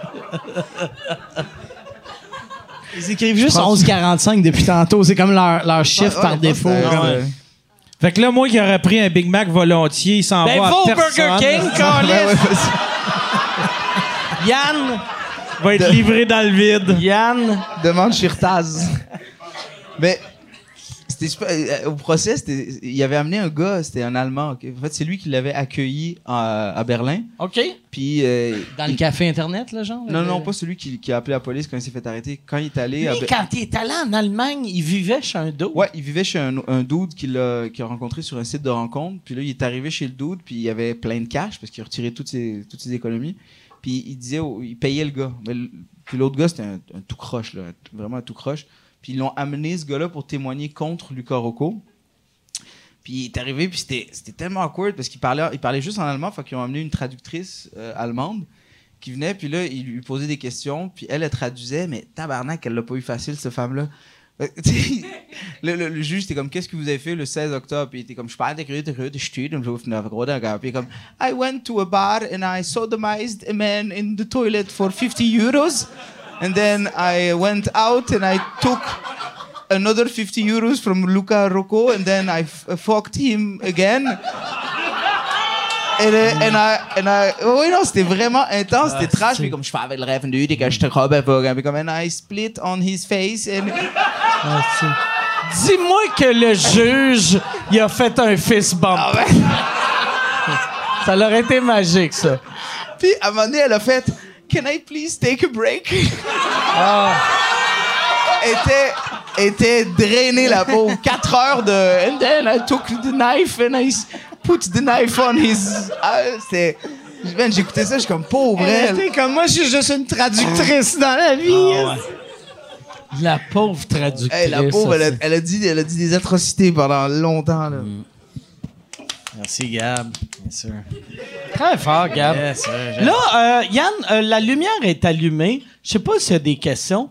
Ils écrivent juste onze quarante-cinq depuis tantôt. C'est comme leur, leur chiffre Ouais, par ouais, défaut. ouais, comme- ouais. Fait que là, moi qui aurais pris un Big Mac volontiers, il s'en Ben, va va à au personne. Burger King, Ouais, câlisse. ouais, vas-y. Yann, Va être livré dans le vide. Yann. Demande Shirtaz. Mais c'était super. euh, Au procès, c'était- il avait amené un gars, c'était un Allemand. ok? En fait, c'est lui qui l'avait accueilli à, à Berlin. OK. Puis. euh, Dans le café Internet, là, genre? non, le- non, pas celui qui, qui a appelé la police quand il s'est fait arrêter. Quand il est allé. à Lui, Be- quand il est allé en Allemagne, il vivait chez un dos. Ouais, il vivait chez un, un dude qu'il a, qu'il a rencontré sur un site de rencontre. Puis là, il est arrivé chez le dude, puis il y avait plein de cash parce qu'il a retiré toutes ses, toutes ses économies. Puis il disait, au- il payait le gars. Mais le- puis l'autre gars, c'était un, un tout croche, là, un- vraiment un tout croche. Puis ils l'ont amené, ce gars-là, pour témoigner contre Luca Rocco. Puis il est arrivé, puis c'était, c'était tellement awkward parce qu'il parlait, il parlait juste en allemand. Fait qu'ils ont amené une traductrice euh, allemande qui venait, puis là, il lui posait des questions, puis elle, elle traduisait, mais tabarnak, elle l'a pas eu facile, cette femme-là. Euh, tu sais, le, le, le juge était comme, qu'est-ce que vous avez fait le seize octobre? Puis il était comme, je parle de Grüte, Grüte, Stüt, und so, na, gros, d'accord. Puis il est comme, I went to a bar and I sodomized a man in the toilet for fifty euros. And then I went out and I took another fifty euros from Luca Rocco and then I f- fucked him again. And, uh, and I, and I, oh oui, non, c'était vraiment intense, c'était trash, mais comme je fais avec le rêve du, et que je te robe un peu, puis comme, and I split on his face, and... Dis-moi que le juge, il a fait un fist bump. Ah ouais. Ça aurait été magique, ça. Puis, à un moment donné, elle a fait, can I please take a break? Ah. Elle était, était drainé, la pauvre. Quatre heures de... And then I took the knife and I put the knife on his... Ah, c'est... Ben, j'écoutais ça, je suis comme pauvre, elle. T'es comme moi, je suis juste une traductrice dans la vie. Ah ouais. La pauvre traductrice. Hey, la pauvre, ça, elle a, c'est- elle, a dit, elle a dit des atrocités pendant longtemps. Là. Mm. Merci, Gab. Bien sûr. Très fort, Gab. Yes, sir, j'aime. Là, euh, Yann, euh, la lumière est allumée. Je sais pas s'il y a des questions.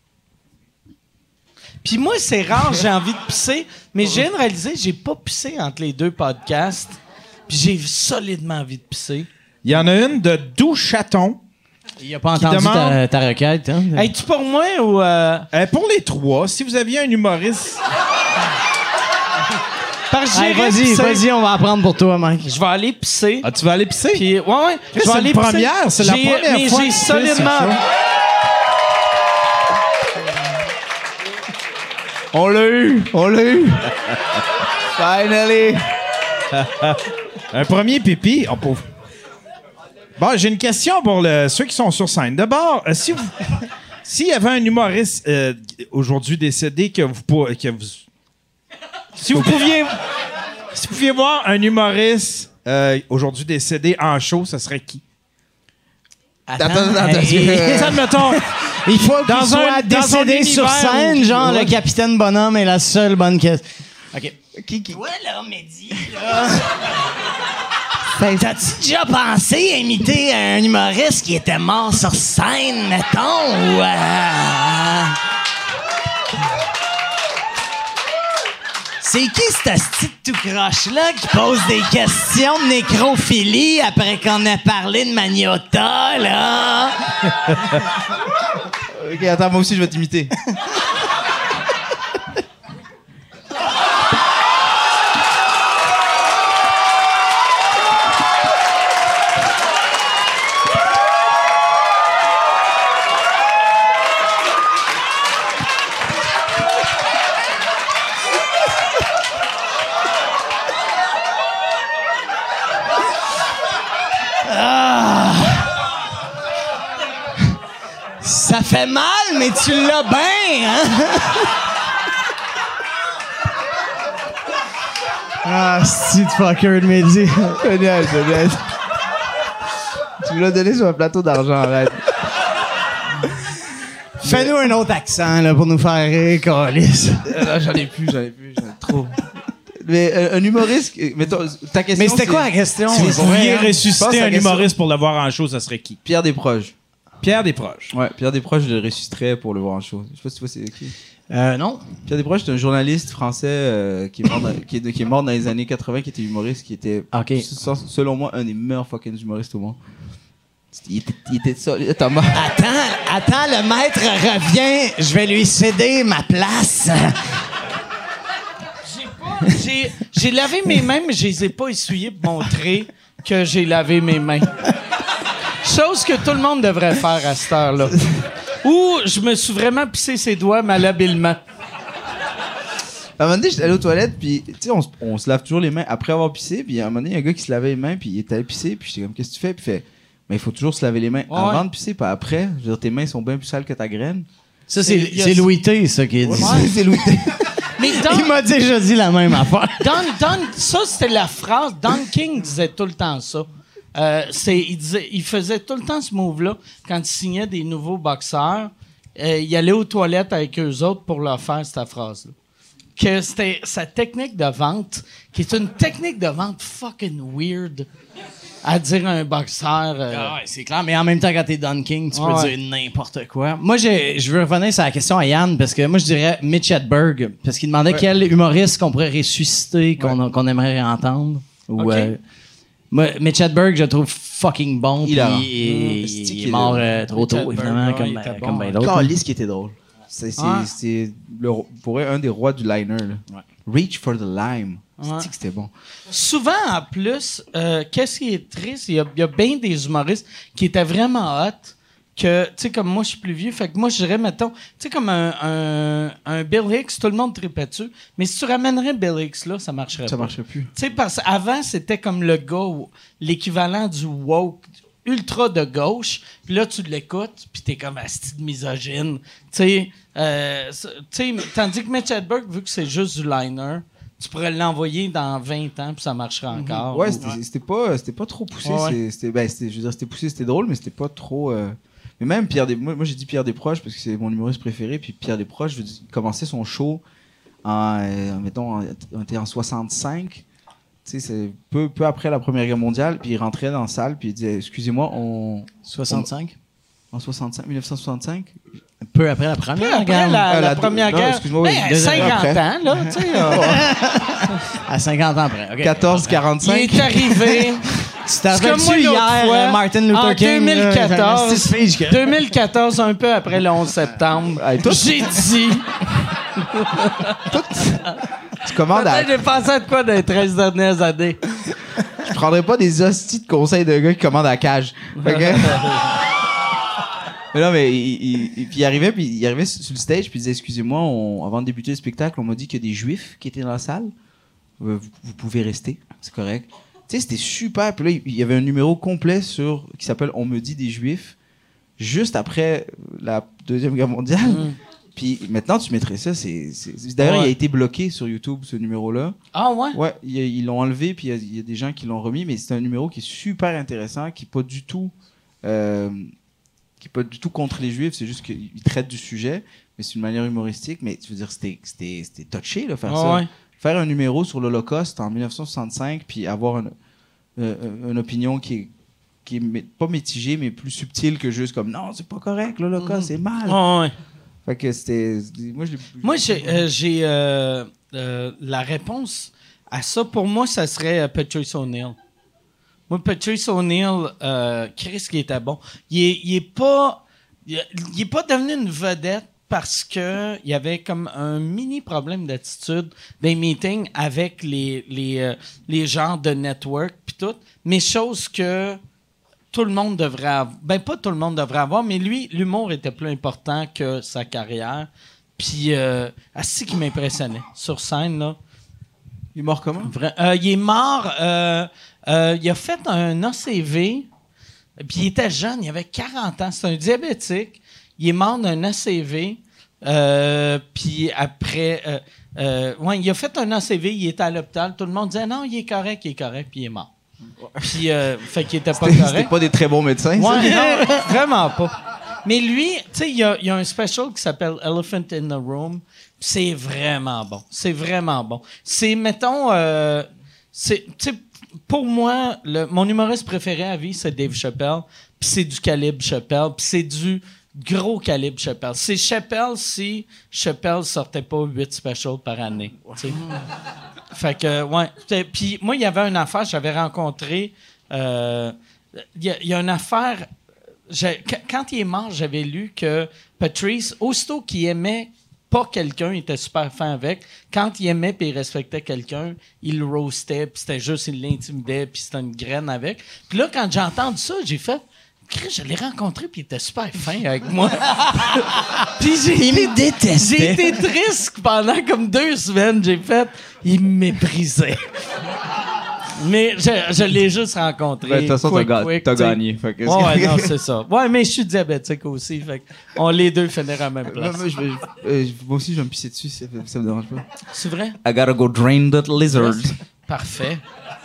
Puis moi, c'est rare, j'ai envie de pisser, mais j'ai réalisé, j'ai pas pissé entre les deux podcasts. Puis j'ai solidement envie de pisser. Il y en a une de Doux Chaton. Il a pas Qui entendu demande- ta, ta requête, hein? Es-tu pour moi ou... euh, Euh, pour les trois, si vous aviez un humoriste... Parce que Hey, j'irais vas-y, pisser. vas-y, on va apprendre pour toi, Mike. Je vais aller pisser. Ah, tu vas aller pisser? Puis, ouais, ouais. Je vais c'est aller une pisser. première, c'est la J'ai- première mais fois j'ai que tu pisses, solidement... c'est ça. On l'a eu! On l'a eu! Finally! Un premier pipi. Oh, pauvre. Bon, j'ai une question pour le- ceux qui sont sur scène. D'abord, euh, si vous... S'il y avait un humoriste euh, aujourd'hui décédé que vous... pour- Que vous si vous pouviez... Si vous pouviez voir un humoriste euh, aujourd'hui décédé en show, ce serait qui? Attends, Attends, attends, attends, hey, euh, Ça, admettons... il faut qu'il Dans soit un- dans un décédé sur univers scène, où- genre Ouais. le capitaine Bonhomme est la seule bonne question. OK. Qui, qui? Toi, là, Mehdi, là... T'as-tu déjà pensé à imiter un humoriste qui était mort sur scène, mettons, ou... euh, C'est qui ce petit tout croche-là qui pose des questions de nécrophilie après qu'on a parlé de Magnota, là? Ok, attends, moi aussi, je vais t'imiter. Ça fait mal, mais tu l'as bien, hein? Ah, c'est fucker de Mehdi. Génial, génial. Tu me l'as donné sur un plateau d'argent, arrête. Fais-nous un autre accent, là, pour nous faire rire, câlisse. Euh, non, j'en ai plus, j'en ai plus, j'en ai trop. Mais euh, un humoriste, euh, mettons, ta question. Mais c'était c'est- quoi la question? Si vous C'est vrai, pouviez hein? Je pense ressusciter à un la question. humoriste pour le voir en show, ça serait qui? Pierre Desproges. Pierre Desproges. Ouais, Pierre Desproges, je le ressusciterais pour le voir en show. Je sais pas si tu vois c'est qui. Euh, non. Pierre Desproges, c'est un journaliste français euh, qui, est mort dans, qui, est, qui est mort dans les années quatre-vingts, qui était humoriste, qui était, Ok. s- selon moi, un des meilleurs fucking humoristes au monde. Il était, il était solide. Thomas. Attends, attends, le maître revient. Je vais lui céder ma place. J'ai, j'ai lavé mes mains, mais je les ai pas essuyées pour montrer que j'ai lavé mes mains. Chose que tout le monde devrait faire à cette heure-là. Ou je me suis vraiment pissé ses doigts malhabilement. À un moment donné, j'étais allé aux toilettes, puis tu sais, on, se- on se lave toujours les mains après avoir pissé, puis à un moment donné, il y a un gars qui se lavait les mains, puis il était allé pisser, puis j'étais comme, qu'est-ce que tu fais? Puis il fait, mais il faut toujours se laver les mains Ouais, avant ouais. de pisser, pas après. Je veux dire, tes mains sont bien plus sales que ta graine. Ça, c'est- c'est il y a- c'est Louis T, ça, qui a dit ça. C'est Louis T. Mais Il Don, m'a déjà dit la même affaire. Don, Don, ça, c'était la phrase. Don King disait tout le temps ça. Euh, c'est, il, disait, il faisait tout le temps ce move-là quand il signait des nouveaux boxeurs. Euh, il allait aux toilettes avec eux autres pour leur faire cette phrase-là. Que c'était sa technique de vente, qui est une technique de vente fucking weird à dire à un boxeur. euh, Ah ouais, c'est clair, mais en même temps, quand t'es Don King, tu peux Ouais. dire n'importe quoi. Moi, j'ai- je veux revenir sur la question à Yann, parce que moi, je dirais Mitch Hedberg, parce qu'il demandait quel humoriste qu'on pourrait ressusciter, qu'on qu'on aimerait entendre. Ou, Ok. euh, moi, Mitch Hedberg, je le trouve fucking bon, puis Hilarant. il, il- Mmh. il est mort euh, trop Mitch tôt, Hedberg, évidemment, ouais, comme, il était euh, bon, comme bien ouais. d'autres. Calisse qui était drôle. C'est c'est- Ouais. c'est le ro- pour vrai, un des rois du liner. Là. Reach for the lime. Ouais. C'est que c'était bon. Souvent, en plus, euh, qu'est-ce qui est triste, il y a, il y a bien des humoristes qui étaient vraiment hot, que, tu sais, comme moi, je suis plus vieux, fait que moi, je dirais, mettons, tu sais, comme un, un, un Bill Hicks, tout le monde tripait dessus, mais si tu ramènerais Bill Hicks, là, ça marcherait Ça pas. marchait plus. Tu sais, parce qu'avant, c'était comme le gars, où- l'équivalent du woke ultra de gauche, puis là, tu l'écoutes, puis t'es comme asti de misogyne. Tu sais, euh, tu sais, tandis que Mitch Hedberg, vu que c'est juste du liner, tu pourrais l'envoyer dans vingt ans, puis ça marcherait encore. Ouais, Ou- c'était, c'était pas, c'était pas trop poussé. Ouais. c'est- C'était, ben, c'était, je veux dire, c'était poussé, c'était drôle, mais c'était pas trop. euh, Mais même Pierre Des, moi, moi, j'ai dit Pierre Desproges parce que c'est mon humoriste préféré. Puis Pierre Desproges, je veux dire, il commençait son show en, euh, mettons, en- on était en soixante-cinq. Tu sais, c'est peu, peu après la Première Guerre mondiale. Puis il rentrait dans la salle, puis il disait, excusez-moi, on soixante-cinq? en soixante-cinq, mille neuf cent soixante-cinq. Peu après la première Puis après guerre. la, Ah, la la- première non, guerre, excuse-moi, oui, ben, deux années cinquante après. ans, là, tu sais. euh, À cinquante ans après. OK. quatorze il quarante-cinq. est arrivé... Tu t'en C'est comme moi rappelles-tu l'autre hier, fois, euh, Martin Luther en King? deux mille quatorze, là, c'est une speech que- deux mille quatorze, un peu après le onze septembre, Hey, toi, j'ai dit... Tu commandes à. Peut-être j'ai pensé à de quoi dans les treize dernières années. Je prendrais pas des hosties de conseils de gars qui commandent à la cage. Fait que- mais non, mais il, il, il- puis il arrivait, puis il arrivait sur sur le stage, puis il disait, excusez-moi, on- avant de débuter le spectacle, on m'a dit qu'il y a des juifs qui étaient dans la salle. Euh, Vous, vous pouvez rester, c'est correct. Tu sais, c'était super. Puis là, il y avait un numéro complet sur qui s'appelle On me dit des juifs, juste après la Deuxième Guerre mondiale. Mm. Puis maintenant, tu mettrais ça. C'est, c'est- D'ailleurs, Ouais. il a été bloqué sur YouTube, ce numéro-là. Ah ouais? Ouais, il y a- ils l'ont enlevé, puis il y a- il y, a des gens qui l'ont remis, mais c'est un numéro qui est super intéressant, qui est pas du tout, euh, qui est pas du tout contre les Juifs. C'est juste qu'il traite du sujet, mais c'est une manière humoristique. Mais tu veux dire, c'était, c'était, c'était touché là, faire Ah ça. ouais. Faire un numéro sur l'Holocauste en dix-neuf cent soixante-cinq, puis avoir une, euh, une opinion qui est qui est mé- pas mitigée, mais plus subtile que juste comme non, c'est pas correct, l'Holocauste, c'est mal. Ah ouais. Fait que c'était. Moi, je l'ai- Moi, j'ai, euh, j'ai euh, euh, la réponse à ça. Pour moi, ça serait euh, Patrice O'Neill. Moi, Patrice O'Neill, euh, Chris qui était bon. Il est, il est pas, il est- il est pas devenu une vedette parce que il y avait comme un mini problème d'attitude des meetings avec les les euh, les gens de network puis tout. Mais chose que tout le monde devrait avoir. Ben, pas tout le monde devrait avoir, mais lui, l'humour était plus important que sa carrière. Puis, euh, assez qui m'impressionnait sur scène, là. Il est mort comment? Vra- euh, il est mort. euh, euh, il a fait un A C V. Puis, il était jeune, il avait quarante ans. C'est un diabétique. Il est mort d'un A C V. Euh, puis, après. Euh, euh, ouais, il a fait un A C V, il était à l'hôpital. Tout le monde disait non, il est correct, il est correct, puis il est mort. Puis, euh, fait qu'il était pas C'était, correct. c'était pas des très bons médecins, ça? Ouais, non, vraiment pas. Mais lui, tu sais, il y a, il y a un special qui s'appelle Elephant in the Room. Pis c'est vraiment bon. C'est vraiment bon. C'est, mettons, euh, c'est, tu sais, pour moi, le, mon humoriste préféré à vie, c'est Dave Chappelle. Puis c'est du calibre Chappelle. Puis c'est du gros calibre Chappelle. C'est Chappelle si Chappelle sortait pas huit specials par année. Tu sais. Fait que, ouais. T'sais, puis moi, il y avait une affaire, j'avais rencontré. euh, Il y, a- il y a une affaire. j'ai- qu- quand il est mort, j'avais lu que Patrice, aussitôt qu'il aimait pas quelqu'un, il était super fin avec. Quand il aimait et il respectait quelqu'un, il le roastait, puis c'était juste, il l'intimidait, puis c'était une graine avec. Puis là, quand j'ai entendu ça, j'ai fait. Chris, je l'ai rencontré puis il était super fin avec moi. Puis j'ai Il été, me détestait. j'ai été triste pendant comme deux semaines. J'ai fait, il me méprisait. Mais je, je l'ai juste rencontré. Ben, de toute façon, t'as, quick, ga- quick, t'as tu sais. gagné. Fait que- Ouais, ouais, non, c'est ça. Ouais, mais je suis diabétique aussi. Fait que on les deux finiront à la même Moi, place. moi, je vais- euh, moi aussi, je vais me pisser dessus, ça, ça me dérange pas. C'est vrai? I gotta go drain that lizard. Parfait.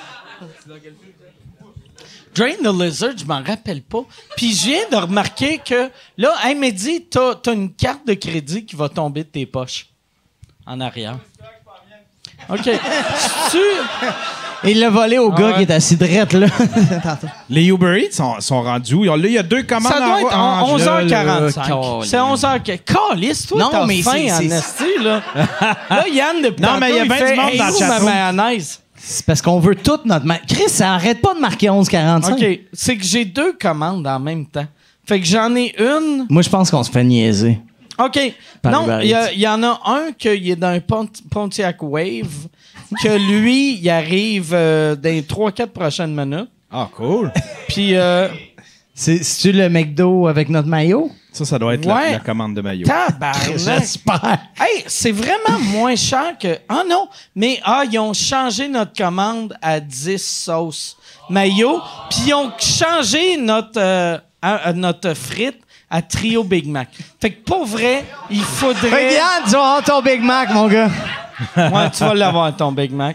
Drain the Lizard, je m'en rappelle pas. Puis je viens de remarquer que, là, hey, Mehdi, t'as, t'as une carte de crédit qui va tomber de tes poches. En arrière. OK. tu Il l'a volé au Ah gars ouais. qui est assis drette là. Les Uber Eats sont, sont rendus où? Là, il y a deux commandes Ça doit en être en- en onze heures quarante-cinq. là, C'est onze heures quarante-cinq. Calisse, toi, Non, t'as mais faim c'est- en c'est- esti, là. Là, Yann, depuis Non, mais il y a tantôt, bien fait, du monde hey, dans le où ma chatroom. mayonnaise? C'est parce qu'on veut toute notre. Ma... Chris, ça arrête pas de marquer onze quarante-cinq. OK. C'est que j'ai deux commandes en même temps. Fait que j'en ai une. Moi, je pense qu'on se fait niaiser. OK. Par Non, Uber il y, a- Eats. il y en a un qui est dans un Pont- Pontiac Wave, que lui, il arrive euh, dans les trois quatre prochaines minutes. Ah, cool. Puis, euh, C'est, c'est-tu le McDo avec notre maillot? Ça, ça doit être Ouais. la, la commande de maillot. Tabarnak. J'espère. Hey, c'est vraiment moins cher que... Ah non, mais ah, ils ont changé notre commande à dix sauces mayo, puis ils ont changé notre, euh, à- à notre frite à trio Big Mac. Fait que pour vrai, il faudrait... Regarde, tu vas avoir ton Big Mac, mon gars. Ouais, tu vas l'avoir, ton Big Mac.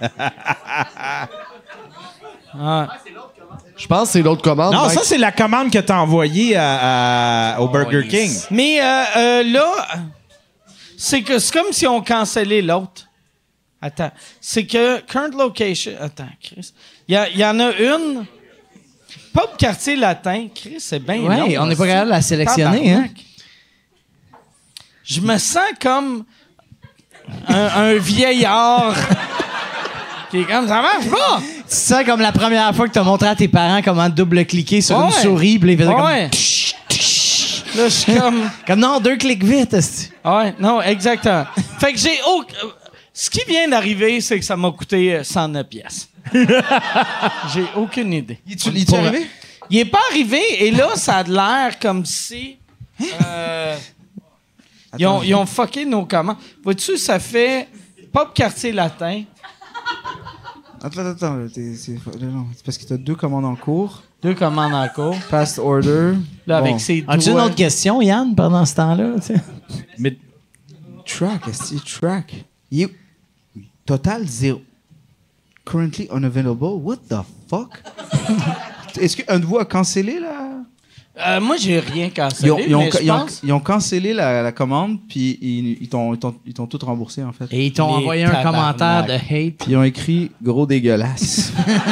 Ah. Je pense que c'est l'autre commande. Non, Mike. ça, c'est la commande que t'as envoyée à, à- au Burger King. Mais euh, euh, là, c'est que c'est comme si on cancellait l'autre. Attends. C'est que current location. Attends, Chris. Il y, a- il y en a une. Pop Quartier Latin. Chris, c'est bien long. Ouais, on n'est pas capable de la sélectionner, hein? Tabarnak. Je me sens comme un, un vieillard qui est comme ça marche pas. Tu sens comme la première fois que tu as montré à tes parents comment double-cliquer sur Ouais. une souris, puis ils faisaient Ouais. comme... Là, je suis comme. Comme non, deux clics vite, esti. Ouais, non, exactement. Fait que j'ai. au- euh, Ce qui vient d'arriver, c'est que ça m'a coûté euh, cent neuf piastres. J'ai aucune idée. Il est-tu il est-tu arrivé? Il est pas arrivé, et là, ça a l'air comme si. euh, ils, ont, ils ont fucké nos commandes. Vois-tu, ça fait Pop Quartier Latin. Attends, attends, attends. t'es- C'est non, c'est parce que t'as deux commandes en cours. Deux commandes en cours. Fast order. Là, Bon. avec ses As-tu une doigts. autre question, Yann, pendant ce temps-là? tu sais? Mais Track, est-ce que track? Il est- Total zéro. Currently unavailable. What the fuck? Est-ce qu'un de vous a cancellé la... Euh, moi, j'ai rien cancellé. Ils ont, ils ont- mais je ils ont- pense- ils ont cancellé la, la commande, puis ils, ils t'ont, ils t'ont, ils t'ont tout remboursé, en fait. Et ils t'ont Les envoyé un tabarnak. commentaire de hate. Puis ils ont écrit « Gros dégueulasse ».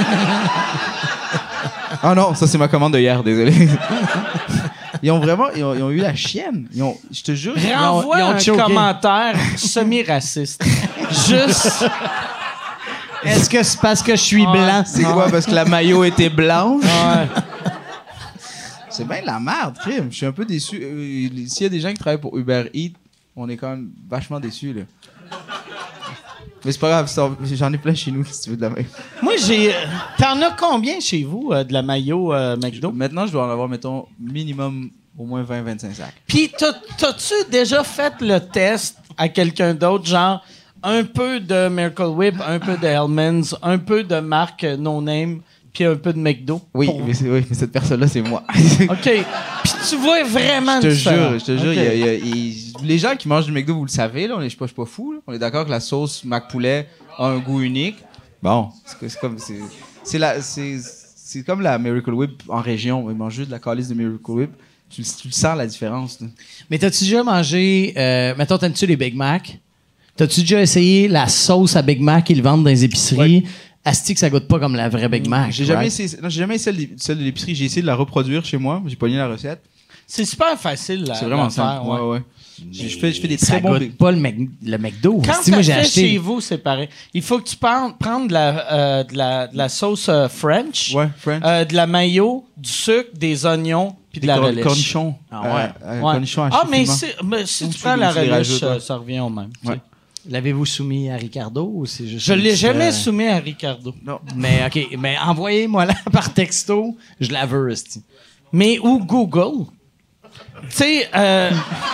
Ah non, ça c'est ma commande de hier, désolé. Ils ont vraiment, ils ont, ils ont eu la chienne. Ils ont, je te jure. ils ont- Renvoie ils ont un choqué. commentaire semi-raciste. Juste. Est-ce que c'est parce que je suis Ouais. blanc? C'est quoi, parce que la maillot était blanche? Ouais. C'est bien de la merde, crime. Je suis un peu déçu. Euh, S'il y a des gens qui travaillent pour Uber Eats, on est quand même vachement déçus, là. Mais c'est pas grave, ça- j'en ai plein chez nous, si tu veux de la même. Moi, j'ai. T'en as combien chez vous euh, de la maillot euh, McDo? Maintenant, je dois en avoir, mettons, minimum au moins vingt à vingt-cinq sacs. Puis, t'as- t'as-tu déjà fait le test à quelqu'un d'autre, genre un peu de Miracle Whip, un peu de Hellmann's, un peu de marque euh, No Name, puis un peu de McDo? Oui, Pour- mais, c'est- oui, mais cette personne-là, c'est moi. OK. Puis, tu vois vraiment Je te une différence. jure, je te jure, OK. il y a- il y a- il- les gens qui mangent du McDo, vous le savez, là, on est, je suis pas, je suis pas fou, là. On est d'accord que la sauce Mac Poulet a un goût unique. Bon, c'est c'est comme c'est c'est la c'est c'est comme la Miracle Whip en région. Ils mangent juste de la calice de Miracle Whip. Tu, le- tu le sens la différence. là. Mais t'as-tu déjà mangé... Euh, mettons, t'aimes-tu les Big Mac? T'as-tu déjà essayé la sauce à Big Mac qu'ils vendent dans les épiceries? Asti que ça goûte pas comme la vraie Big Mac. J'ai jamais right? essayé, non, j'ai jamais essayé celle, de- celle de l'épicerie. J'ai essayé de la reproduire chez moi. J'ai pogné la recette. C'est super facile. là, C'est vraiment à faire, simple. Ouais, ouais. Je je fais, je fais des Ça très bons. goûte Big- pas le, Mac- le McDo. Quand Asti, moi, tu j'ai fait acheté... chez vous, c'est pareil. Il faut que tu prennes, prennes de, la, euh, de, la, de la sauce euh, French, Ouais, French. euh, de la mayo, du sucre, des oignons, puis de Des la cor- relish. cornichons. Ah ouais. Euh, euh, Ouais. Cornichons Ah, hachés mais, finement. c'est- mais si Ou tu tu prends les- la tu les relish, rajoutes, euh, ouais. ça revient au même. tu sais. Ouais. L'avez-vous soumis à Ricardo ou c'est juste... Je une l'ai petite, jamais euh, soumis à Ricardo. Non. Mais OK, mais envoyez-moi là par texto, je la veux, esti. Mais ou Google. Tu sais, euh,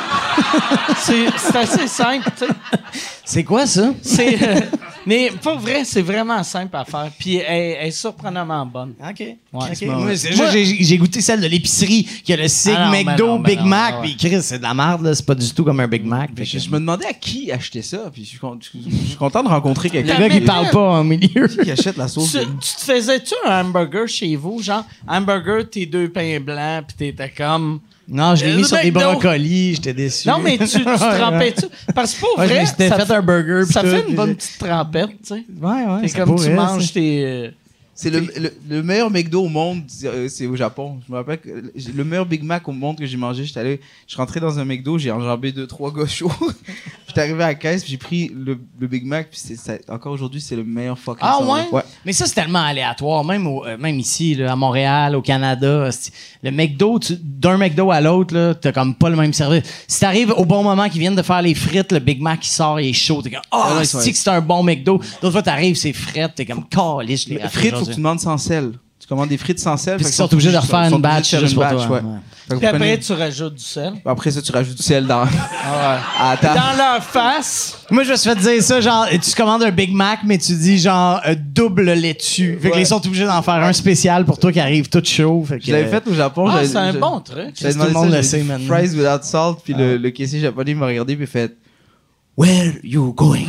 c'est c'est assez simple, tu sais. C'est quoi ça? C'est, euh, mais pour vrai, c'est vraiment simple à faire. Puis elle, elle est surprenamment bonne. OK. Ouais. OK. Moi, Moi, c'est moi- juste, j'ai, j'ai goûté celle de l'épicerie qui a le Sig Ah non, mais McDo non, mais Big non, Mac. ouais, ouais. Puis Chris, c'est de la merde, là. C'est pas du tout comme un Big Mac. Fait Je, que- je me demandais à qui acheter ça. Puis je suis, con- je suis content de rencontrer Le quelqu'un gars qui mais- parle pas en milieu. qui achète la sauce. Tu, de- tu te faisais-tu un hamburger chez vous? Genre, hamburger, tes deux pains blancs, puis t'étais comme... Non, je l'ai Euh, mis le sur des McDo. brocolis. J'étais déçu. Non, mais tu, tu trempais-tu? Parce que pour Ouais, je vrai, me suis ça, fait un burger. puis ça tout, fait puis une bonne j'ai- petite trempette, tu sais. Ouais, ouais. C'est ça comme tu pourrait, manges ça. tes... euh, C'est le, le, le meilleur McDo au monde, euh, c'est au Japon. Je me rappelle que le meilleur Big Mac au monde que j'ai mangé, j'étais allé, je suis rentré dans un McDo, j'ai enjambé deux, trois gars chauds. J'étais arrivé à la caisse, puis j'ai pris le, le Big Mac, puis c'est, ça- encore aujourd'hui, c'est le meilleur fucking Ah sandwich. ouais? Ouais. Mais ça, c'est tellement aléatoire. Même, au- euh, même ici, là, à Montréal, au Canada, c'est- le McDo, tu- d'un McDo à l'autre, là, t'as comme pas le même service. Si t'arrives au bon moment qu'ils viennent de faire les frites, le Big Mac qui sort, il est chaud. T'es comme, oh, Ah, là, ils c'est sont- que c'est un bon McDo. D'autres fois, t'arrives, c'est frites, t'es comme, calice, je les Mais rate frites, faut que aujourd'hui. tu demandes sans sel. Tu commandes des frites sans sel. Puis fait ils que sont obligés de refaire ils sont une batch obligés de juste faire pour une toi. batch, ouais. Ouais. Fait que Puis vous après, prenez- tu rajoutes du sel. Après ça, tu rajoutes du sel dans... Ah à la table. Dans leur face. Moi, je me suis fait dire ça, genre, tu commandes un Big Mac, mais tu dis, genre, euh, double laitue. Fait que Ouais. les sont obligés d'en faire un spécial pour toi qui arrive tout chaud. Fait que, Je l'avais euh, fait au Japon. Ah, j'avais- c'est un j'avais- bon truc. J'avais Tout le demandé monde ça, le j'avais sait dit maintenant. Fries without salt, puis le, le caissier japonais m'a regardé puis il fait Where you going?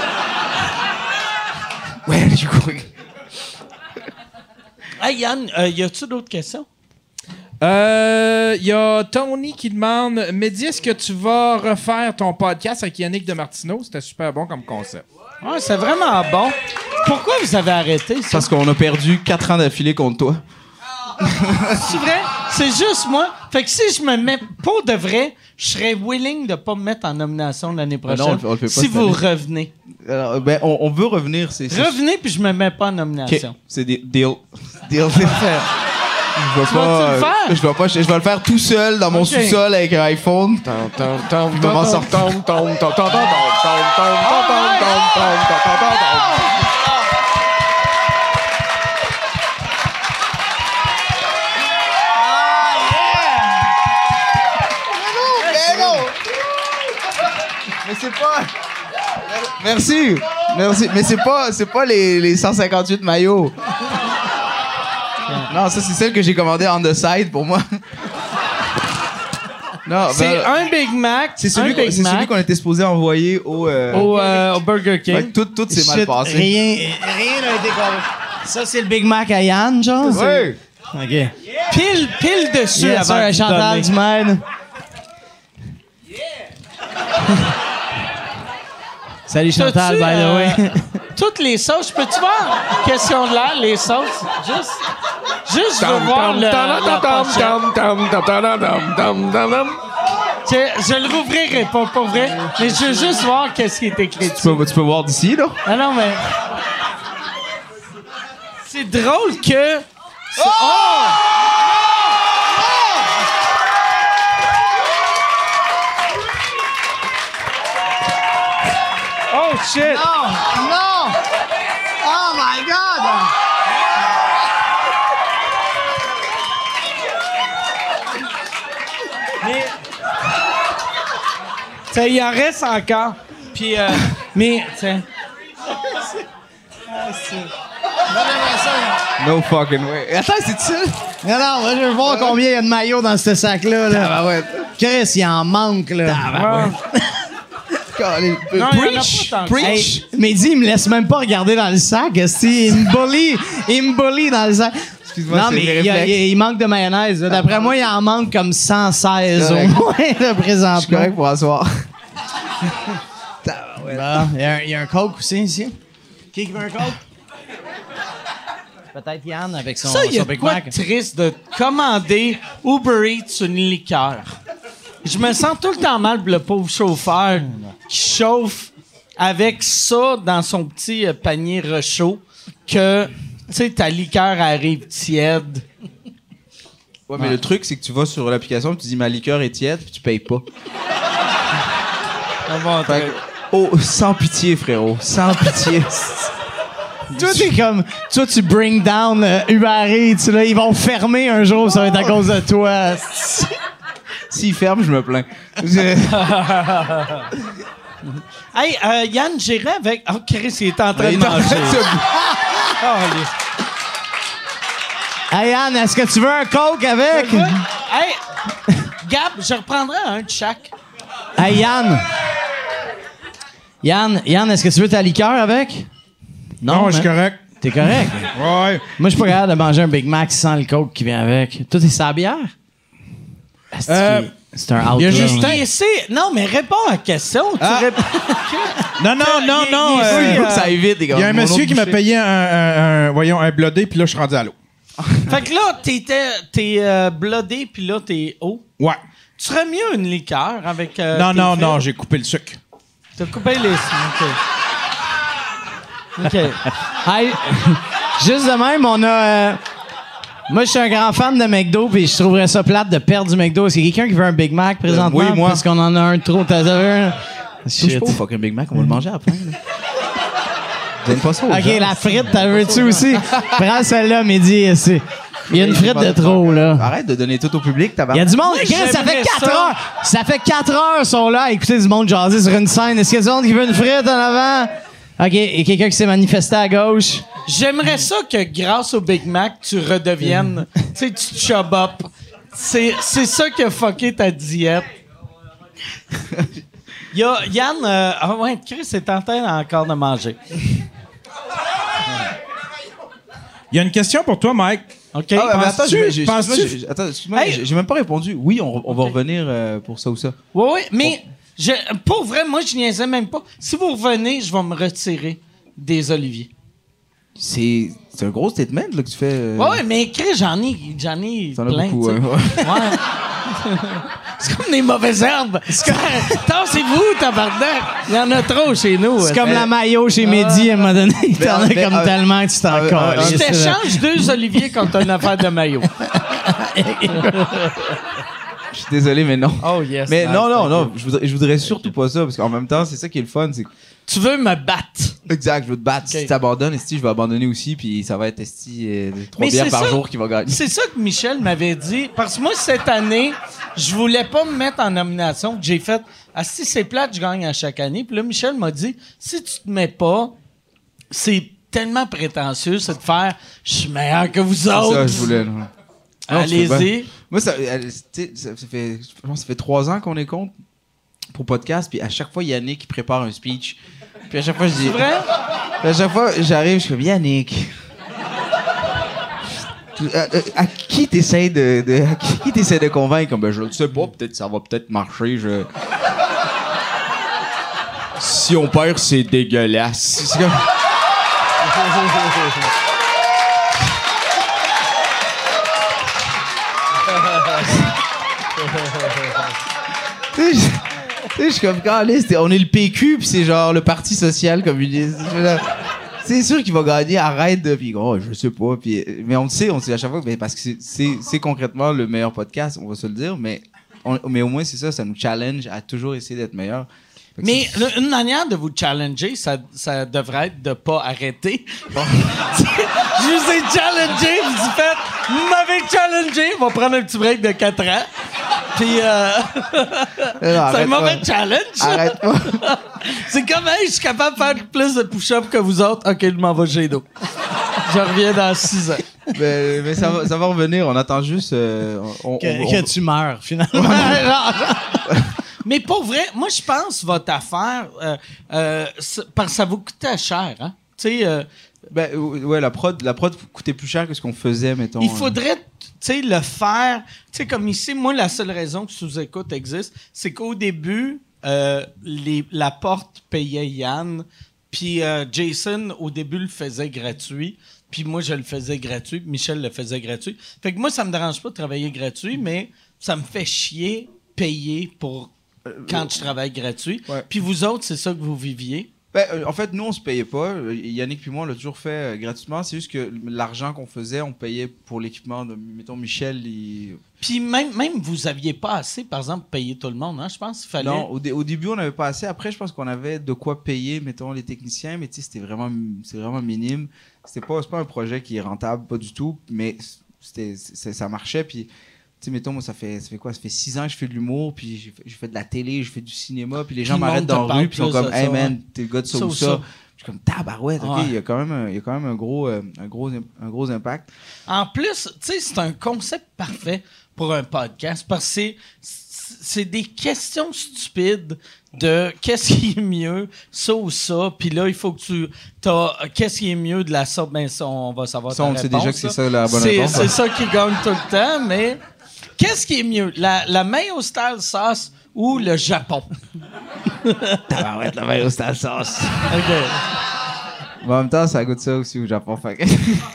Where you going? Hey, Yann, euh, y a-tu d'autres questions? Il euh, y a Tony qui demande Mehdi, est-ce que tu vas refaire ton podcast avec Yannick de Martineau? C'était super bon comme concept. Ouais, c'est vraiment bon. Pourquoi vous avez arrêté ça? Parce qu'on a perdu quatre ans d'affilée contre toi. C'est vrai? C'est juste moi. Fait que si je me mets pour de vrai, je serais willing de pas me mettre en nomination l'année Ah non, prochaine. on le fait- on le fait pas si cette vous année. revenez. Alors, ben, on, on veut revenir. C'est, c'est... Revenez puis je me mets pas en Ok, nomination. c'est des deal. Deal. Je vais Tu pas. vas-tu le euh, faire? Je vais pas. Je vais le faire tout seul dans mon Ok. sous-sol avec un iPhone. Je vais m'en sortir. Mais c'est pas. Merci. Merci. Mais c'est pas, c'est pas les, les cent cinquante-huit maillots. Non, ça, c'est celle que j'ai commandée on the side pour moi. Non, C'est ben, un Big Mac. c'est celui, un qu'on, Big c'est celui Mac qu'on était supposé envoyer au. euh, au, euh, au Burger fait King. que tout, tout s'est mal shit, passé. Rien, rien n'a été compris. Ça, c'est le Big Mac à Yann, genre? Ouais. OK. Pile, pile dessus Yes, avant sir, de vous Chantal donner. Dumède. Salut Chantal, by T'as-tu, the way. euh, toutes les sauces, peux-tu voir? Question de l'air, les sauces. Juste, juste je veux voir le, la pochette. Je, je le rouvrirai pas, pour vrai, mais je veux juste voir qu'est-ce qui est écrit Tu dessus. peux, tu peux voir d'ici, là? Ah non, mais... C'est drôle que... c'est- Oh! Oh, shit! Non! Non! Oh my God! Mais... T'sais, il en reste encore. Puis, euh, mais, tiens... No fucking way. Attends, c'est ça? Non, non, moi, je veux voir combien il y a de maillots dans ce sac-là. Là. Ah, ouais. Chris, il en manque, là. Allez, Non, il y en a preach! pas tant que ça. Preach! Hey, Mehdi, il me laisse même pas regarder dans le sac. esti. Il me bully. Il me bully dans le sac. Excuse-moi, Non, c'est mais mes il, y a- réflexes. il- il manque de mayonnaise. là. D'après moi, il en manque comme cent seize au Correct. moins, là, Je suis présentement. correct pour asseoir. Bon, il y, a un- il y a un Coke aussi, ici. Qui qui veut un Coke? Peut-être Yann avec son, Ça, il y a son de Big quoi Mac. de triste de commander Uber Eats une liqueur. Je me sens tout le temps mal pour le pauvre chauffeur qui chauffe avec ça dans son petit euh, panier rechaud que, tu sais, ta liqueur arrive tiède. Ouais, mais le truc, c'est que tu vas sur l'application, tu dis ma liqueur est tiède, puis tu payes pas. Fait que, oh, sans pitié, frérot. Sans pitié. Toi, t'es comme. Toi, tu bring down euh, Uber Eats, là. Ils vont fermer un jour, ça va être à cause de toi. S'il ferme, je me plains. Hey, euh, Yann, j'irai avec... Oh, Chris, il est en train de Il est en manger. train de se- Oh, les- Hey, Yann, est-ce que tu veux un Coke avec? Hey, Gab, je reprendrai un de chaque. Hey, Yann. Yann, Yann, est-ce que tu veux ta liqueur avec? Non, je suis hein? correct. T'es correct? Ouais. Moi, je suis pas capable de manger un Big Mac sans le Coke qui vient avec. Toi, t'es sans bière? Asti, Euh, c'est un out. il y a là. juste Il essaie- Non, mais réponds à la question. Tu Ah. réponds- Non, non, non, il- non. il- euh, il- Faut que ça évite, les gars. Il y a un Mon monsieur autre qui m'a bouchée. payé un, un- un- voyons, un blodé, puis là, je suis rendu à l'eau. Fait que là, t'étais, t'es euh, blodé, puis là, t'es haut. Ouais. Tu serais mieux une liqueur avec. euh, non, tes non, fils. non, j'ai coupé le sucre. T'as coupé les. OK. OK. Hey, juste de même, on a. euh, moi, je suis un grand fan de McDo, puis je trouverais ça plate de perdre du McDo. Est-ce qu'il y a quelqu'un qui veut un Big Mac présentement? oui, moi. Parce qu'on en a un de trop. T'as vu un? Touche Shit. pas au fucking Big Mac, on va le manger après. là. Donne pas ça aux OK, gens. la frite, t'en veux-tu aussi? Prends celle-là, Mehdi. c'est- Il y a une frite de trop, là. Arrête de donner tout au public, Il y tabarnak. a du monde. Moi, Chris, ça fait j'aimerais quatre ça. heures. Ça fait quatre heures qu'ils sont là à écouter du monde jaser sur une scène. Est-ce qu'il y a du monde qui veut une frite en avant? OK, et quelqu'un qui s'est manifesté à gauche? J'aimerais ça que grâce au Big Mac, tu redeviennes. Tu sais, tu te chub up. C'est, c'est ça qui a fucké ta diète. Il y a Yann. euh, ah ouais, Chris est en train encore de manger. Il y a une question pour toi, Mike. OK? Ah, ouais, mais attends, Penses-tu- j'ai- j'ai- penses-tu- excuse-moi, j'ai- attends, excuse-moi, Hey! j'ai j'ai même pas répondu. Oui, on, on va Ok. revenir euh, pour ça ou ça. Oui, oui, mais je, pour vrai, moi, je niaisais même pas. Si vous revenez, je vais me retirer des oliviers. C'est c'est un gros statement là, que tu fais. euh, Oui, ouais, mais Chris, j'en ai, j'en ai T'en as plein. beaucoup, tu sais. ouais. Ouais. C'est comme des mauvaises herbes. Tassez-vous, tabarnak. Il y en a trop chez nous. C'est comme la maillot chez Mehdi, à un moment donné. T'en as mais- comme ah, tellement que tu t'en ah, ah, colles. Je t'échange deux oliviers contre une affaire de maillot. Je suis désolé, mais non. Oh yes. Mais non, non, thank non, you. je voudrais, je voudrais surtout pas ça, parce qu'en même temps, c'est ça qui est le fun. C'est... Tu veux me battre. Exact, je veux te battre. Ok. Si t'abandonnes, esti, je vais abandonner aussi, puis ça va être esti, euh, trois Mais bières c'est par ça. jour qui va gagner. C'est ça que Michel m'avait dit. Parce que moi, cette année, je voulais pas me mettre en nomination. J'ai fait, ah, si c'est plate, je gagne à chaque année. Puis là, Michel m'a dit, si tu te mets pas, c'est tellement prétentieux, c'est de faire, je suis meilleur que vous C'est autres. ça, je voulais. là. Non, tu fais bien. Allez-y. Moi, ça, euh, tu sais, ça, ça fait, je pense que ça fait trois ans qu'on est contre pour podcast, puis à chaque fois, Yannick qui prépare un speech. Puis à chaque fois, je dis. C'est vrai? Puis à chaque fois, j'arrive, je suis comme Yannick. À, à- à qui t'essayes de, de, à qui t'essayes de convaincre? Comme, ben, je le sais pas, peut-être ça va peut-être marcher. Je... Si on perd, c'est dégueulasse. C'est comme... Tu sais, je- tu sais, je suis comme, caliste, on est le P Q, puis c'est genre le Parti social communiste. Je fais là, c'est sûr qu'il va gagner, arrête de. Puis, oh, je sais pas. Puis, mais on le sait, on le sait à chaque fois, mais parce que c'est, c'est, c'est concrètement le meilleur podcast, on va se le dire, mais, on- mais au moins, c'est ça, ça nous challenge à toujours essayer d'être meilleur. Fait que Mais c'est- le- une manière de vous challenger, ça, ça devrait être de pas arrêter. Je vous ai challengé, vous y faites, vous m'avez challengé, on va prendre un petit break de quatre ans. Puis, euh, Non, c'est un arrête mauvais pas. challenge. ça. Arrête pas. C'est comme, hey, je suis capable de faire plus de push-up que vous autres. OK, je m'en vais chez nous. Je reviens dans six ans. mais mais ça, va, ça va revenir, on attend juste. euh, on, on- Que, on- que tu meurs, finalement. Mais pour vrai, moi, je pense votre affaire, euh, euh, c'est- parce que ça vous coûtait cher, hein? Tu sais, euh, Ben, ouais, la prod, la prod coûtait plus cher que ce qu'on faisait, mettons. il euh. faudrait, tu sais, le faire. Tu sais, comme ici, moi, la seule raison que Sous-Écoute existe, c'est qu'au début, euh, les, la porte payait Yann, puis euh, Jason, au début, le faisait gratuit. Puis moi, je le faisais gratuit, puis Michel le faisait gratuit. Fait que moi, ça me dérange pas de travailler gratuit, mais ça me fait chier payer pour quand je travaille gratuit. Ouais. Puis vous autres, c'est ça que vous viviez. Ben, euh, en fait, nous, on se payait pas. Euh, Yannick puis moi, on l'a toujours fait euh, gratuitement. C'est juste que l'argent qu'on faisait, on payait pour l'équipement de, mettons, Michel. Il... Puis même, même vous aviez pas assez, par exemple, pour payer tout le monde, hein? Je pense qu'il fallait... Non, au, dé- au début, on n'avait pas assez. Après, je pense qu'on avait de quoi payer, mettons, les techniciens. Mais tu sais, c'était vraiment, c'est vraiment minime. C'était pas, c'est pas un projet qui est rentable, pas du tout. Mais c'était, c'est- ça marchait. Puis, tu sais, mettons, moi, ça fait, ça fait quoi? Ça fait six ans que je fais de l'humour. Puis, j'ai fait, j'ai fait de la télé, je fais du cinéma. Puis, les gens Puis le m'arrêtent monde dans te la parle rue. Puis, ils sont plus de comme, ça, hey ouais. man, t'es le gars de ça, Ça ou ou ça. ça. Je suis comme tabarouette, ok, Ouais. il y a quand même un, il y a quand même un gros, euh, un gros, un gros impact. En plus, tu sais, c'est un concept parfait pour un podcast parce que c'est, c'est des questions stupides de qu'est-ce qui est mieux, ça ou ça. Puis là, il faut que tu... T'as, qu'est-ce qui est mieux de la sorte? Ben ça, on va savoir Ça, ta on sait réponse, déjà que c'est là. ça la bonne c'est, réponse. C'est ça qui gagne tout le temps, mais qu'est-ce qui est mieux? La, la mayo style sauce ou le Japon? Tabarouette, la mayo style sauce. OK. Mais en même temps, ça goûte ça aussi au Japon. Fait que-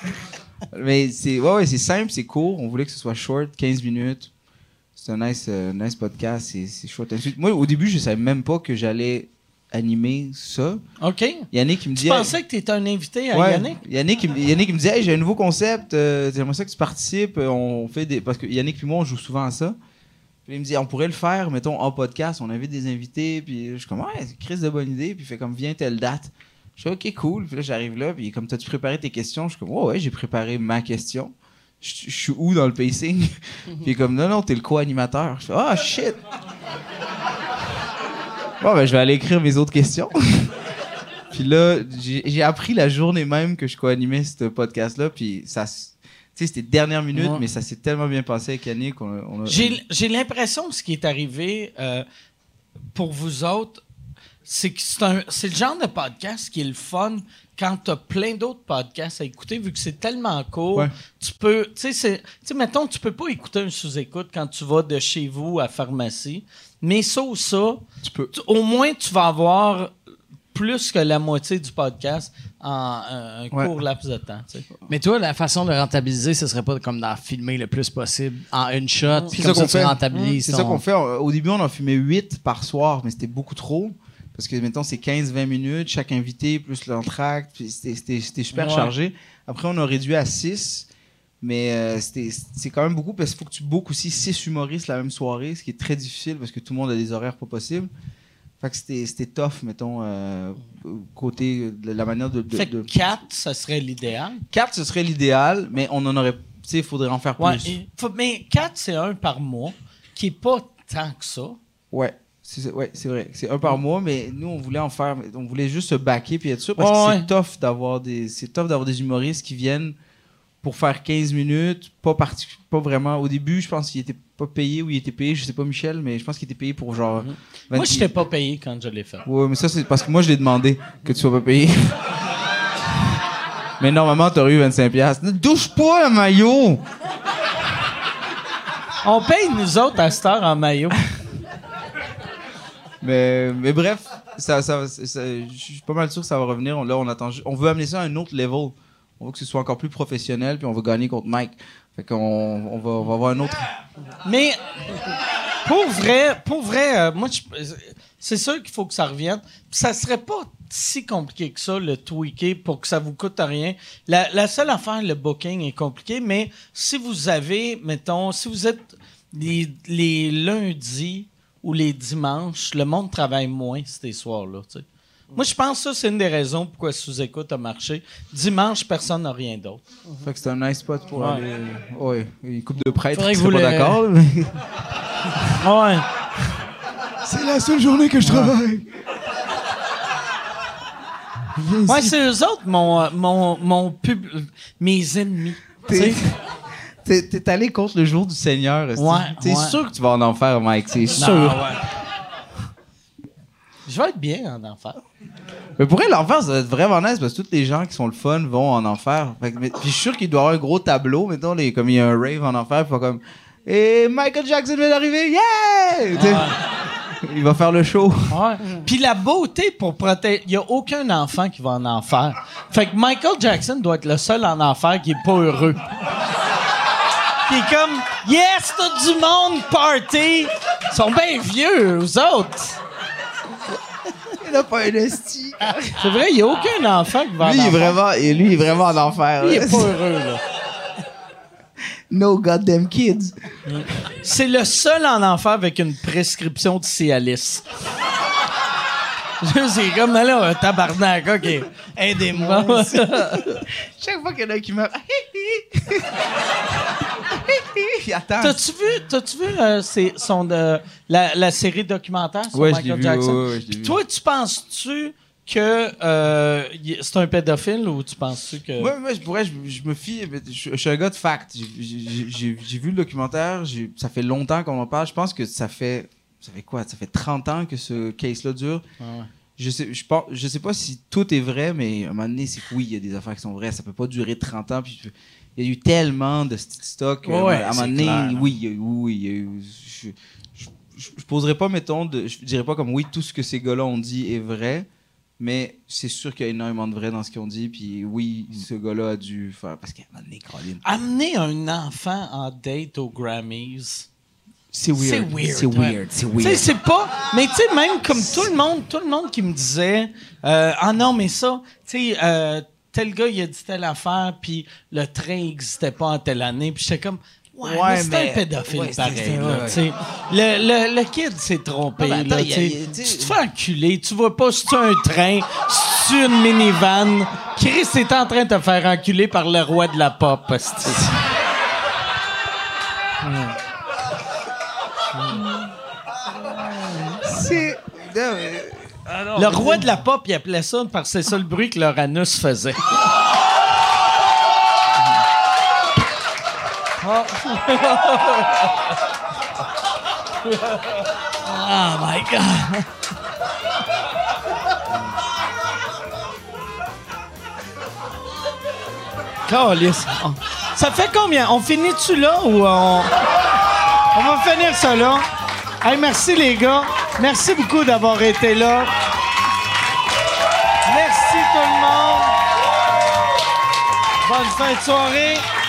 Mais c'est, ouais, ouais, c'est simple, c'est court. On voulait que ce soit short, quinze minutes. C'est un nice, euh, nice podcast, c'est, c'est short. Ensuite, moi, au début, je savais même pas que j'allais animer ça. OK. Yannick, il me Tu dit... pensais que tu étais un invité à Ouais, Yannick? Yannick, il me- Yannick, il me dit hey, j'ai un nouveau concept, euh, j'aimerais ça que tu participes. euh, On fait des... Parce que Yannick et moi, on joue souvent à ça. Puis il me dit on pourrait le faire, mettons, en podcast, on invite des invités. Puis je suis comme ouais, c'est une crise de bonne idée. Puis il fait comme viens telle date. Je fais, OK, cool. Puis là, j'arrive là, puis comme, t'as-tu préparé tes questions? Je suis comme, ouais, ouais, j'ai préparé ma question. Je je suis où dans le pacing? Puis il est comme, non, non, t'es le co-animateur. Je fais, ah, shit! Bon, ben, je vais aller écrire mes autres questions. Puis là, j'ai j'ai appris la journée même que je co-animais ce podcast-là, puis ça... Tu sais, c'était dernière minute, ouais. mais ça s'est tellement bien passé avec Yannick. On a, on a... J'ai, j'ai l'impression que ce qui est arrivé euh, pour vous autres, c'est que c'est, un, c'est le genre de podcast qui est le fun quand tu as plein d'autres podcasts à écouter, vu que c'est tellement court. Ouais. Tu peux, tu sais, mettons, tu peux pas écouter un sous-écoute quand tu vas de chez vous à la pharmacie, mais ça ou ça, tu peux. Tu, au moins, tu vas avoir plus que la moitié du podcast en euh, un ouais. court laps de temps. T'sais. Mais toi, la façon de rentabiliser, ce serait pas comme d'en filmer le plus possible en une shot, C'est comme ça, ça, qu'on tu fait. rentabilises C'est ton... ça qu'on fait. Au début, on en fumait huit par soir, mais c'était beaucoup trop. Parce que, mettons, c'est quinze vingt minutes, chaque invité, plus l'entracte, puis c'était, c'était, c'était super ouais. chargé. Après, on a réduit à six, mais euh, c'était, c'est quand même beaucoup, parce qu'il faut que tu bookes aussi six humoristes la même soirée, ce qui est très difficile, parce que tout le monde a des horaires pas possibles. Fait que c'était, c'était tough, mettons, euh, côté de la manière de... de fait que de... quatre, ça serait l'idéal. quatre, ce serait l'idéal, mais on en aurait... Tu sais, il faudrait en faire ouais, plus. Faut, mais quatre, c'est un par mois, qui est pas tant que ça. Ouais. C'est, ouais, c'est vrai. C'est un par mois, mais nous, on voulait en faire... On voulait juste se backer puis être sûr, parce ouais, que c'est ouais. tough d'avoir des... C'est tough d'avoir des humoristes qui viennent pour faire quinze minutes, pas, partic... pas vraiment... Au début, je pense qu'il était pas payé ou il était payé, je sais pas Michel, mais je pense qu'il était payé pour genre... Mm-hmm. vingt... Moi, je t'ai pas payé quand je l'ai fait. Ouais, mais ça, c'est parce que moi, je l'ai demandé que tu sois pas payé. Mais normalement, t'aurais eu vingt-cinq piastres. Ne douche pas le maillot! On paye, nous autres, à cette heure en maillot. Mais, mais bref, ça, ça, ça, ça, je suis pas mal sûr que ça va revenir. Là, on attend, on veut amener ça à un autre level. On veut que ce soit encore plus professionnel, puis on va gagner contre Mike. Fait qu'on on va, on va avoir un autre... Mais pour vrai, pour vrai, euh, moi, je, c'est sûr qu'il faut que ça revienne. Puis ça serait pas si compliqué que ça, le tweaker, pour que ça vous coûte rien. La, la seule affaire, le booking est compliqué, mais si vous avez, mettons, si vous êtes les, les lundis ou les dimanches, le monde travaille moins ces soirs-là, tu sais. Moi, je pense que ça, c'est une des raisons pourquoi Sous-Écoute a marché. Dimanche, personne n'a rien d'autre. Fait que c'est un nice spot pour ouais. aller... Ouais, une couple de prêtres Faudrait qui que seraient vous pas le... d'accord. Mais... Ouais. C'est la seule journée que je travaille. Ouais, c'est eux autres, mon, mon, mon pub... mes ennemis. T'es, t'es, t'es allé contre le jour du Seigneur. Ouais, c'est ouais. sûr que tu vas en enfer, Mike. C'est sûr. Non, ouais. Je vais être bien en enfer. Mais pour elle, l'enfer, ça va être vraiment nice parce que tous les gens qui sont le fun vont en enfer. Fait que, mais, puis je suis sûr qu'il doit y avoir un gros tableau, mettons, les, comme il y a un rave en enfer, puis comme et Michael Jackson vient d'arriver, yeah! Ah. Il va faire le show. Ouais. Puis la beauté pour protéger, il y a aucun enfant qui va en enfer. Fait que Michael Jackson doit être le seul en enfer qui est pas heureux. Puis comme yes, tout du monde party, ils sont bien vieux, eux autres. Il n'a pas un esti. C'est vrai, il n'y a aucun enfant qui va lui, en il est enfer. vraiment, et lui, il est vraiment en enfer. Lui, il est pas heureux, là. No goddamn kids. C'est le seul en enfer avec une prescription de Cialis. C'est comme, là, un tabarnak, OK. Aidez-moi. Chaque fois qu'il y en a qui meurt... Attends. T'as-tu vu, t'as-tu vu euh, c'est son, euh, la, la série documentaire sur ouais, Michael vu, Jackson? Ouais, ouais, je l'ai vu. Toi, tu penses-tu que euh, y- c'est un pédophile ou tu penses-tu que... Moi, moi je pourrais, je, je me fie, je, je suis un gars de fact. J'ai, j'ai, j'ai, j'ai vu le documentaire, j'ai, ça fait longtemps qu'on en parle. Je pense que ça fait, ça fait quoi? Ça fait trente ans que ce case-là dure. Ah ouais. Je sais, je, pense, je sais pas si tout est vrai, mais à un moment donné, c'est que oui, il y a des affaires qui sont vraies. Ça peut pas durer trente ans. Puis il y a eu tellement de stock. Ouais, ouais, à un moment donné, oui, il y a eu, oui, il y a eu, je, je, je, je poserais pas, mettons, de, je dirais pas comme oui, tout ce que ces gars-là ont dit est vrai. Mais c'est sûr qu'il y a énormément de vrai dans ce qu'ils ont dit. Puis oui, ce gars-là a dû faire. Parce qu'à un moment donné, Caroline. Amener un enfant en date aux Grammys... C'est weird. C'est weird. C'est ouais. weird. C'est Tu sais, weird. c'est pas. Mais tu sais, même comme tout le monde, tout le monde qui me disait, euh, ah non, mais ça, tu sais, euh, tel gars, il a dit telle affaire, puis le train n'existait pas en telle année, puis j'étais comme, Ouais, Ouais, mais c'est mais- un pédophile ouais, c'est- pareil. c'est- là, ouais. tu sais. Le, le, le kid s'est trompé. Non, mais attends, là, y a- tu sais. y a- tu sais- Tu te fais enculer. Tu vois pas si tu un train, si tu une minivan. Chris est en train de te faire enculer par le roi de la pop. hostie. C'est. Non, mais- Ah non, Le mais roi c'est- de la pop, il appelait ça parce que c'est ça le bruit que leur anus faisait. Oh my God! Calisse. Ça fait combien? On finit-tu là ou on... On va finir ça là? Hey, merci les gars. Merci beaucoup d'avoir été là. Merci tout le monde. Bonne fin de soirée.